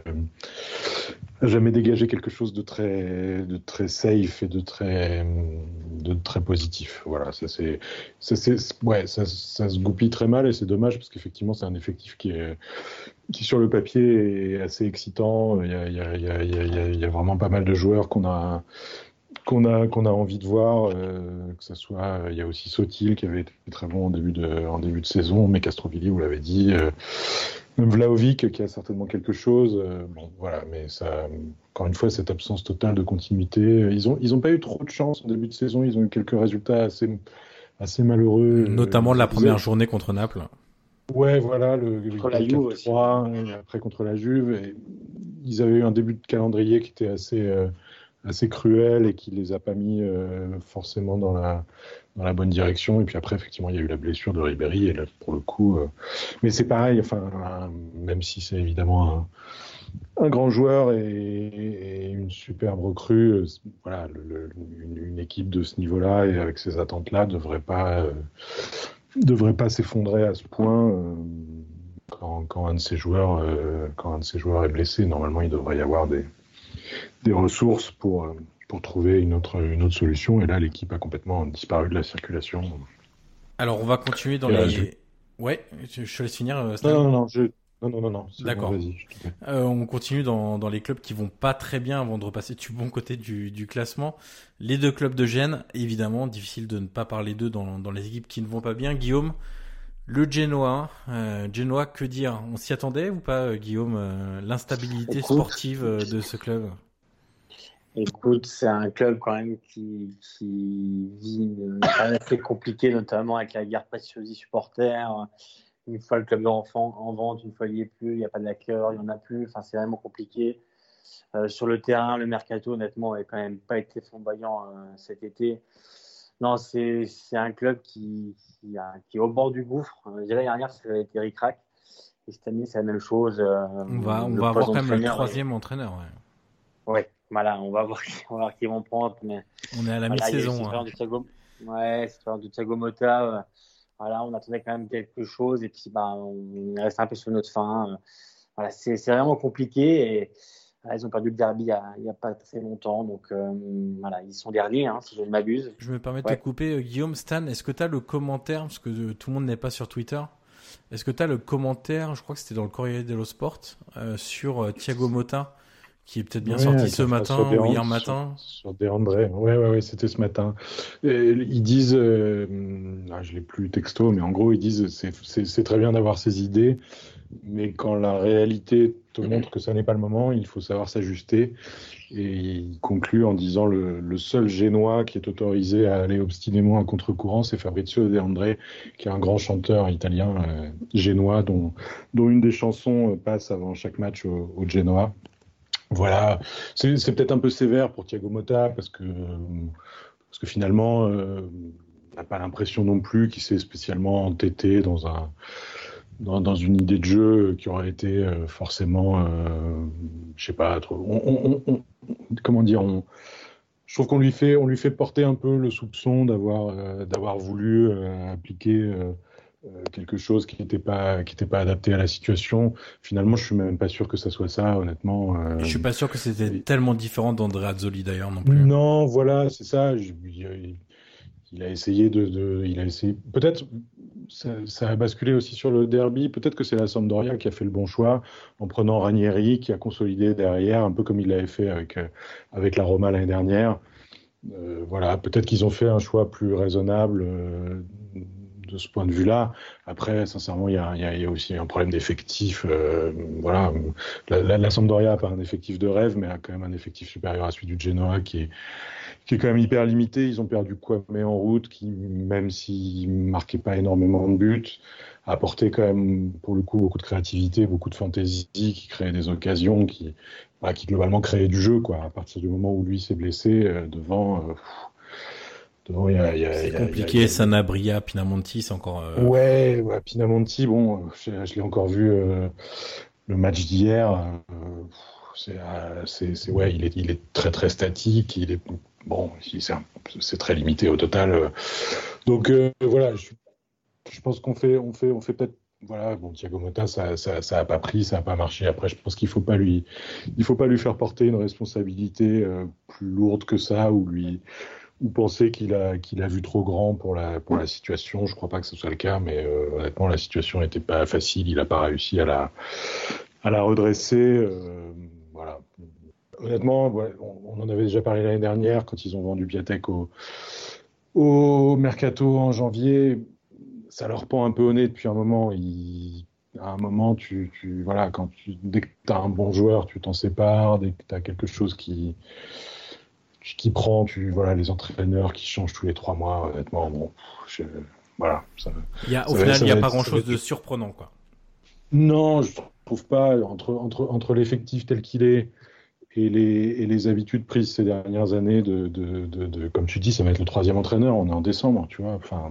a jamais dégagé quelque chose de très, de très safe et de très, de très positif. Voilà, ça c'est, ça c'est, ouais, ça, ça se goupille très mal et c'est dommage parce qu'effectivement c'est un effectif qui est, qui sur le papier est assez excitant. Il y a, il y a, il y a, il y a, il y a vraiment pas mal de joueurs qu'on a, qu'on a, qu'on a envie de voir. Euh, que ça soit, il y a aussi Sotil qui avait été très bon en début de, en début de saison, mais Castrovilli, vous l'avez dit. Euh, Même Vlahovic qui a certainement quelque chose, euh, bon voilà, mais ça, encore une fois, cette absence totale de continuité. Ils ont, ils ont pas eu trop de chance en début de saison. Ils ont eu quelques résultats assez, assez malheureux. Notamment euh, la première journée contre Naples. Ouais, voilà, le, contre le la Juve aussi. Et après contre la Juve. Et ils avaient eu un début de calendrier qui était assez, euh, assez cruel et qui les a pas mis euh, forcément dans la. dans la bonne direction, et puis après effectivement il y a eu la blessure de Ribéry, et là pour le coup euh... mais c'est pareil, enfin un... même si c'est évidemment un, un grand joueur et... et une superbe recrue, euh, voilà, le, le... une... une équipe de ce niveau-là et avec ces attentes-là devrait pas euh... devrait pas s'effondrer à ce point euh... quand... quand un de ces joueurs euh... quand un de ces joueurs est blessé. Normalement il devrait y avoir des, des ressources pour euh... pour trouver une autre, une autre solution. Et là, l'équipe a complètement disparu de la circulation. Alors, on va continuer dans Et les... là, je... Ouais, je, je te laisse finir, euh, Stan. Non, non, non, je... non, non, non, non. D'accord. Bon, vas-y, je te plaît. Euh, on continue dans, dans les clubs qui vont pas très bien avant de repasser du bon côté du, du classement. Les deux clubs de Gênes, évidemment, difficile de ne pas parler d'eux dans, dans les équipes qui ne vont pas bien. Guillaume, le Genoa, euh, Genoa, que dire? On s'y attendait ou pas, Guillaume, euh, l'instabilité Écoute, sportive de ce club? Écoute, c'est un club quand même qui, qui vit une période assez compliquée, notamment avec la guerre précieuse des supporters. Une fois le club est en, en vente, une fois il n'y est plus, il n'y a pas d'accueil, il n'y en a plus. Enfin, c'est vraiment compliqué. Euh, sur le terrain, le mercato, honnêtement, n'avait quand même pas été flamboyant euh, cet été. Non, c'est, c'est un club qui, qui, a, qui est au bord du gouffre. Euh, je dirais, l'année dernière, ça a été ric-rac. Et cette année, c'est la même chose. Euh, on va, on va avoir quand même le troisième et... entraîneur. Ouais. Ouais. Voilà, on va voir, on va voir qui vont prendre. Mais on est à la voilà, mi-saison. Hein. Thiago... Ouais, c'est de Thiago Motta. Euh, voilà, on attendait quand même quelque chose et puis bah, on reste un peu sur notre fin. Euh, voilà, c'est, c'est vraiment compliqué et voilà, ils ont perdu le derby il n'y a, a pas très longtemps. Donc euh, voilà, ils sont derniers, hein, si je ne m'abuse. Je me permets de ouais. te couper, Guillaume. Stan, est-ce que tu as le commentaire, parce que euh, tout le monde n'est pas sur Twitter, Est-ce que tu as le commentaire, je crois que c'était dans le Corriere dello Sport, euh, sur euh, Thiago Motta, qui est peut-être bien Ouais, sorti ce matin sur ou hier Deandre, matin? Sur, sur Deandre, ouais, ouais, ouais, c'était ce matin. Et ils disent, euh, ah, je l'ai plus texto, mais en gros, ils disent c'est, c'est, c'est très bien d'avoir ces idées, mais quand la réalité te montre que ça n'est pas le moment, il faut savoir s'ajuster. Et il conclut en disant le, le seul Génois qui est autorisé à aller obstinément à contre-courant, c'est Fabrizio De André, qui est un grand chanteur italien euh, génois, dont, dont une des chansons passe avant chaque match au, au Genoa. Voilà, c'est, c'est peut-être un peu sévère pour Thiago Motta parce que, parce que finalement, euh, on n'a pas l'impression non plus qu'il s'est spécialement entêté dans, un, dans, dans une idée de jeu qui aurait été euh, forcément, euh, je sais pas, trop. On, on, on, comment dire, on, je trouve qu'on lui fait, on lui fait porter un peu le soupçon d'avoir, euh, d'avoir voulu euh, appliquer. Euh, quelque chose qui n'était pas qui n'était pas adapté à la situation. Finalement, je suis même pas sûr que ça soit ça, honnêtement. Euh... Je suis pas sûr que c'était et... tellement différent d'Andrea Azzoli d'ailleurs non plus. Non, voilà, c'est ça. Je, il, il a essayé de, de, il a essayé. Peut-être ça, ça a basculé aussi sur le derby. Peut-être que c'est la Sampdoria qui a fait le bon choix en prenant Ranieri, qui a consolidé derrière, un peu comme il l'avait fait avec avec la Roma l'année dernière. Euh, voilà, peut-être qu'ils ont fait un choix plus raisonnable. Euh, de ce point de vue-là. Après, sincèrement, il y a, y, a, y a aussi un problème d'effectif. Euh, voilà, la, la, la Sampdoria n'a pas un effectif de rêve, mais a quand même un effectif supérieur à celui du Genoa qui est, qui est quand même hyper limité. Ils ont perdu Kwame en route, qui, même s'il ne marquait pas énormément de buts, a apporté quand même, pour le coup, beaucoup de créativité, beaucoup de fantaisie, qui créait des occasions, qui, bah, qui globalement créait du jeu, quoi. À partir du moment où lui s'est blessé, euh, devant... Euh, Devant, y a, y a, c'est y a, compliqué, y a, y a... Sanabria, Pinamonti, c'est encore... Euh... Ouais, ouais, Pinamonti, bon, je, je l'ai encore vu euh, le match d'hier. Euh, c'est, euh, c'est, c'est, ouais, il est, il est très, très statique. Il est, bon, c'est, un, c'est très limité au total. Euh. Donc, euh, voilà, je, je pense qu'on fait, on fait, on fait peut-être... Voilà, bon, Thiago Motta, ça, ça, ça a pas pris, ça a pas marché. Après, je pense qu'il faut pas lui, il faut pas lui faire porter une responsabilité euh, plus lourde que ça, ou lui... ou penser qu'il a, qu'il a vu trop grand pour la, pour la situation. Je ne crois pas que ce soit le cas, mais euh, honnêtement, la situation n'était pas facile. Il n'a pas réussi à la, à la redresser. Euh, voilà. Honnêtement, ouais, on, on en avait déjà parlé l'année dernière quand ils ont vendu Piatek au, au Mercato en janvier. Ça leur pend un peu au nez depuis un moment. Il, à un moment, tu, tu, voilà, quand tu, dès que tu as un bon joueur, tu t'en sépares. Dès que tu as quelque chose qui... qui prend, tu, voilà, les entraîneurs qui changent tous les trois mois, honnêtement, bon, je, voilà. Ça, il y a, ça au va, final, il n'y a va pas être, grand-chose être... de surprenant, quoi. Non, je trouve pas, entre, entre, entre l'effectif tel qu'il est et les, et les habitudes prises ces dernières années de, de, de, de, comme tu dis, ça va être le troisième entraîneur, on est en décembre, tu vois, enfin,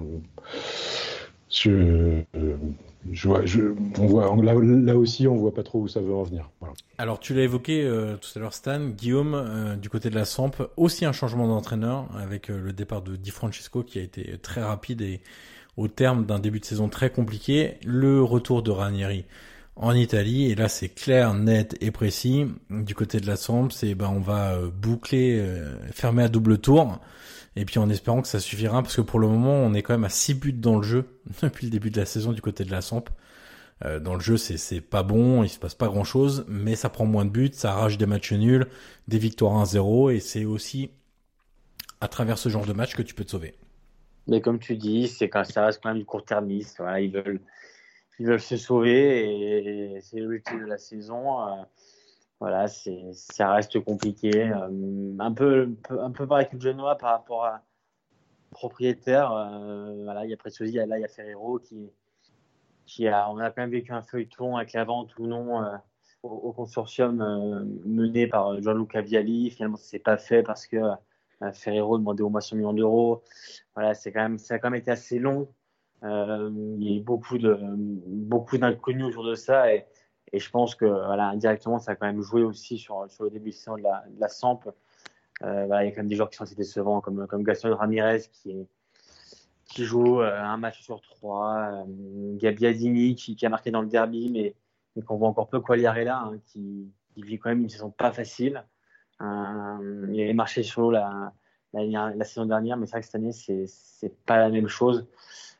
je, je vois, je, on voit, là, là aussi, on voit pas trop où ça veut en venir. Voilà. Alors, tu l'as évoqué euh, tout à l'heure, Stan, Guillaume, euh, du côté de la Samp, aussi un changement d'entraîneur avec euh, le départ de Di Francesco qui a été très rapide et au terme d'un début de saison très compliqué, le retour de Ranieri en Italie, et là c'est clair, net et précis. Du côté de la Samp, c'est ben on va euh, boucler, euh, fermer à double tour. Et puis en espérant que ça suffira, parce que pour le moment, on est quand même à six buts dans le jeu depuis le début de la saison du côté de la Samp. Euh, dans le jeu, c'est c'est pas bon, il se passe pas grand-chose, mais ça prend moins de buts, ça arrache des matchs nuls, des victoires un zéro, et c'est aussi à travers ce genre de match que tu peux te sauver. Mais comme tu dis, c'est quand ça reste quand même du court-termiste. Voilà, ils veulent, ils veulent se sauver, et c'est l'ultime de la saison. Euh, voilà, c'est, ça reste compliqué. Euh, un peu, un peu pareil que le Genoa par rapport à propriétaire. Euh, voilà, il y a Preziosi, là il y a Ferrero qui, qui a, on a quand même vécu un feuilleton avec la vente ou non euh, au, au consortium euh, mené par Gianluca Vialli. Finalement, ça s'est pas fait parce que euh, Ferrero demandait au moins cent millions d'euros. Voilà, c'est quand même, ça a quand même été assez long. Euh, il y a eu beaucoup de, beaucoup d'inconnus autour de ça, et Et je pense que voilà, indirectement, ça a quand même joué aussi sur, sur le début de saison de la, de la Samp. Euh, voilà, il y a quand même des joueurs qui sont assez décevants, comme, comme Gaston Ramirez, qui, est, qui joue euh, un match sur trois. Euh, Gabbiadini, qui, qui a marqué dans le derby, mais, mais qu'on voit encore peu. Quagliarella, hein, qui, qui vit quand même une saison pas facile. Euh, il avait marché sur l'eau la, la, la saison dernière, mais c'est vrai que cette année, c'est, c'est pas la même chose.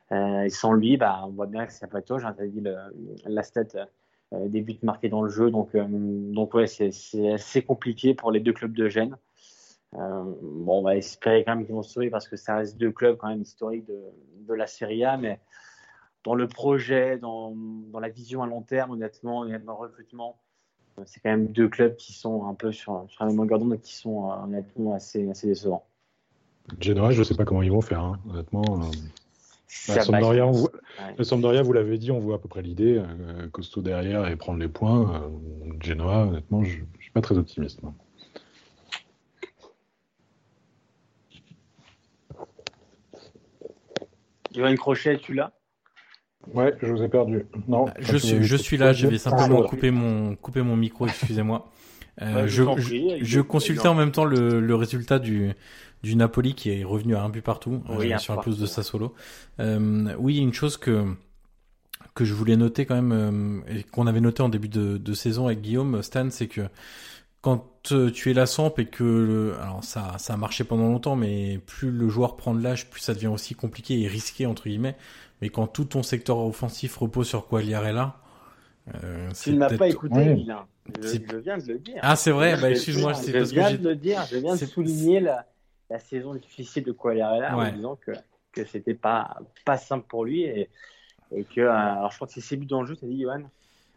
Euh, et sans lui, bah, on voit bien que c'est pas toi. J'ai entendu le, la stat euh, des buts marqués dans le jeu. Donc, euh, donc ouais, c'est, c'est assez compliqué pour les deux clubs de Gênes. Euh, bon, on va espérer quand même qu'ils vont se sauver parce que ça reste deux clubs quand même historiques de, de la Serie A. Mais dans le projet, dans, dans la vision à long terme, honnêtement, et dans le recrutement, c'est quand même deux clubs qui sont un peu sur, sur la même longueur d'onde et qui sont euh, honnêtement assez, assez décevants. Genoa, je ne sais pas comment ils vont faire, hein, honnêtement. Euh... Ça, bah, Sampdoria, bah, voit... ouais. Le Sampdoria, vous l'avez dit, on voit à peu près l'idée. Euh, costaud derrière et prendre les points. Euh, Genoa, honnêtement, je ne suis pas très optimiste. Non. Johan Crochet, tu l'as ? Ouais, je vous ai perdu. Non, je suis, je suis là, je vais simplement couper mon, couper mon micro, excusez-moi. Euh, ouais, je, je, prie, je, je consultais en même temps le, le résultat du, du Napoli qui est revenu à un but partout oui, euh, sur la pelouse de Sassuolo. Euh, oui, une chose que que je voulais noter quand même euh, et qu'on avait noté en début de, de saison avec Guillaume Stan, c'est que quand euh, tu es la Samp et que le, alors ça ça a marché pendant longtemps, mais plus le joueur prend de l'âge, plus ça devient aussi compliqué et risqué entre guillemets. Mais quand tout ton secteur offensif repose sur Quagliarella, euh, tu ne m'as pas écouté, ouais. Milan. Je, je viens de le dire. Ah, c'est vrai. Bah, excuse-moi. C'est parce que je viens de le dire. Je viens c'est... de souligner la, la saison difficile de Quagliarella ouais. en disant que que c'était pas pas simple pour lui et, et que alors je crois que c'est ses buts dans le jeu, t'as dit, Johan.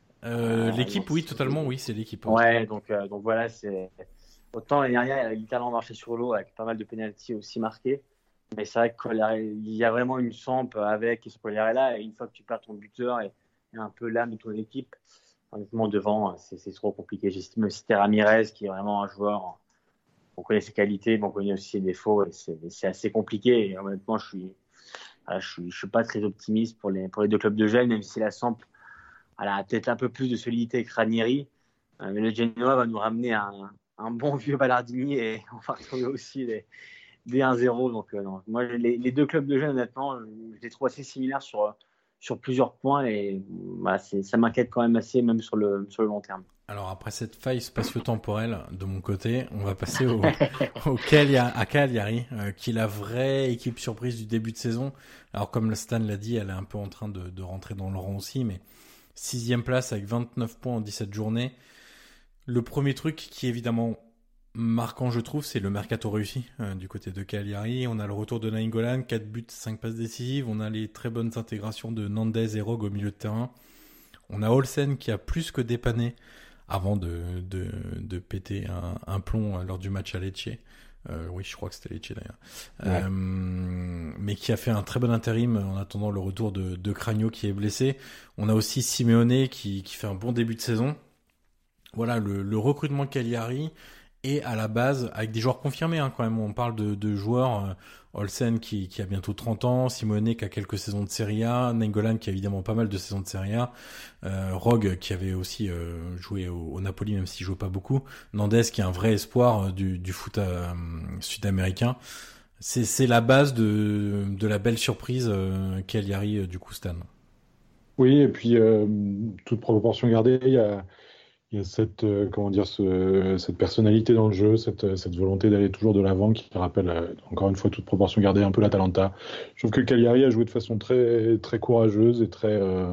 Euh, l'équipe, donc, oui, totalement, oui, c'est l'équipe. Ouais, ouais donc euh, donc voilà, c'est autant l'année dernière, il a littéralement marché sur l'eau avec pas mal de pénaltys aussi marqués. Mais c'est vrai qu'il y a vraiment une samp avec ce Quagliarella et une fois que tu perds ton buteur et, et un peu l'âme de ton équipe, honnêtement devant c'est, c'est trop compliqué. J'estime aussi c'était Ramirez qui est vraiment un joueur, on connaît ses qualités, mais on connaît aussi ses défauts et c'est, c'est assez compliqué. Et honnêtement, je suis, je suis, je suis pas très optimiste pour les pour les deux clubs de Gênes, même si la samp elle a peut-être un peu plus de solidité que Ranieri, mais le Genoa va nous ramener un, un bon vieux Ballardini et on va retrouver aussi les des un zéro, donc euh, non. Moi les, les deux clubs de Gênes honnêtement je les trouve assez similaires sur, sur plusieurs points et bah, c'est, ça m'inquiète quand même assez même sur le, sur le long terme. Alors après cette faille spatio-temporelle de mon côté, on va passer au, au Cagliari, à Cagliari euh, qui est la vraie équipe surprise du début de saison. Alors comme Stan l'a dit, elle est un peu en train de, de rentrer dans le rang aussi, mais sixième place avec vingt-neuf points en dix-sept journées. Le premier truc qui est évidemment marquant, je trouve, c'est le mercato réussi euh, du côté de Cagliari. On a le retour de Nainggolan, quatre buts, cinq passes décisives. On a les très bonnes intégrations de Nandez et Rogue au milieu de terrain. On a Olsen qui a plus que dépanné avant de, de, de péter un, un plomb lors du match à Lecce. Euh, oui, je crois que c'était Lecce d'ailleurs. Ouais. Euh, mais qui a fait un très bon intérim en attendant le retour de, de Cragno qui est blessé. On a aussi Simeone qui, qui fait un bon début de saison. Voilà, le, le recrutement Cagliari et à la base avec des joueurs confirmés hein, quand même. On parle de, de joueurs euh, Olsen qui, qui a bientôt trente ans, Simeone qui a quelques saisons de Serie A, Nainggolan qui a évidemment pas mal de saisons de Serie A, euh, Rogue qui avait aussi euh, joué au, au Napoli même s'il jouait pas beaucoup, Nandez qui est un vrai espoir du, du foot euh, sud-américain. C'est, c'est la base de, de la belle surprise euh, Cagliari euh, du coup Stan. Oui, et puis euh, toute proportion gardée, il y a Il y a cette, euh, comment dire, ce, cette personnalité dans le jeu, cette, cette volonté d'aller toujours de l'avant qui rappelle, euh, encore une fois, toute proportion gardée, un peu l'Atalanta. Je trouve que Cagliari a joué de façon très, très courageuse et très, euh,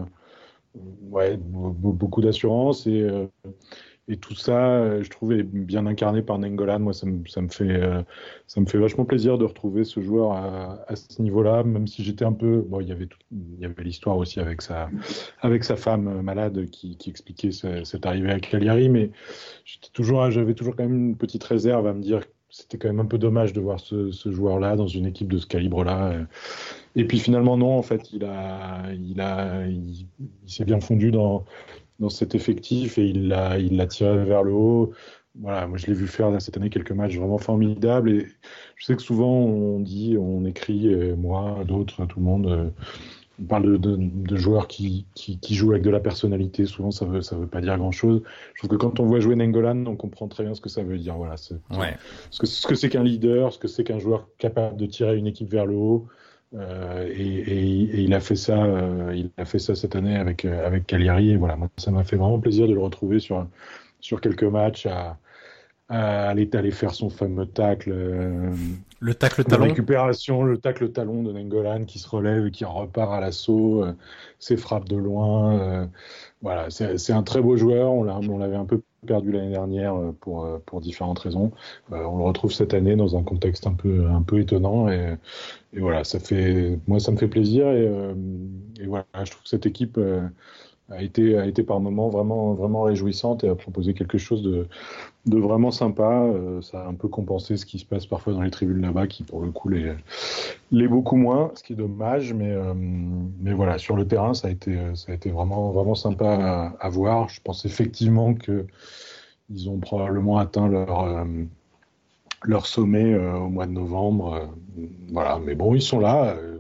ouais, beaucoup d'assurance et, euh, et tout ça, je trouve, est bien incarné par Nainggolan. Moi, ça me, ça me fait, euh, ça me fait vachement plaisir de retrouver ce joueur à, à ce niveau-là, même si j'étais un peu, bon, il y avait tout, il y avait l'histoire aussi avec sa, avec sa femme malade qui, qui expliquait ce, cette arrivée à Cagliari, mais j'étais toujours, j'avais toujours quand même une petite réserve à me dire que c'était quand même un peu dommage de voir ce, ce joueur-là dans une équipe de ce calibre-là. Et puis finalement, non, en fait, il a, il a, il, il s'est bien fondu dans, dans cet effectif et il l'a, il l'a tiré vers le haut. Voilà, moi je l'ai vu faire cette année quelques matchs vraiment formidables et je sais que souvent on dit, on écrit, moi, d'autres, tout le monde, on parle de, de, de joueurs qui, qui, qui jouent avec de la personnalité. Souvent ça veut, ça veut pas dire grand-chose. Je trouve que quand on voit jouer Nainggolan, on comprend très bien ce que ça veut dire. Voilà, c'est, ouais. ce, que, ce que c'est qu'un leader, ce que c'est qu'un joueur capable de tirer une équipe vers le haut. Euh, et, et, et il a fait ça, euh, il a fait ça cette année avec avec Cagliari et voilà, moi, ça m'a fait vraiment plaisir de le retrouver sur sur quelques matchs à à aller, aller faire son fameux tacle. Euh, le tacle de talon. récupération, le tacle talon de Nainggolan qui se relève et qui repart à l'assaut, euh, ses frappes de loin. Euh, voilà, c'est, c'est un très beau joueur. On, l'a, on l'avait un peu perdu l'année dernière pour, pour différentes raisons. Euh, on le retrouve cette année dans un contexte un peu, un peu étonnant. Et, et voilà, ça fait, moi, ça me fait plaisir. Et, euh, et voilà, je trouve que cette équipe. Euh, a été, a été par moments vraiment, vraiment réjouissante et a proposé quelque chose de, de vraiment sympa. Euh, ça a un peu compensé ce qui se passe parfois dans les tribunes là-bas, qui pour le coup les, les beaucoup moins, ce qui est dommage. Mais, euh, mais voilà, sur le terrain, ça a été, ça a été vraiment, vraiment sympa à, à voir. Je pense effectivement qu'ils ont probablement atteint leur, euh, leur sommet euh, au mois de novembre. Euh, voilà, mais bon, ils sont là. Euh,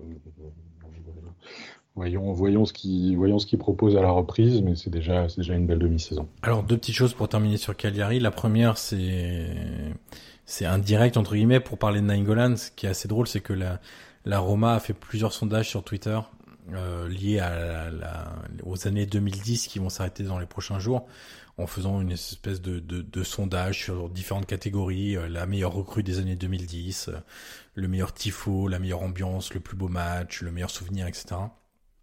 Voyons, voyons, ce qu'ils, voyons ce qu'ils proposent à la reprise, mais c'est déjà, c'est déjà une belle demi-saison. Alors, deux petites choses pour terminer sur Cagliari. La première, c'est, c'est indirect, entre guillemets, pour parler de Nainggolan. Ce qui est assez drôle, c'est que la, la Roma a fait plusieurs sondages sur Twitter, euh, liés à la, la, aux années deux mille dix qui vont s'arrêter dans les prochains jours, en faisant une espèce de, de, de sondage sur différentes catégories, euh, la meilleure recrue des années deux mille dix, euh, le meilleur tifo, la meilleure ambiance, le plus beau match, le meilleur souvenir, et cetera.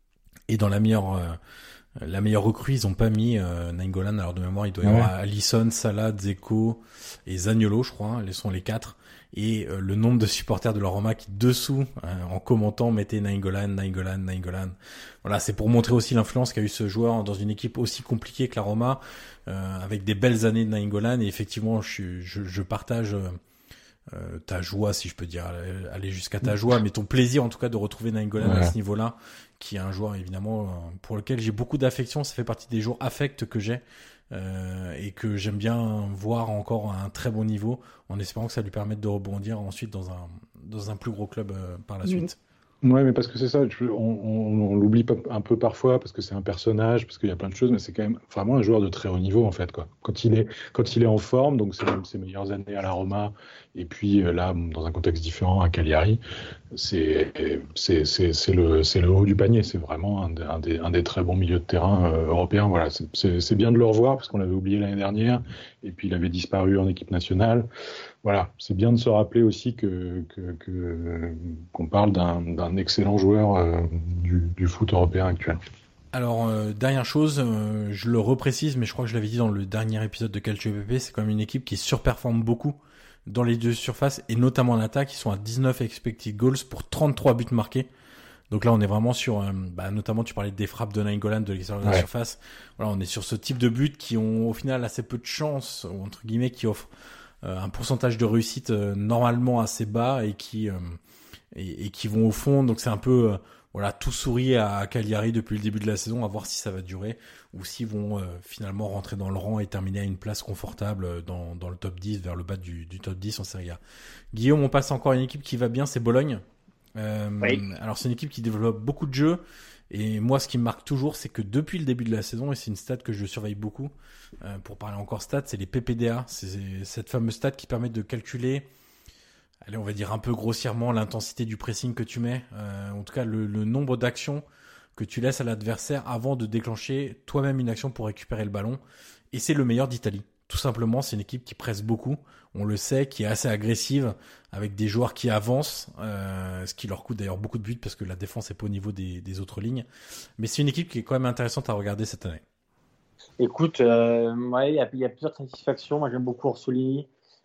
Et dans la meilleure, euh, la meilleure recrue, ils ont pas mis euh, Nainggolan. Alors de mémoire, il doit y avoir ouais. Alisson, Salah, Dzeko et Zaniolo, je crois. Ils sont les quatre. Et euh, le nombre de supporters de la Roma qui dessous, euh, en commentant, mettaient Nainggolan, Nainggolan, Nainggolan. Voilà, c'est pour montrer aussi l'influence qu'a eu ce joueur dans une équipe aussi compliquée que la Roma, euh, avec des belles années de Nainggolan. Et effectivement, je, je, je partage. Euh, Euh, ta joie, si je peux dire, aller jusqu'à ta joie, mais ton plaisir en tout cas de retrouver Nainggolan ouais. à ce niveau-là, qui est un joueur évidemment pour lequel j'ai beaucoup d'affection. Ça fait partie des joueurs affects que j'ai euh, et que j'aime bien voir encore à un très bon niveau, en espérant que ça lui permette de rebondir ensuite dans un dans un plus gros club euh, par la suite. Ouais, mais parce que c'est ça, on, on, on l'oublie un peu parfois parce que c'est un personnage, parce qu'il y a plein de choses, mais c'est quand même vraiment un joueur de très haut niveau en fait, quoi. Quand il est, quand il est en forme, donc c'est même ses meilleures années à la Roma, et puis là dans un contexte différent à Cagliari, c'est c'est c'est c'est le c'est le haut du panier, c'est vraiment un, un des un des très bons milieux de terrain euh, européens. Voilà, c'est, c'est c'est bien de le revoir parce qu'on l'avait oublié l'année dernière, et puis il avait disparu en équipe nationale. Voilà, c'est bien de se rappeler aussi que, que, que qu'on parle d'un, d'un excellent joueur euh, du, du foot européen actuel. Alors, euh, dernière chose, euh, je le reprécise, mais je crois que je l'avais dit dans le dernier épisode de Calcio P P, c'est quand même une équipe qui surperforme beaucoup dans les deux surfaces, et notamment en attaque. Ils sont à dix-neuf expected goals pour trente-trois buts marqués. Donc là, on est vraiment sur, euh, bah, notamment, tu parlais des frappes de Nainggolan de l'extérieur de la ouais. surface. Voilà, on est sur ce type de buts qui ont au final assez peu de chance, ou entre guillemets, qui offrent Euh, un pourcentage de réussite euh, normalement assez bas et qui euh, et, et qui vont au fond. Donc c'est un peu euh, voilà, tout sourit à Cagliari depuis le début de la saison, à voir si ça va durer ou s'ils vont euh, finalement rentrer dans le rang et terminer à une place confortable dans dans le top dix, vers le bas du, du top dix en Serie A. Guillaume, on passe encore à une équipe qui va bien, c'est Bologne. Euh, oui. Alors c'est une équipe qui développe beaucoup de jeux. Et moi, ce qui me marque toujours, c'est que depuis le début de la saison, et c'est une stat que je surveille beaucoup, euh, pour parler encore stats, c'est les P P D A. C'est cette fameuse stat qui permet de calculer, allez, on va dire un peu grossièrement, l'intensité du pressing que tu mets. Euh, en tout cas, le, le nombre d'actions que tu laisses à l'adversaire avant de déclencher toi-même une action pour récupérer le ballon. Et c'est le meilleur d'Italie. Tout simplement, c'est une équipe qui presse beaucoup, on le sait, qui est assez agressive, avec des joueurs qui avancent, euh, ce qui leur coûte d'ailleurs beaucoup de buts parce que la défense n'est pas au niveau des, des autres lignes. Mais c'est une équipe qui est quand même intéressante à regarder cette année. Écoute, euh, ouais, il y, y a plusieurs satisfactions. Moi, j'aime beaucoup Orsolini,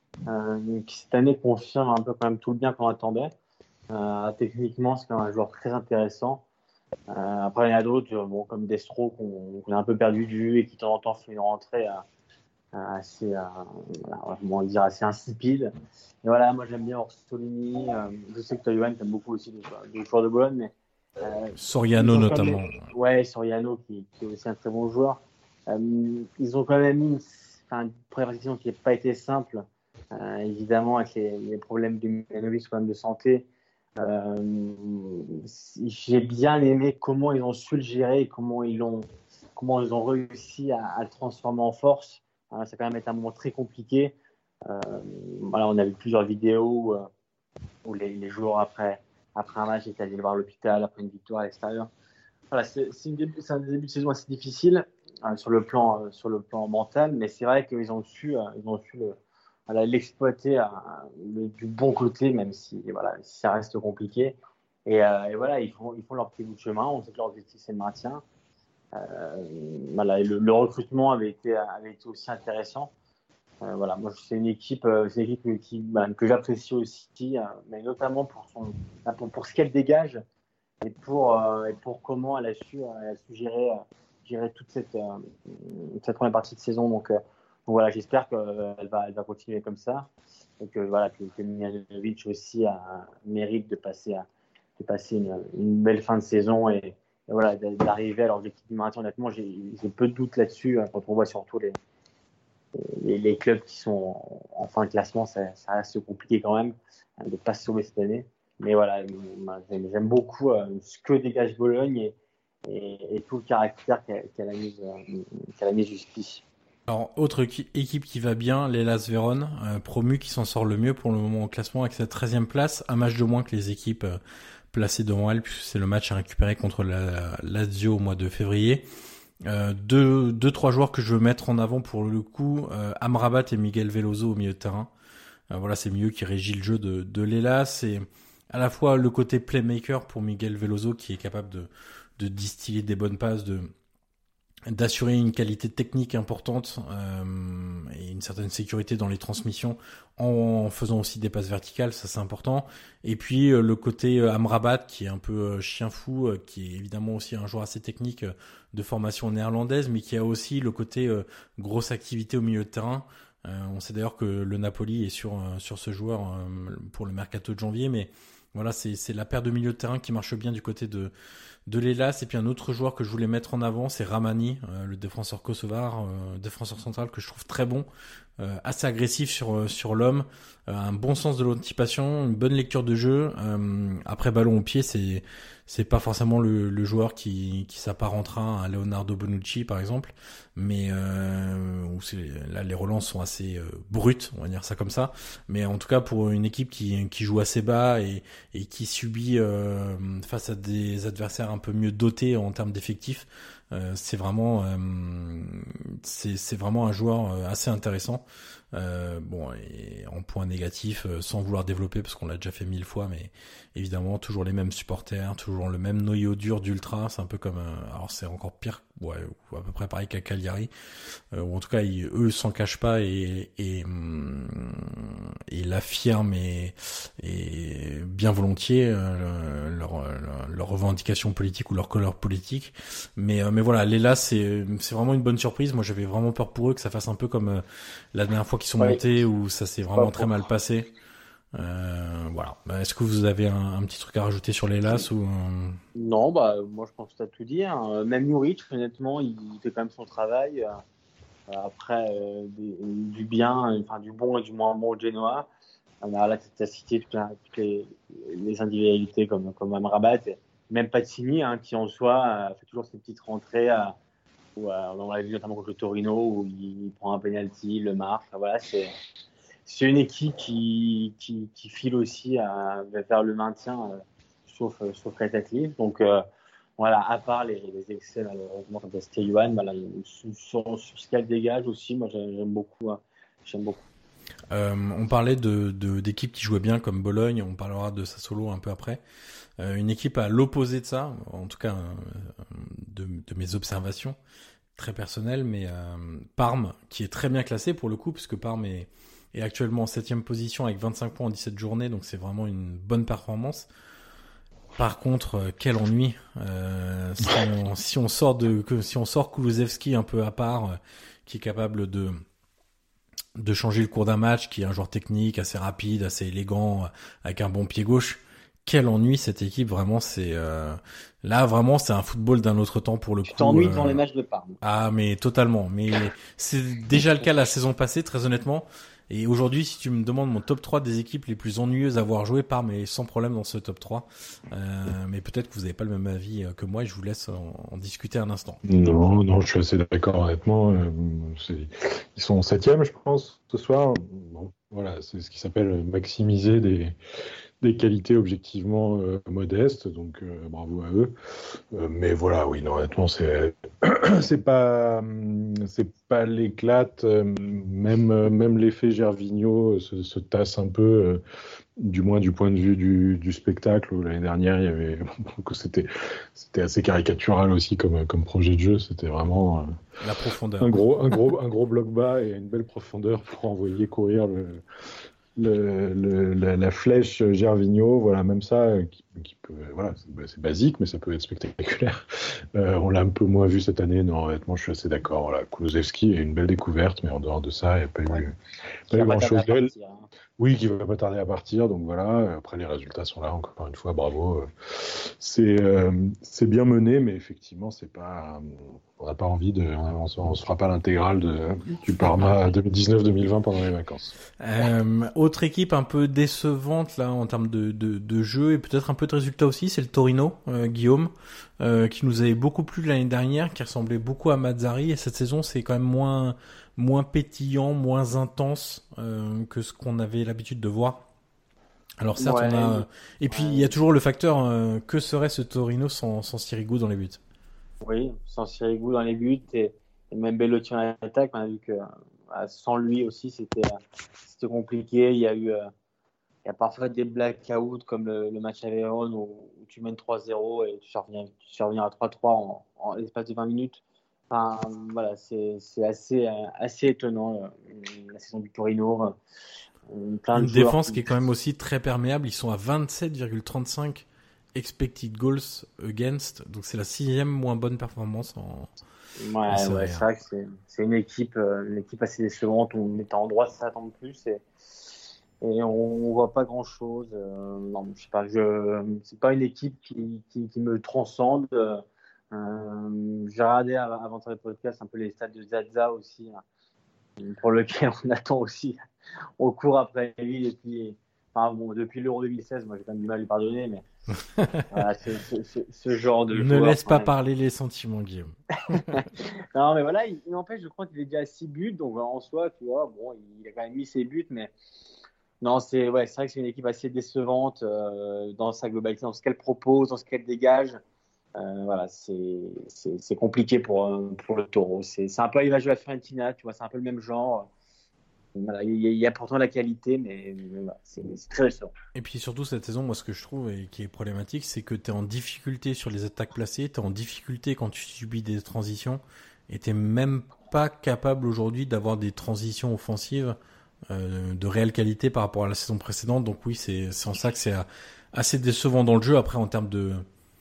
euh, qui cette année confirme un peu quand même tout le bien qu'on attendait. Euh, techniquement, c'est quand même un joueur très intéressant. Euh, après, il y en a d'autres, bon, comme Destro, qu'on, qu'on a un peu perdu de vue et qui de temps en temps fait une rentrée à assez, euh, comment dire, assez insipide. Et voilà, moi j'aime bien Orsolini. Euh, je sais que toi, Johan, t'aimes beaucoup aussi les joueurs de Bologne, mais euh, Soriano notamment. Même, ouais, Soriano qui, qui est aussi un très bon joueur. Euh, ils ont quand même mis une, enfin, une première saison qui n'a pas été simple, euh, évidemment avec les, les problèmes de Milanovic, les problèmes de santé. Euh, j'ai bien aimé comment ils ont su le gérer et comment ils ont, comment ils ont réussi à, à le transformer en force. Euh, ça a quand même été un moment très compliqué. Euh, voilà, on a vu plusieurs vidéos où, euh, où les, les joueurs après, après un match étaient allés voir l'hôpital après une victoire à l'extérieur. Voilà, c'est, c'est, une début, c'est un début de saison assez difficile euh, sur, le plan, euh, sur le plan mental, mais c'est vrai qu'ils ont su, euh, ils ont su le, voilà, l'exploiter à, le, du bon côté, même si voilà, ça reste compliqué. Et, euh, et voilà, ils font, ils font leur petit bout de chemin. On sait que leur objectif, c'est le maintien. Euh, voilà, et le, le recrutement avait été, avait été aussi intéressant. Euh, voilà, moi, c'est une équipe, euh, c'est une équipe qui, bah, que j'apprécie aussi, euh, mais notamment pour, son, pour, pour ce qu'elle dégage et pour, euh, et pour comment elle a su, elle a su gérer, euh, gérer toute cette, euh, cette première partie de saison. Donc, euh, voilà, j'espère qu'elle va, elle va continuer comme ça. Et que, voilà, que, que Miljanovic aussi a, mérite de passer, à, de passer une, une belle fin de saison et, et voilà, d'arriver à l'objectif du maintien. Honnêtement, j'ai, j'ai peu de doutes là-dessus, hein, quand on voit surtout les, les, les clubs qui sont en, en fin de classement. Ça, ça reste compliqué quand même, hein, de ne pas se sauver cette année. Mais voilà, j'aime, j'aime beaucoup euh, ce que dégage Bologne et, et, et tout le caractère qu'elle, qu'elle a mis, euh, qu'elle a mis jusqu'ici. Alors, autre équipe qui va bien, l'Hellas Vérone, euh, promu, qui s'en sort le mieux pour le moment au classement avec sa treizième place, un match de moins que les équipes euh, placées devant elle, puisque c'est le match à récupérer contre la Lazio au mois de février. Euh, deux, deux, trois joueurs que je veux mettre en avant pour le coup, euh, Amrabat et Miguel Veloso au milieu de terrain. Euh, voilà, c'est le milieu qui régit le jeu de, de l'Hellas. C'est à la fois le côté playmaker pour Miguel Veloso qui est capable de, de distiller des bonnes passes, de d'assurer une qualité technique importante euh, et une certaine sécurité dans les transmissions en faisant aussi des passes verticales, ça c'est important. Et puis euh, le côté euh, Amrabat qui est un peu euh, chien fou, euh, qui est évidemment aussi un joueur assez technique euh, de formation néerlandaise, mais qui a aussi le côté euh, grosse activité au milieu de terrain. Euh, on sait d'ailleurs que le Napoli est sur euh, sur ce joueur euh, pour le mercato de janvier, mais voilà, c'est c'est la paire de milieu de terrain qui marche bien du côté de de l'Hellas. Et puis un autre joueur que je voulais mettre en avant, c'est Ramani, euh, le défenseur kosovar, euh, défenseur central que je trouve très bon, euh, assez agressif sur sur l'homme, euh, un bon sens de l'anticipation, une bonne lecture de jeu. Euh, après ballon au pied, c'est c'est pas forcément le, le joueur qui qui s'apparentera à Leonardo Bonucci par exemple, mais euh, où c'est, là les relances sont assez euh, brutes, on va dire ça comme ça. Mais en tout cas pour une équipe qui qui joue assez bas et et qui subit euh, face à des adversaires un peu mieux dotés en termes d'effectifs, euh, c'est vraiment euh, c'est c'est vraiment un joueur assez intéressant. Euh, bon, et en point négatif, euh, sans vouloir développer parce qu'on l'a déjà fait mille fois, mais évidemment toujours les mêmes supporters, toujours le même noyau dur d'ultra. C'est un peu comme un, alors c'est encore pire, ouais, ou à peu près pareil qu'à Cagliari, euh, ou en tout cas ils, eux s'en cachent pas et et, et l'affirment et, et bien volontiers euh, leur, leur leur revendication politique ou leur couleur politique. Mais euh, mais voilà, l'Hellas c'est c'est vraiment une bonne surprise. Moi j'avais vraiment peur pour eux que ça fasse un peu comme euh, la dernière fois qu'ils sont ouais. montés où ça s'est vraiment très mal passé. Euh, voilà. Est-ce que vous avez un, un petit truc à rajouter sur l'Hellas ou euh... Non, bah moi je pense que tu as tout dit. Hein. Même Juric, honnêtement, il fait quand même son travail. Après, euh, des, du bien, enfin du bon et du moins bon au Genoa. Alors là, tu as cité toutes, toutes les, les individualités comme, comme Amrabat, même Pazzini, hein, qui en soi fait toujours ses petites rentrées. À, où, euh, on l'a vu notamment contre le Torino, où il prend un penalty, le marque. Enfin, voilà, c'est, c'est une équipe qui, qui, qui file aussi à, vers le maintien, euh, sauf, sauf cataclysme. Donc, euh, voilà, à part les, les excès, malheureusement, comme c'était Johan, voilà, sur, sur ce qu'elle dégage aussi, moi j'aime beaucoup. Hein, j'aime beaucoup. Euh, on parlait de, de, d'équipes qui jouaient bien comme Bologne, on parlera de Sassuolo un peu après. Euh, une équipe à l'opposé de ça, en tout cas euh, de, de mes observations très personnelles, mais euh, Parme, qui est très bien classé pour le coup, puisque Parme est, est actuellement en septième position avec vingt-cinq points en dix-sept journées, donc c'est vraiment une bonne performance. Par contre, euh, quel ennui. Euh, si, on, si on sort de, que, si on sort Kulusevski un peu à part, euh, qui est capable de de changer le cours d'un match, qui est un joueur technique, assez rapide, assez élégant, euh, avec un bon pied gauche. Quel ennui cette équipe, vraiment, c'est euh... là vraiment c'est un football d'un autre temps pour le tu coup. Tu t'ennuies euh... devant les matchs de Parme. Ah mais totalement, mais c'est déjà le cas la saison passée, très honnêtement. Et aujourd'hui, si tu me demandes mon top trois des équipes les plus ennuyeuses à avoir joué, Parme est sans problème dans ce top trois. Euh, mais peut-être que vous n'avez pas le même avis que moi et je vous laisse en, en discuter un instant. Non, non, je suis assez d'accord, honnêtement. Euh, c'est... Ils sont septième, je pense, ce soir. Bon, voilà, c'est ce qui s'appelle maximiser des, des qualités objectivement euh, modestes, donc euh, bravo à eux. Euh, mais voilà, oui, non, honnêtement, c'est c'est pas c'est pas l'éclate. Euh, même euh, même l'effet Gervinho se, se tasse un peu, euh, du moins du point de vue du, du spectacle. Où l'année dernière, il y avait c'était c'était assez caricatural aussi comme comme projet de jeu. C'était vraiment euh, la profondeur. Un gros un gros un gros bloc bas et une belle profondeur pour envoyer courir le Le, le, la, la flèche Gervinho, voilà, même ça, qui, qui peut, voilà, c'est, c'est basique, mais ça peut être spectaculaire. Euh, on l'a un peu moins vu cette année, non, honnêtement, je suis assez d'accord. Voilà, Kulusevski est une belle découverte, mais en dehors de ça, il n'y a pas eu, Ouais. pas eu grand-chose d'elle. Hein. Oui, qui va pas tarder à partir, donc voilà. Après, les résultats sont là, encore une fois, bravo. C'est, euh, c'est bien mené, mais effectivement, c'est pas, on n'a pas envie de, on, on se fera pas l'intégrale de, du Parma deux mille dix-neuf deux mille vingt pendant les vacances. Euh, autre équipe un peu décevante là en termes de, de, de jeu et peut-être un peu de résultats aussi, c'est le Torino, euh, Guillaume, euh, qui nous avait beaucoup plu l'année dernière, qui ressemblait beaucoup à Mazzarri, et cette saison c'est quand même moins moins pétillant, moins intense euh, que ce qu'on avait l'habitude de voir. Alors certes, ouais, on a, mais... et puis il ouais. y a toujours le facteur euh, que serait ce Torino sans sans Sirigu dans les buts. Oui, sans Sirigu dans les buts et, et même Bellotti en attaque, on a vu que sans lui aussi, c'était, c'était compliqué. Il y a eu euh, il y a parfois des blackouts comme le, le match à Vérone où, où tu mènes trois zéro et tu reviens, tu reviens à trois trois en, en l'espace de vingt minutes. Enfin, voilà, c'est, c'est assez, assez étonnant euh, la saison du Torino. Euh, plein Une de joueurs défense qui... qui est quand même aussi très perméable. Ils sont à vingt-sept virgule trente-cinq expected goals against. Donc c'est la sixième moins bonne performance en... Ouais, ouais, c'est vrai que c'est, c'est une équipe, euh, une équipe assez décevante. On était en droit de s'attendre plus et, et on, on voit pas grand chose. Euh, non, je sais pas, je, c'est pas une équipe qui, qui, qui me transcende. Euh, j'ai regardé avant de faire le podcast un peu les stats de Zaza aussi, hein, pour lequel on attend aussi. On court après lui depuis, enfin bon, depuis l'Euro deux mille seize. Moi, j'ai quand même du mal à lui pardonner, mais voilà, ce, ce, ce, ce genre de ne joueur, laisse pas même. parler les sentiments, Guillaume. Non, mais voilà, il, il n'empêche, je crois qu'il est déjà à six buts, donc en soi, tu vois, bon, il a quand même mis ses buts, mais non, c'est, ouais, c'est vrai que c'est une équipe assez décevante euh, dans sa globalité, dans ce qu'elle propose, dans ce qu'elle dégage. Euh, voilà, c'est, c'est, c'est compliqué pour, pour le Taureau. C'est, c'est un peu à l'image de la Fiorentina, tu vois, c'est un peu le même genre. Voilà, il y, y a pourtant la qualité, mais, mais voilà, c'est, c'est très décevant. Et puis surtout cette saison, moi ce que je trouve et qui est problématique, c'est que tu es en difficulté sur les attaques placées, tu es en difficulté quand tu subis des transitions, et tu n'es même pas capable aujourd'hui d'avoir des transitions offensives euh, de réelle qualité par rapport à la saison précédente. Donc oui, c'est, c'est en ça que c'est assez décevant dans le jeu. Après, en termes de,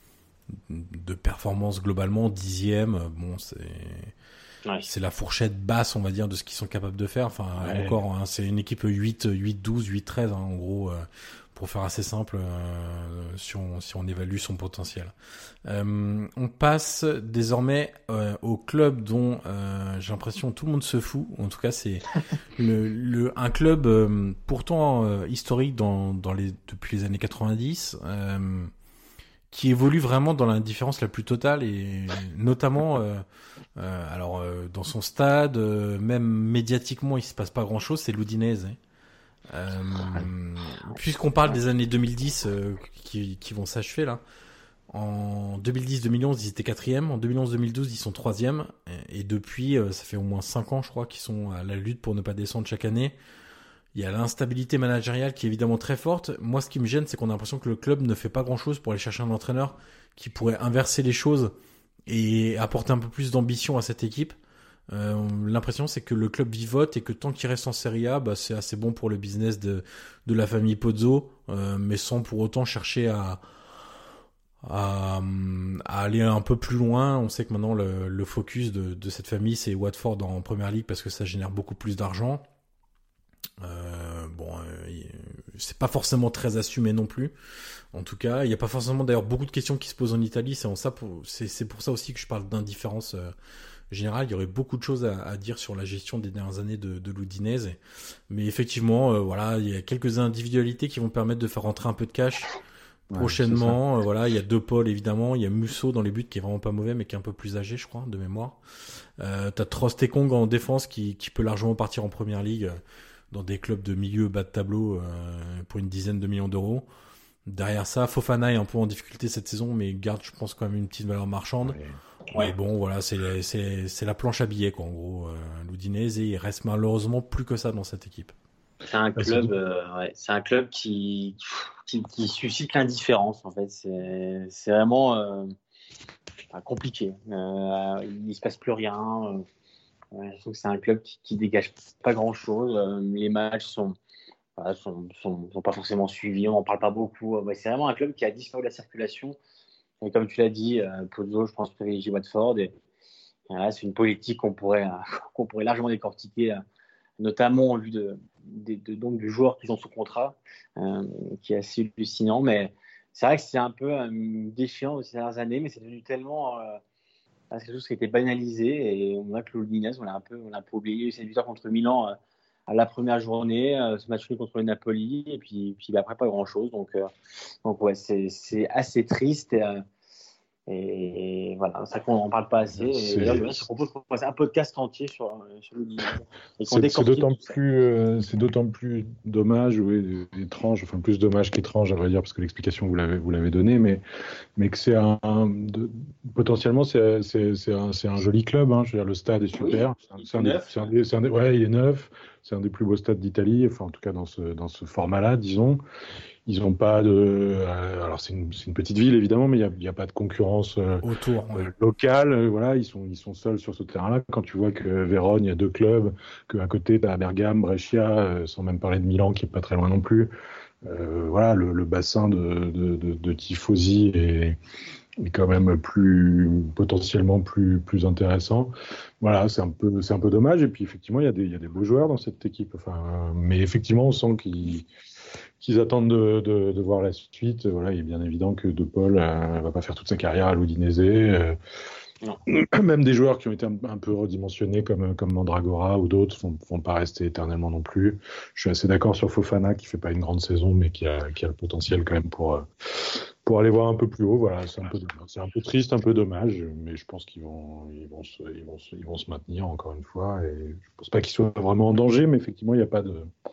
de performance globalement, dixième, bon, c'est... Ouais. C'est la fourchette basse, on va dire, de ce qu'ils sont capables de faire. Enfin, ouais. encore, hein, c'est une équipe huit, huit, douze, huit, treize, hein, en gros, euh, pour faire assez simple, euh, si on, si on évalue son potentiel. Euh, on passe désormais euh, au club dont euh, j'ai l'impression tout le monde se fout. En tout cas, c'est le, le, un club euh, pourtant euh, historique dans, dans les, depuis les années quatre-vingt-dix, euh, qui évolue vraiment dans l'indifférence la plus totale et notamment euh, euh, alors euh, dans son stade, euh, même médiatiquement il se passe pas grand chose, c'est l'Udinese. Euh, puisqu'on parle des années deux mille dix euh, qui, qui vont s'achever là, en deux mille dix deux mille onze ils étaient quatrième, en deux mille onze deux mille douze ils sont troisième, et, et depuis euh, ça fait au moins cinq ans je crois qu'ils sont à la lutte pour ne pas descendre chaque année. Il y a l'instabilité managériale qui est évidemment très forte. Moi, ce qui me gêne, c'est qu'on a l'impression que le club ne fait pas grand-chose pour aller chercher un entraîneur qui pourrait inverser les choses et apporter un peu plus d'ambition à cette équipe. Euh, l'impression, c'est que le club vivote et que tant qu'il reste en Serie A, bah, c'est assez bon pour le business de, de la famille Pozzo, euh, mais sans pour autant chercher à, à, à aller un peu plus loin. On sait que maintenant, le, le focus de, de cette famille, c'est Watford en Premier League parce que ça génère beaucoup plus d'argent. Euh, bon, euh, c'est pas forcément très assumé non plus. En tout cas, il y a pas forcément d'ailleurs beaucoup de questions qui se posent en Italie. C'est en ça, pour, c'est, c'est pour ça aussi que je parle d'indifférence euh, générale. Il y aurait beaucoup de choses à, à dire sur la gestion des dernières années de, de l'Udinese. Mais effectivement, euh, voilà, il y a quelques individualités qui vont permettre de faire rentrer un peu de cash. Ouais, prochainement, euh, voilà, il y a De Paul évidemment, il y a Musso dans les buts qui est vraiment pas mauvais mais qui est un peu plus âgé, je crois, de mémoire. Euh, t'as Trostekong en défense qui, qui peut largement partir en Première Ligue. Euh, dans des clubs de milieu bas de tableau euh, pour une dizaine de millions d'euros. Derrière ça, Fofana est un peu en difficulté cette saison, mais garde, je pense, quand même une petite valeur marchande. Ouais. Ouais, bon, voilà, c'est, c'est, c'est la planche à billets, quoi, en gros, euh, l'Udinese, et il reste malheureusement plus que ça dans cette équipe. C'est un club, euh, ouais, c'est un club qui, qui, qui suscite l'indifférence, en fait. C'est, c'est vraiment euh, compliqué. Euh, il ne se passe plus rien. Euh, ouais, je trouve que c'est un club qui, qui dégage pas grand-chose. Euh, les matchs sont Voilà, sont, sont, sont pas forcément suivis, on n'en parle pas beaucoup. Ouais, c'est vraiment un club qui a disparu de la circulation. Et comme tu l'as dit, euh, Pozzo, je pense, privilégie Watford. Et, et voilà, c'est une politique qu'on pourrait, euh, qu'on pourrait largement décortiquer, euh, notamment en vue de, de, de, donc, du joueur qu'ils ont sous contrat, euh, qui est assez hallucinant. Mais c'est vrai que c'est un peu euh, défiant ces dernières années, mais c'est devenu tellement euh, quelque chose qui a été banalisé. Et on voit que l'Udinese, on l'a un peu, on l'a un peu oublié. C'est une victoire contre Milan. Euh, à la première journée, euh, ce match contre le Napoli, et puis, puis après, pas grand-chose. Donc, euh, donc ouais, c'est, c'est assez triste. Et, euh, et voilà, c'est ça qu'on n'en parle pas assez. Et là, je propose qu'on fasse un podcast entier sur, sur le c'est, c'est, d'autant plus, euh, c'est d'autant plus dommage, oui, étrange, enfin plus dommage qu'étrange, à vrai dire, parce que l'explication, vous l'avez, vous l'avez donnée, mais, mais que c'est un, un de, potentiellement, c'est, c'est, c'est, un, c'est un joli club. Hein, je veux dire, le stade est super. Oui, c'est un, c'est un, c'est un, c'est un, ouais, il est neuf. C'est un des plus beaux stades d'Italie, enfin en tout cas dans ce dans ce format-là, disons. Ils n'ont pas de, euh, alors c'est une c'est une petite ville évidemment, mais il y a il y a pas de concurrence euh, autour ouais. euh, locale. Euh, voilà, ils sont ils sont seuls sur ce terrain-là. Quand tu vois que Vérone, il y a deux clubs, que à côté t'as Bergame, Brescia, euh, sans même parler de Milan qui est pas très loin non plus. Euh, voilà, le, le bassin de de, de, de tifosi est est quand même plus potentiellement plus plus intéressant. Voilà, c'est un peu c'est un peu dommage. Et puis effectivement, il y a des il y a des beaux joueurs dans cette équipe. Enfin, mais effectivement, on sent qu'ils qu'ils attendent de, de, de voir la suite. Voilà, il est bien évident que De Paul euh, va pas faire toute sa carrière à l'Udinese. Euh, même des joueurs qui ont été un, un peu redimensionnés comme comme Mandragora ou d'autres vont vont pas rester éternellement non plus. Je suis assez d'accord sur Fofana qui fait pas une grande saison, mais qui a qui a le potentiel quand même pour pour aller voir un peu plus haut. Voilà, c'est un peu c'est un peu triste, un peu dommage, mais je pense qu'ils vont ils vont se, ils vont se, ils vont se maintenir encore une fois. Et je pense pas qu'ils soient vraiment en danger, mais effectivement il y a pas de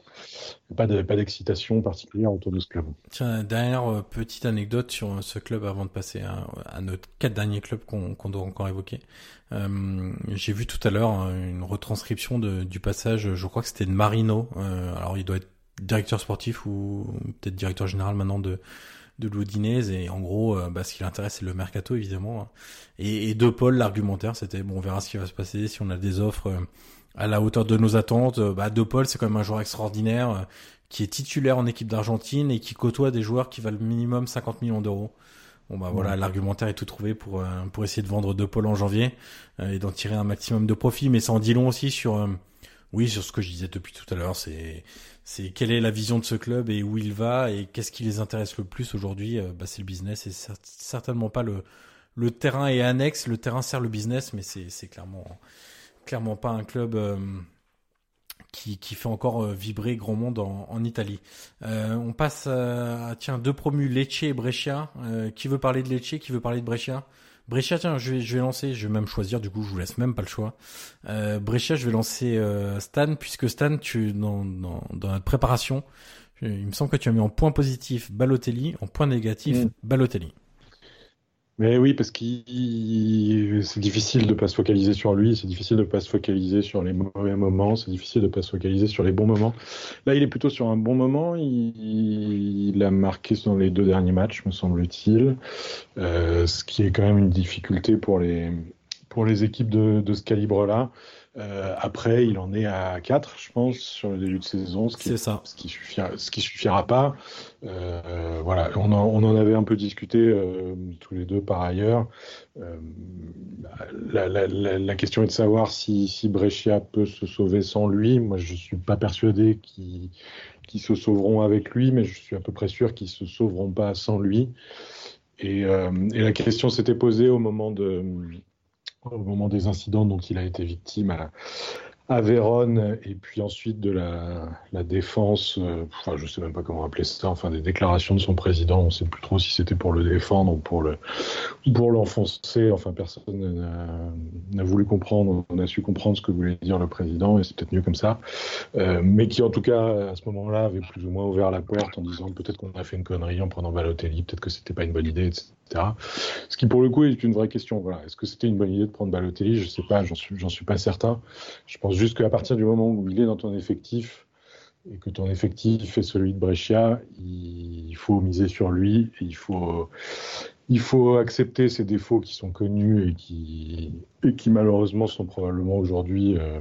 pas de pas d'excitation particulière autour de ce club. Tiens, dernière euh, petite anecdote sur ce club avant de passer à, à nos quatre derniers clubs qu'on, qu'on doit encore évoquer. Euh, j'ai vu tout à l'heure une retranscription de, du passage, je crois que c'était de Marino. Euh, alors il doit être directeur sportif ou peut-être directeur général maintenant de de l'Udinese, et en gros euh, bah, ce qui l'intéresse c'est le mercato évidemment, et, et De Paul, l'argumentaire c'était bon, on verra ce qui va se passer si on a des offres euh, à la hauteur de nos attentes. Bah, De Paul c'est quand même un joueur extraordinaire euh, qui est titulaire en équipe d'Argentine et qui côtoie des joueurs qui valent minimum cinquante millions d'euros. Bon bah voilà, ouais. L'argumentaire est tout trouvé pour euh, pour essayer de vendre De Paul en janvier euh, et d'en tirer un maximum de profit, mais ça en dit long aussi sur euh, oui, sur ce que je disais depuis tout à l'heure, c'est c'est quelle est la vision de ce club et où il va et qu'est-ce qui les intéresse le plus aujourd'hui. Euh, bah c'est le business et c'est certainement pas le le terrain est annexe, le terrain sert le business, mais c'est c'est clairement clairement pas un club euh, qui qui fait encore euh, vibrer grand monde en, en Italie. Euh, on passe à, à tiens deux promus, Lecce et Brescia. Euh, qui veut parler de Lecce, qui veut parler de Brescia? Brescia, tiens, je vais, je vais lancer, je vais même choisir, du coup, je vous laisse même pas le choix. Euh, Brescia, je vais lancer euh, Stan, puisque Stan, tu dans, dans, dans notre préparation, il me semble que tu as mis en point positif Balotelli, en point négatif mmh. Balotelli. Mais oui, parce que c'est difficile de pas se focaliser sur lui, c'est difficile de pas se focaliser sur les mauvais moments, c'est difficile de pas se focaliser sur les bons moments. Là, il est plutôt sur un bon moment. Il, il a marqué dans les deux derniers matchs, me semble-t-il, euh, ce qui est quand même une difficulté pour les pour les équipes de, de ce calibre-là. Euh, après, il en est à quatre, je pense, sur le début de saison, ce qui, c'est ça. Ce qui suffira, ce qui suffira pas. Euh, voilà, on en, on en avait un peu discuté euh, tous les deux par ailleurs. Euh, la, la, la, la question est de savoir si, si Brescia peut se sauver sans lui. Moi, je suis pas persuadé qu'ils, qu'ils se sauveront avec lui, mais je suis à peu près sûr qu'ils se sauveront pas sans lui. Et, euh, et la question s'était posée au moment de au moment des incidents dont il a été victime à la, à Vérone, et puis ensuite de la, la défense, euh, enfin je sais même pas comment appeler ça, enfin des déclarations de son président, on sait plus trop si c'était pour le défendre ou pour le pour l'enfoncer, enfin personne n'a, n'a voulu comprendre, on a su comprendre ce que voulait dire le président, et c'est peut-être mieux comme ça, euh, mais qui en tout cas à ce moment-là avait plus ou moins ouvert la porte en disant peut-être qu'on a fait une connerie en prenant Balotelli, peut-être que c'était pas une bonne idée, et cetera. Ce qui pour le coup est une vraie question, voilà. Est-ce que c'était une bonne idée de prendre Balotelli? Je sais pas, j'en suis, j'en suis pas certain. Je pense juste qu'à partir du moment où il est dans ton effectif et que ton effectif est celui de Brescia, il faut miser sur lui, et il faut, il faut accepter ses défauts qui sont connus et qui, et qui malheureusement sont probablement aujourd'hui euh,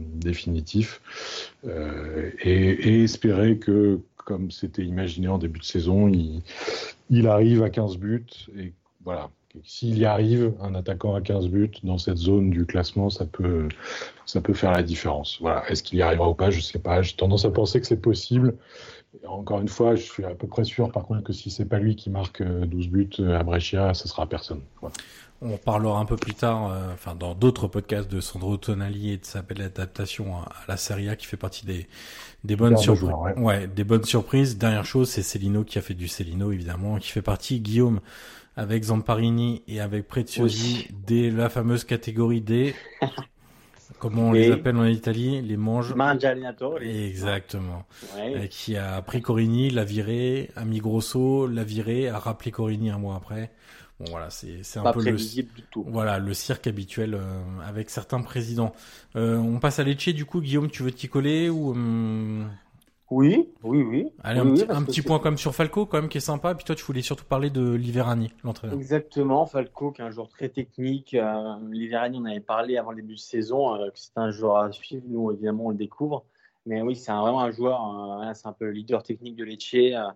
définitifs, euh, et, et espérer que, comme c'était imaginé en début de saison, il, il arrive à quinze buts, et voilà. S'il y arrive, un attaquant à quinze buts dans cette zone du classement, ça peut, ça peut faire la différence. Voilà. Est-ce qu'il y arrivera ou pas? Je ne sais pas. J'ai tendance à penser que c'est possible. Et encore une fois, je suis à peu près sûr, par contre, que si c'est pas lui qui marque douze buts à Brescia, ce sera personne. Voilà. On parlera un peu plus tard, euh, enfin dans d'autres podcasts, de Sandro Tonali et de sa belle adaptation à, à la Serie A, qui fait partie des des bonnes surprises. Ouais. ouais, des bonnes surprises. Dernière chose, c'est Cellino qui a fait du Cellino, évidemment, qui fait partie, Guillaume, avec Zamparini et avec Preziosi, oui. Dès la fameuse catégorie D, comment on et les appelle en Italie, les mange. Mangialinatori. Exactement. Ouais. Qui a pris Corini, l'a viré, a mis Grosso, l'a viré, a rappelé Corini un mois après. Bon voilà, c'est c'est un pas peu le du tout. Voilà, le cirque habituel euh, avec certains présidents. Euh, on passe à Lecce du coup, Guillaume, tu veux t'y coller ou hum... Oui, oui, oui. Allez, oui, un, oui, petit, un petit point comme sur Falco, quand même, qui est sympa. Puis toi, tu voulais surtout parler de Liverani, l'entraîneur. Exactement, Falco, qui est un joueur très technique. Euh, Liverani, on avait parlé avant le début de saison, euh, que c'est un joueur à suivre. Nous, évidemment, on le découvre. Mais oui, c'est un, vraiment un joueur, euh, c'est un peu le leader technique de Lecce.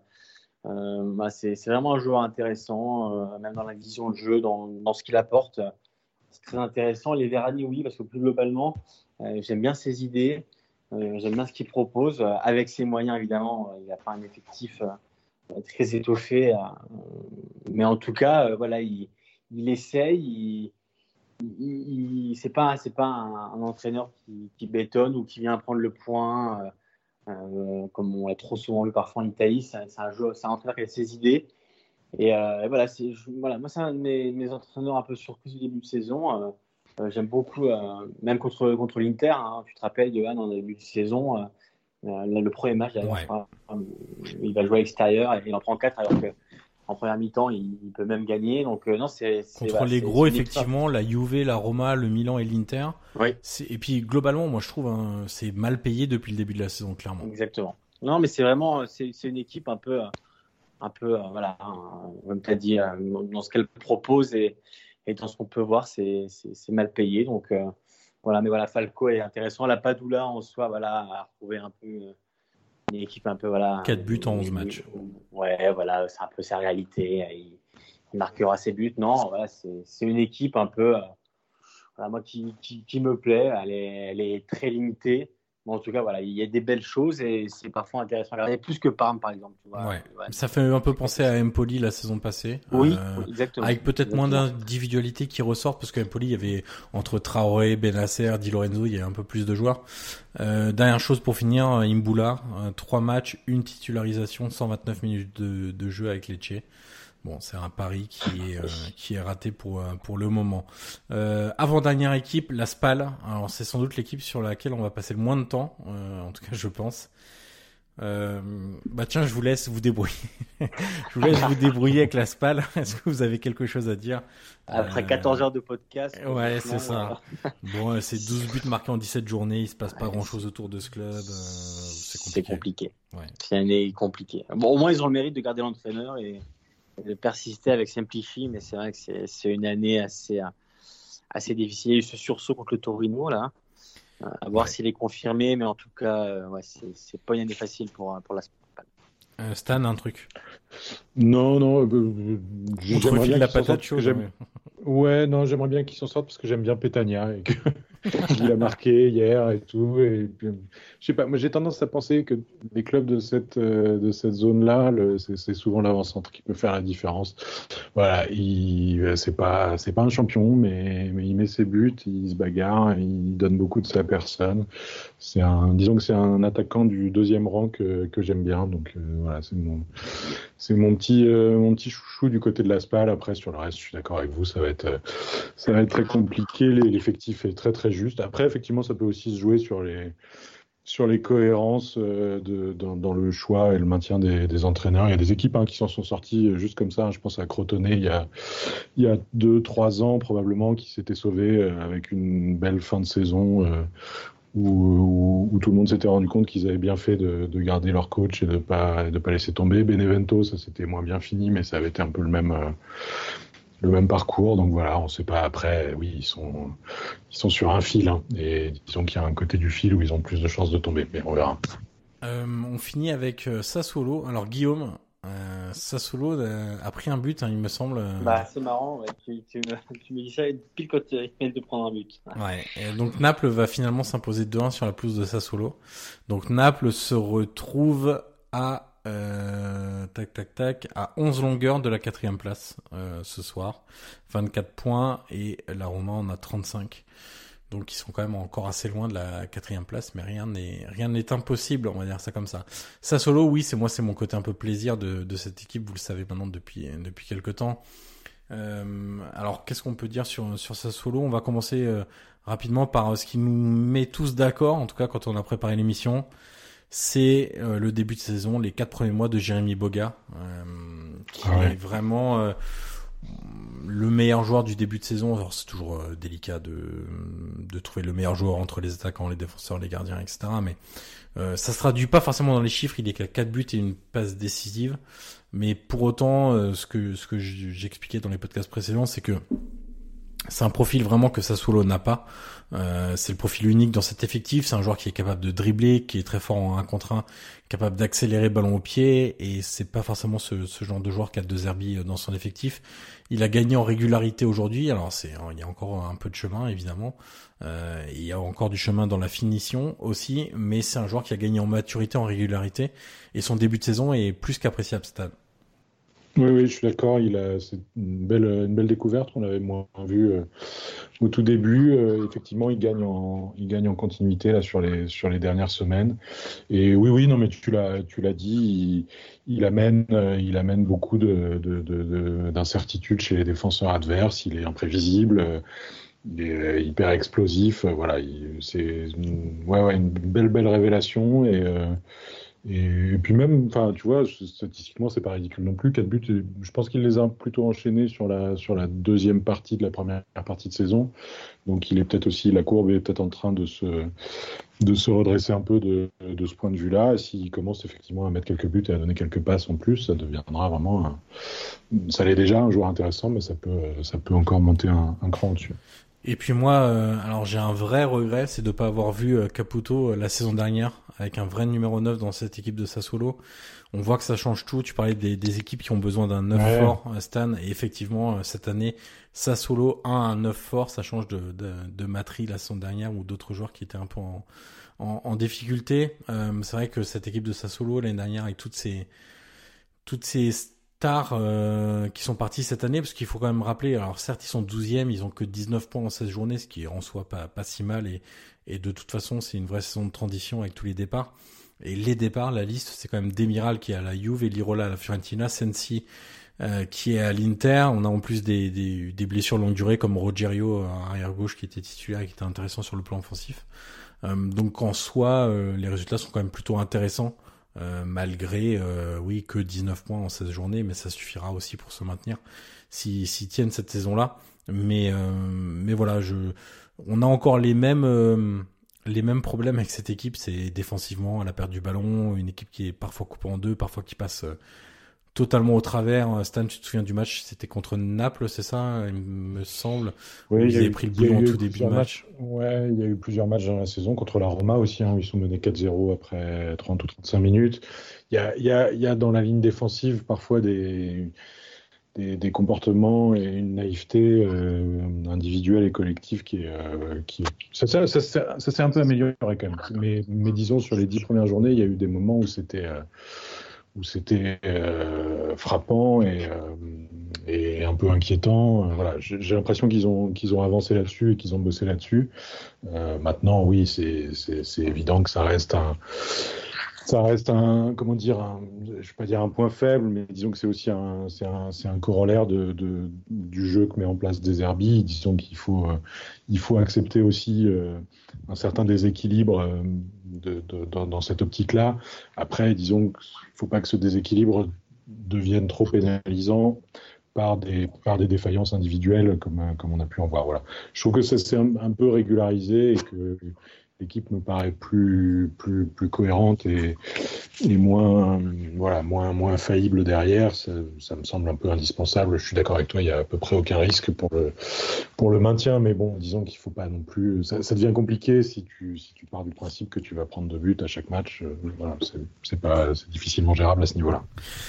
Euh, bah, c'est, c'est vraiment un joueur intéressant, euh, même dans la vision de jeu, dans, dans ce qu'il apporte. C'est très intéressant. Liverani, oui, parce que plus globalement, euh, j'aime bien ses idées. Euh, j'aime bien ce qu'il propose, euh, avec ses moyens évidemment. Euh, il n'a pas un effectif euh, très étoffé, euh, mais en tout cas, euh, voilà, il, il essaye. Il, il, il, c'est pas, c'est pas un, un entraîneur qui, qui bétonne ou qui vient prendre le point, euh, euh, comme on l'a trop souvent vu parfois en Italie. C'est, c'est un joueur, c'est un entraîneur qui a ses idées. Et, euh, et voilà, c'est, je, voilà, moi c'est un de mes, mes entraîneurs un peu surpris du début de saison. Euh, Euh, j'aime beaucoup, euh, même contre, contre l'Inter, hein, tu te rappelles, Johan, en début de saison, euh, euh, le premier match, d'ailleurs, ouais. crois, euh, il va jouer à l'extérieur et il en prend quatre, alors qu'en première mi-temps, il, il peut même gagner. Donc, euh, non, c'est, c'est, contre bah, les c'est, gros, c'est effectivement, la Juve, la Roma, le Milan et l'Inter. Oui. C'est, et puis, globalement, moi, je trouve, hein, c'est mal payé depuis le début de la saison, clairement. Exactement. Non, mais c'est vraiment, c'est, c'est une équipe un peu, un peu, euh, voilà, hein, comme tu as dit, euh, dans ce qu'elle propose et Et dans ce qu'on peut voir, c'est, c'est, c'est mal payé. Donc, euh, voilà. Mais voilà, Falco est intéressant. La Padula, en soi, voilà, a retrouvé un peu euh, une équipe un peu, voilà. quatre buts en onze matchs. Ouais, voilà, c'est un peu sa réalité. Il, il marquera ses buts. Non, voilà, c'est, c'est une équipe un peu, euh, voilà, moi, qui, qui, qui me plaît. Elle est, elle est très limitée. Mais en tout cas, voilà, il y a des belles choses et c'est parfois intéressant à regarder, plus que Parme, par exemple. Tu vois. Ouais. Ouais. Ça fait un peu penser à Empoli la saison passée. Oui, euh, exactement. Avec peut-être exactement. moins d'individualité qui ressort, parce qu'à Empoli, il y avait entre Traoré, Benasser, Di Lorenzo, il y avait un peu plus de joueurs. Euh, dernière chose pour finir, Imbula, euh, trois matchs, une titularisation, cent vingt-neuf minutes de, de jeu avec Lecce. Bon, c'est un pari qui est, euh, qui est raté pour, euh, pour le moment. Euh, avant-dernière équipe, la Spal. Alors, c'est sans doute l'équipe sur laquelle on va passer le moins de temps, euh, en tout cas, je pense. Euh, bah tiens, je vous laisse vous débrouiller. je vous laisse vous débrouiller avec la Spal. Est-ce que vous avez quelque chose à dire? Après euh... quatorze heures de podcast. Ouais, c'est ça. Bon, c'est douze buts marqués en dix-sept journées. Il se passe pas grand-chose autour de ce club. Euh, c'est compliqué. C'est compliqué. Ouais. C'est une année compliquée. Bon, au moins, ils ont le mérite de garder l'entraîneur et de persister avec Semplici, mais c'est vrai que c'est, c'est une année assez, assez difficile. Il y a eu ce sursaut contre le Torino, là. À voir ouais. s'il est confirmé, mais en tout cas, ouais, c'est, c'est pas une année facile pour, pour la Spal. Euh, Stan, un truc? Non, non. Euh, On te refile la patate chaude. Ouais, non, j'aimerais bien qu'ils s'en sortent parce que j'aime bien Petagna et que, Il a marqué hier et tout. Et puis, je sais pas, moi j'ai tendance à penser que les clubs de cette, euh, de cette zone-là, le, c'est, c'est souvent l'avant-centre qui peut faire la différence. Voilà, il, c'est pas, c'est pas un champion, mais, mais il met ses buts, il se bagarre, il donne beaucoup de sa personne. C'est un, disons que c'est un attaquant du deuxième rang que, que j'aime bien. Donc euh, voilà, c'est mon, c'est mon petit, euh, mon petit chouchou du côté de la Spal. Après, sur le reste, je suis d'accord avec vous, ça va être, euh, ça va être très compliqué. L'effectif est très très juste. Après, effectivement, ça peut aussi se jouer sur les, sur les cohérences euh, de, dans, dans le choix et le maintien des, des entraîneurs. Il y a des équipes hein, qui s'en sont sorties euh, juste comme ça. Je pense à Crotone il y a, il y a deux, trois ans probablement, qui s'était sauvé euh, avec une belle fin de saison euh, où, où, où tout le monde s'était rendu compte qu'ils avaient bien fait de, de garder leur coach et de pas, de pas laisser tomber. Benevento, ça s'était moins bien fini, mais ça avait été un peu le même... Euh, le même parcours, donc voilà, on ne sait pas. Après, oui, ils sont, ils sont sur un fil, hein, et disons qu'il y a un côté du fil où ils ont plus de chances de tomber, mais on verra. Euh, on finit avec euh, Sassuolo. Alors Guillaume, euh, Sassuolo euh, a pris un but, hein, il me semble. Euh... Bah, c'est marrant, ouais. tu, tu, me, tu me dis ça pile quand ils viennent de prendre un but. Ouais. Et donc Naples va finalement s'imposer deux un sur la pelouse de Sassuolo. Donc Naples se retrouve à Euh, tac tac tac à onze longueurs de la quatrième place euh, ce soir, vingt-quatre points, et la Roma en a trente-cinq, donc ils sont quand même encore assez loin de la quatrième place, mais rien n'est rien n'est impossible, on va dire ça comme ça. Sassuolo, oui, c'est moi, c'est mon côté un peu plaisir de de cette équipe, vous le savez maintenant depuis depuis quelques temps. Euh, alors qu'est-ce qu'on peut dire sur sur Sassuolo? On va commencer euh, rapidement par euh, ce qui nous met tous d'accord, en tout cas quand on a préparé l'émission. C'est euh, le début de saison, les quatre premiers mois de Jérémy Boga, euh, qui ah ouais. est vraiment euh, le meilleur joueur du début de saison. Alors c'est toujours euh, délicat de de trouver le meilleur joueur entre les attaquants, les défenseurs, les gardiens, et cetera. Mais euh, ça se traduit pas forcément dans les chiffres. Il est qu'à quatre buts et une passe décisive. Mais pour autant, euh, ce que ce que j'expliquais dans les podcasts précédents, c'est que c'est un profil vraiment que Sassuolo n'a pas. Euh, c'est le profil unique dans cet effectif. C'est un joueur qui est capable de dribbler, qui est très fort en un contre un, capable d'accélérer ballon au pied, et c'est pas forcément ce, ce genre de joueur qui a De Zerbi dans son effectif. Il a gagné en régularité aujourd'hui. Alors c'est, il y a encore un peu de chemin évidemment. Euh, il y a encore du chemin dans la finition aussi, mais c'est un joueur qui a gagné en maturité, en régularité, et son début de saison est plus qu'appréciable, Stan. Oui, oui, je suis d'accord. Il a, c'est une belle, une belle découverte. On l'avait moins vu euh, au tout début. Euh, effectivement, il gagne en, il gagne en continuité là sur les, sur les dernières semaines. Et oui, oui, non, mais tu l'as, tu l'as dit. Il, il amène, euh, il amène beaucoup de, de, de, de, d'incertitudes chez les défenseurs adverses. Il est imprévisible. Euh, il est hyper explosif. Euh, voilà, il, c'est, une, ouais, ouais, une belle, belle révélation. Et euh, Et puis même, enfin, tu vois, statistiquement, c'est pas ridicule non plus. Quatre buts, je pense qu'il les a plutôt enchaînés sur la sur la deuxième partie de la première partie de saison. Donc, il est peut-être aussi, la courbe est peut-être en train de se de se redresser un peu de de ce point de vue-là. Et s'il commence effectivement à mettre quelques buts et à donner quelques passes en plus, ça deviendra vraiment, un, ça l'est déjà un joueur intéressant, mais ça peut ça peut encore monter un, un cran au-dessus. Et puis moi, euh, alors j'ai un vrai regret, c'est de pas avoir vu euh, Caputo euh, la saison dernière avec un vrai numéro neuf dans cette équipe de Sassuolo. On voit que ça change tout. Tu parlais des, des équipes qui ont besoin d'un neuf ouais. fort, euh, Stan, et effectivement euh, cette année Sassuolo a un neuf fort. Ça change de de, de Matri la saison dernière ou d'autres joueurs qui étaient un peu en en, en difficulté. Euh, c'est vrai que cette équipe de Sassuolo l'année dernière, avec toutes ces toutes ces stars euh, qui sont partis cette année, parce qu'il faut quand même rappeler, alors certes ils sont douzième, ils ont que dix-neuf points en seize journées, ce qui est en soi pas pas si mal, et et de toute façon c'est une vraie saison de transition avec tous les départs. Et les départs, la liste, c'est quand même Demiral qui est à la Juve, et Lirola à la Fiorentina, Sensi euh, qui est à l'Inter. On a en plus des des, des blessures longue durée comme Rogerio, arrière gauche, qui était titulaire et qui était intéressant sur le plan offensif. Euh, donc en soi, euh, les résultats sont quand même plutôt intéressants. Euh, malgré euh, oui que dix-neuf points en seize journées, mais ça suffira aussi pour se maintenir si s'ils tiennent cette saison-là. Mais euh, mais voilà, je on a encore les mêmes euh, les mêmes problèmes avec cette équipe, c'est défensivement, elle a perdu du ballon, une équipe qui est parfois coupée en deux, parfois qui passe euh, totalement au travers. Stan, tu te souviens du match, c'était contre Naples, c'est ça, il me semble. Oui, ils avaient pris le bouillon au tout début du match. match. Ouais, il y a eu plusieurs matchs dans la saison, contre la Roma aussi, hein, où ils sont menés quatre zéro après trente ou trente-cinq minutes. Il y a, il y a, il y a dans la ligne défensive parfois des, des, des comportements et une naïveté euh, individuelle et collective qui est... Euh, qui, ça, ça, ça, ça, ça s'est un peu amélioré quand même. Mais, mais disons, sur les dix premières journées, il y a eu des moments où c'était... Euh, où c'était euh, frappant et, euh, et un peu inquiétant. Voilà, j'ai, j'ai l'impression qu'ils ont, qu'ils ont avancé là-dessus et qu'ils ont bossé là-dessus. Euh, maintenant, oui, c'est, c'est, c'est évident que ça reste un... Ça reste un, comment dire, un, je ne vais pas dire un point faible, mais disons que c'est aussi un, c'est un, c'est un corollaire de, de, du jeu que met en place De Zerbi. Disons qu'il faut, euh, il faut accepter aussi euh, un certain déséquilibre euh, de, de, dans, dans cette optique-là. Après, disons qu'il ne faut pas que ce déséquilibre devienne trop pénalisant par des, par des défaillances individuelles comme, comme on a pu en voir. Voilà. Je trouve que ça s'est un, un peu régularisé et que l'équipe me paraît plus, plus, plus cohérente et, et moins, voilà, moins, moins faillible derrière. Ça, ça me semble un peu indispensable. Je suis d'accord avec toi, il n'y a à peu près aucun risque pour le, pour le maintien, mais bon, disons qu'il ne faut pas non plus... Ça, ça devient compliqué si tu, si tu pars du principe que tu vas prendre deux buts à chaque match. Voilà, c'est, c'est, pas, c'est difficilement gérable à ce niveau-là.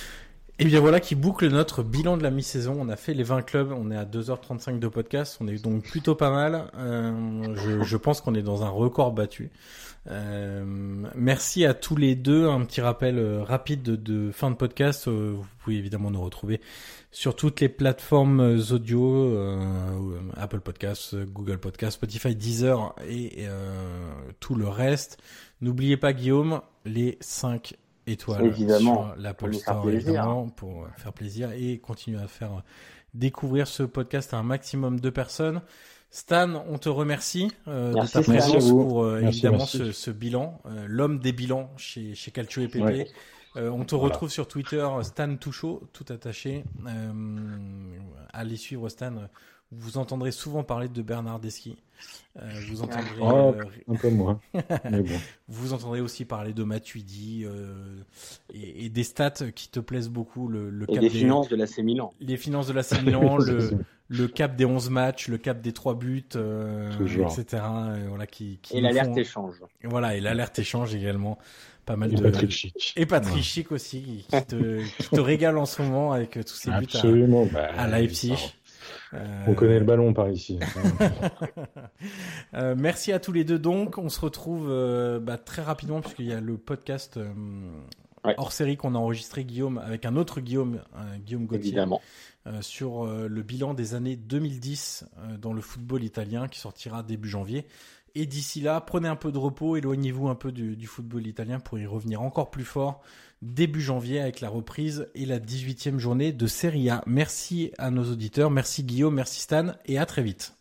Et bien voilà qui boucle notre bilan de la mi-saison. On a fait les vingt clubs, on est à deux heures trente-cinq de podcast, on est donc plutôt pas mal. Euh, je, je pense qu'on est dans un record battu. Euh, merci à tous les deux. Un petit rappel euh, rapide de, de fin de podcast. Euh, vous pouvez évidemment nous retrouver sur toutes les plateformes audio, euh, Apple Podcasts, Google Podcasts, Spotify, Deezer et euh, tout le reste. N'oubliez pas, Guillaume, les cinq étoiles évidemment, sur l'Apple Store, évidemment, pour faire plaisir et continuer à faire découvrir ce podcast à un maximum de personnes. Stan, on te remercie euh, de ta présence pour euh, merci, évidemment merci. Ce, ce bilan, euh, l'homme des bilans chez, chez Calcio et P P. Ouais. Euh, on te voilà. retrouve sur Twitter, Stan Touchot, tout attaché. Euh, allez suivre Stan. Vous entendrez souvent parler de Bernardeschi. Euh, vous entendrez oh, euh, un peu moins. Mais bon. Vous entendrez aussi parler de Matuidi euh, et, et des stats qui te plaisent beaucoup. Le, le et cap des, des finances de l'A C Milan. Les finances de l'A C Milan, le, le cap des onze matchs, le cap des trois buts, euh, et cetera. Euh, voilà, qui, qui et l'alerte font... échange. Voilà, et l'alerte échange également. Pas mal et de Patrick Schick. Et Patrick ouais. Schick aussi, qui te, qui te régale en ce moment avec tous ses buts Absolument. à, bah, à Leipzig. Euh... On connaît le ballon par ici. euh, merci à tous les deux. Donc, on se retrouve euh, bah, très rapidement puisqu'il y a le podcast euh, ouais. hors série qu'on a enregistré, Guillaume, avec un autre Guillaume, euh, Guillaume Gauthier, évidemment, euh, sur euh, le bilan des années deux mille dix euh, dans le football italien qui sortira début janvier. Et d'ici là, prenez un peu de repos, éloignez-vous un peu du, du football italien pour y revenir encore plus fort début janvier avec la reprise et la dix-huitième journée de Serie A. Merci à nos auditeurs, merci Guillaume, merci Stan et à très vite.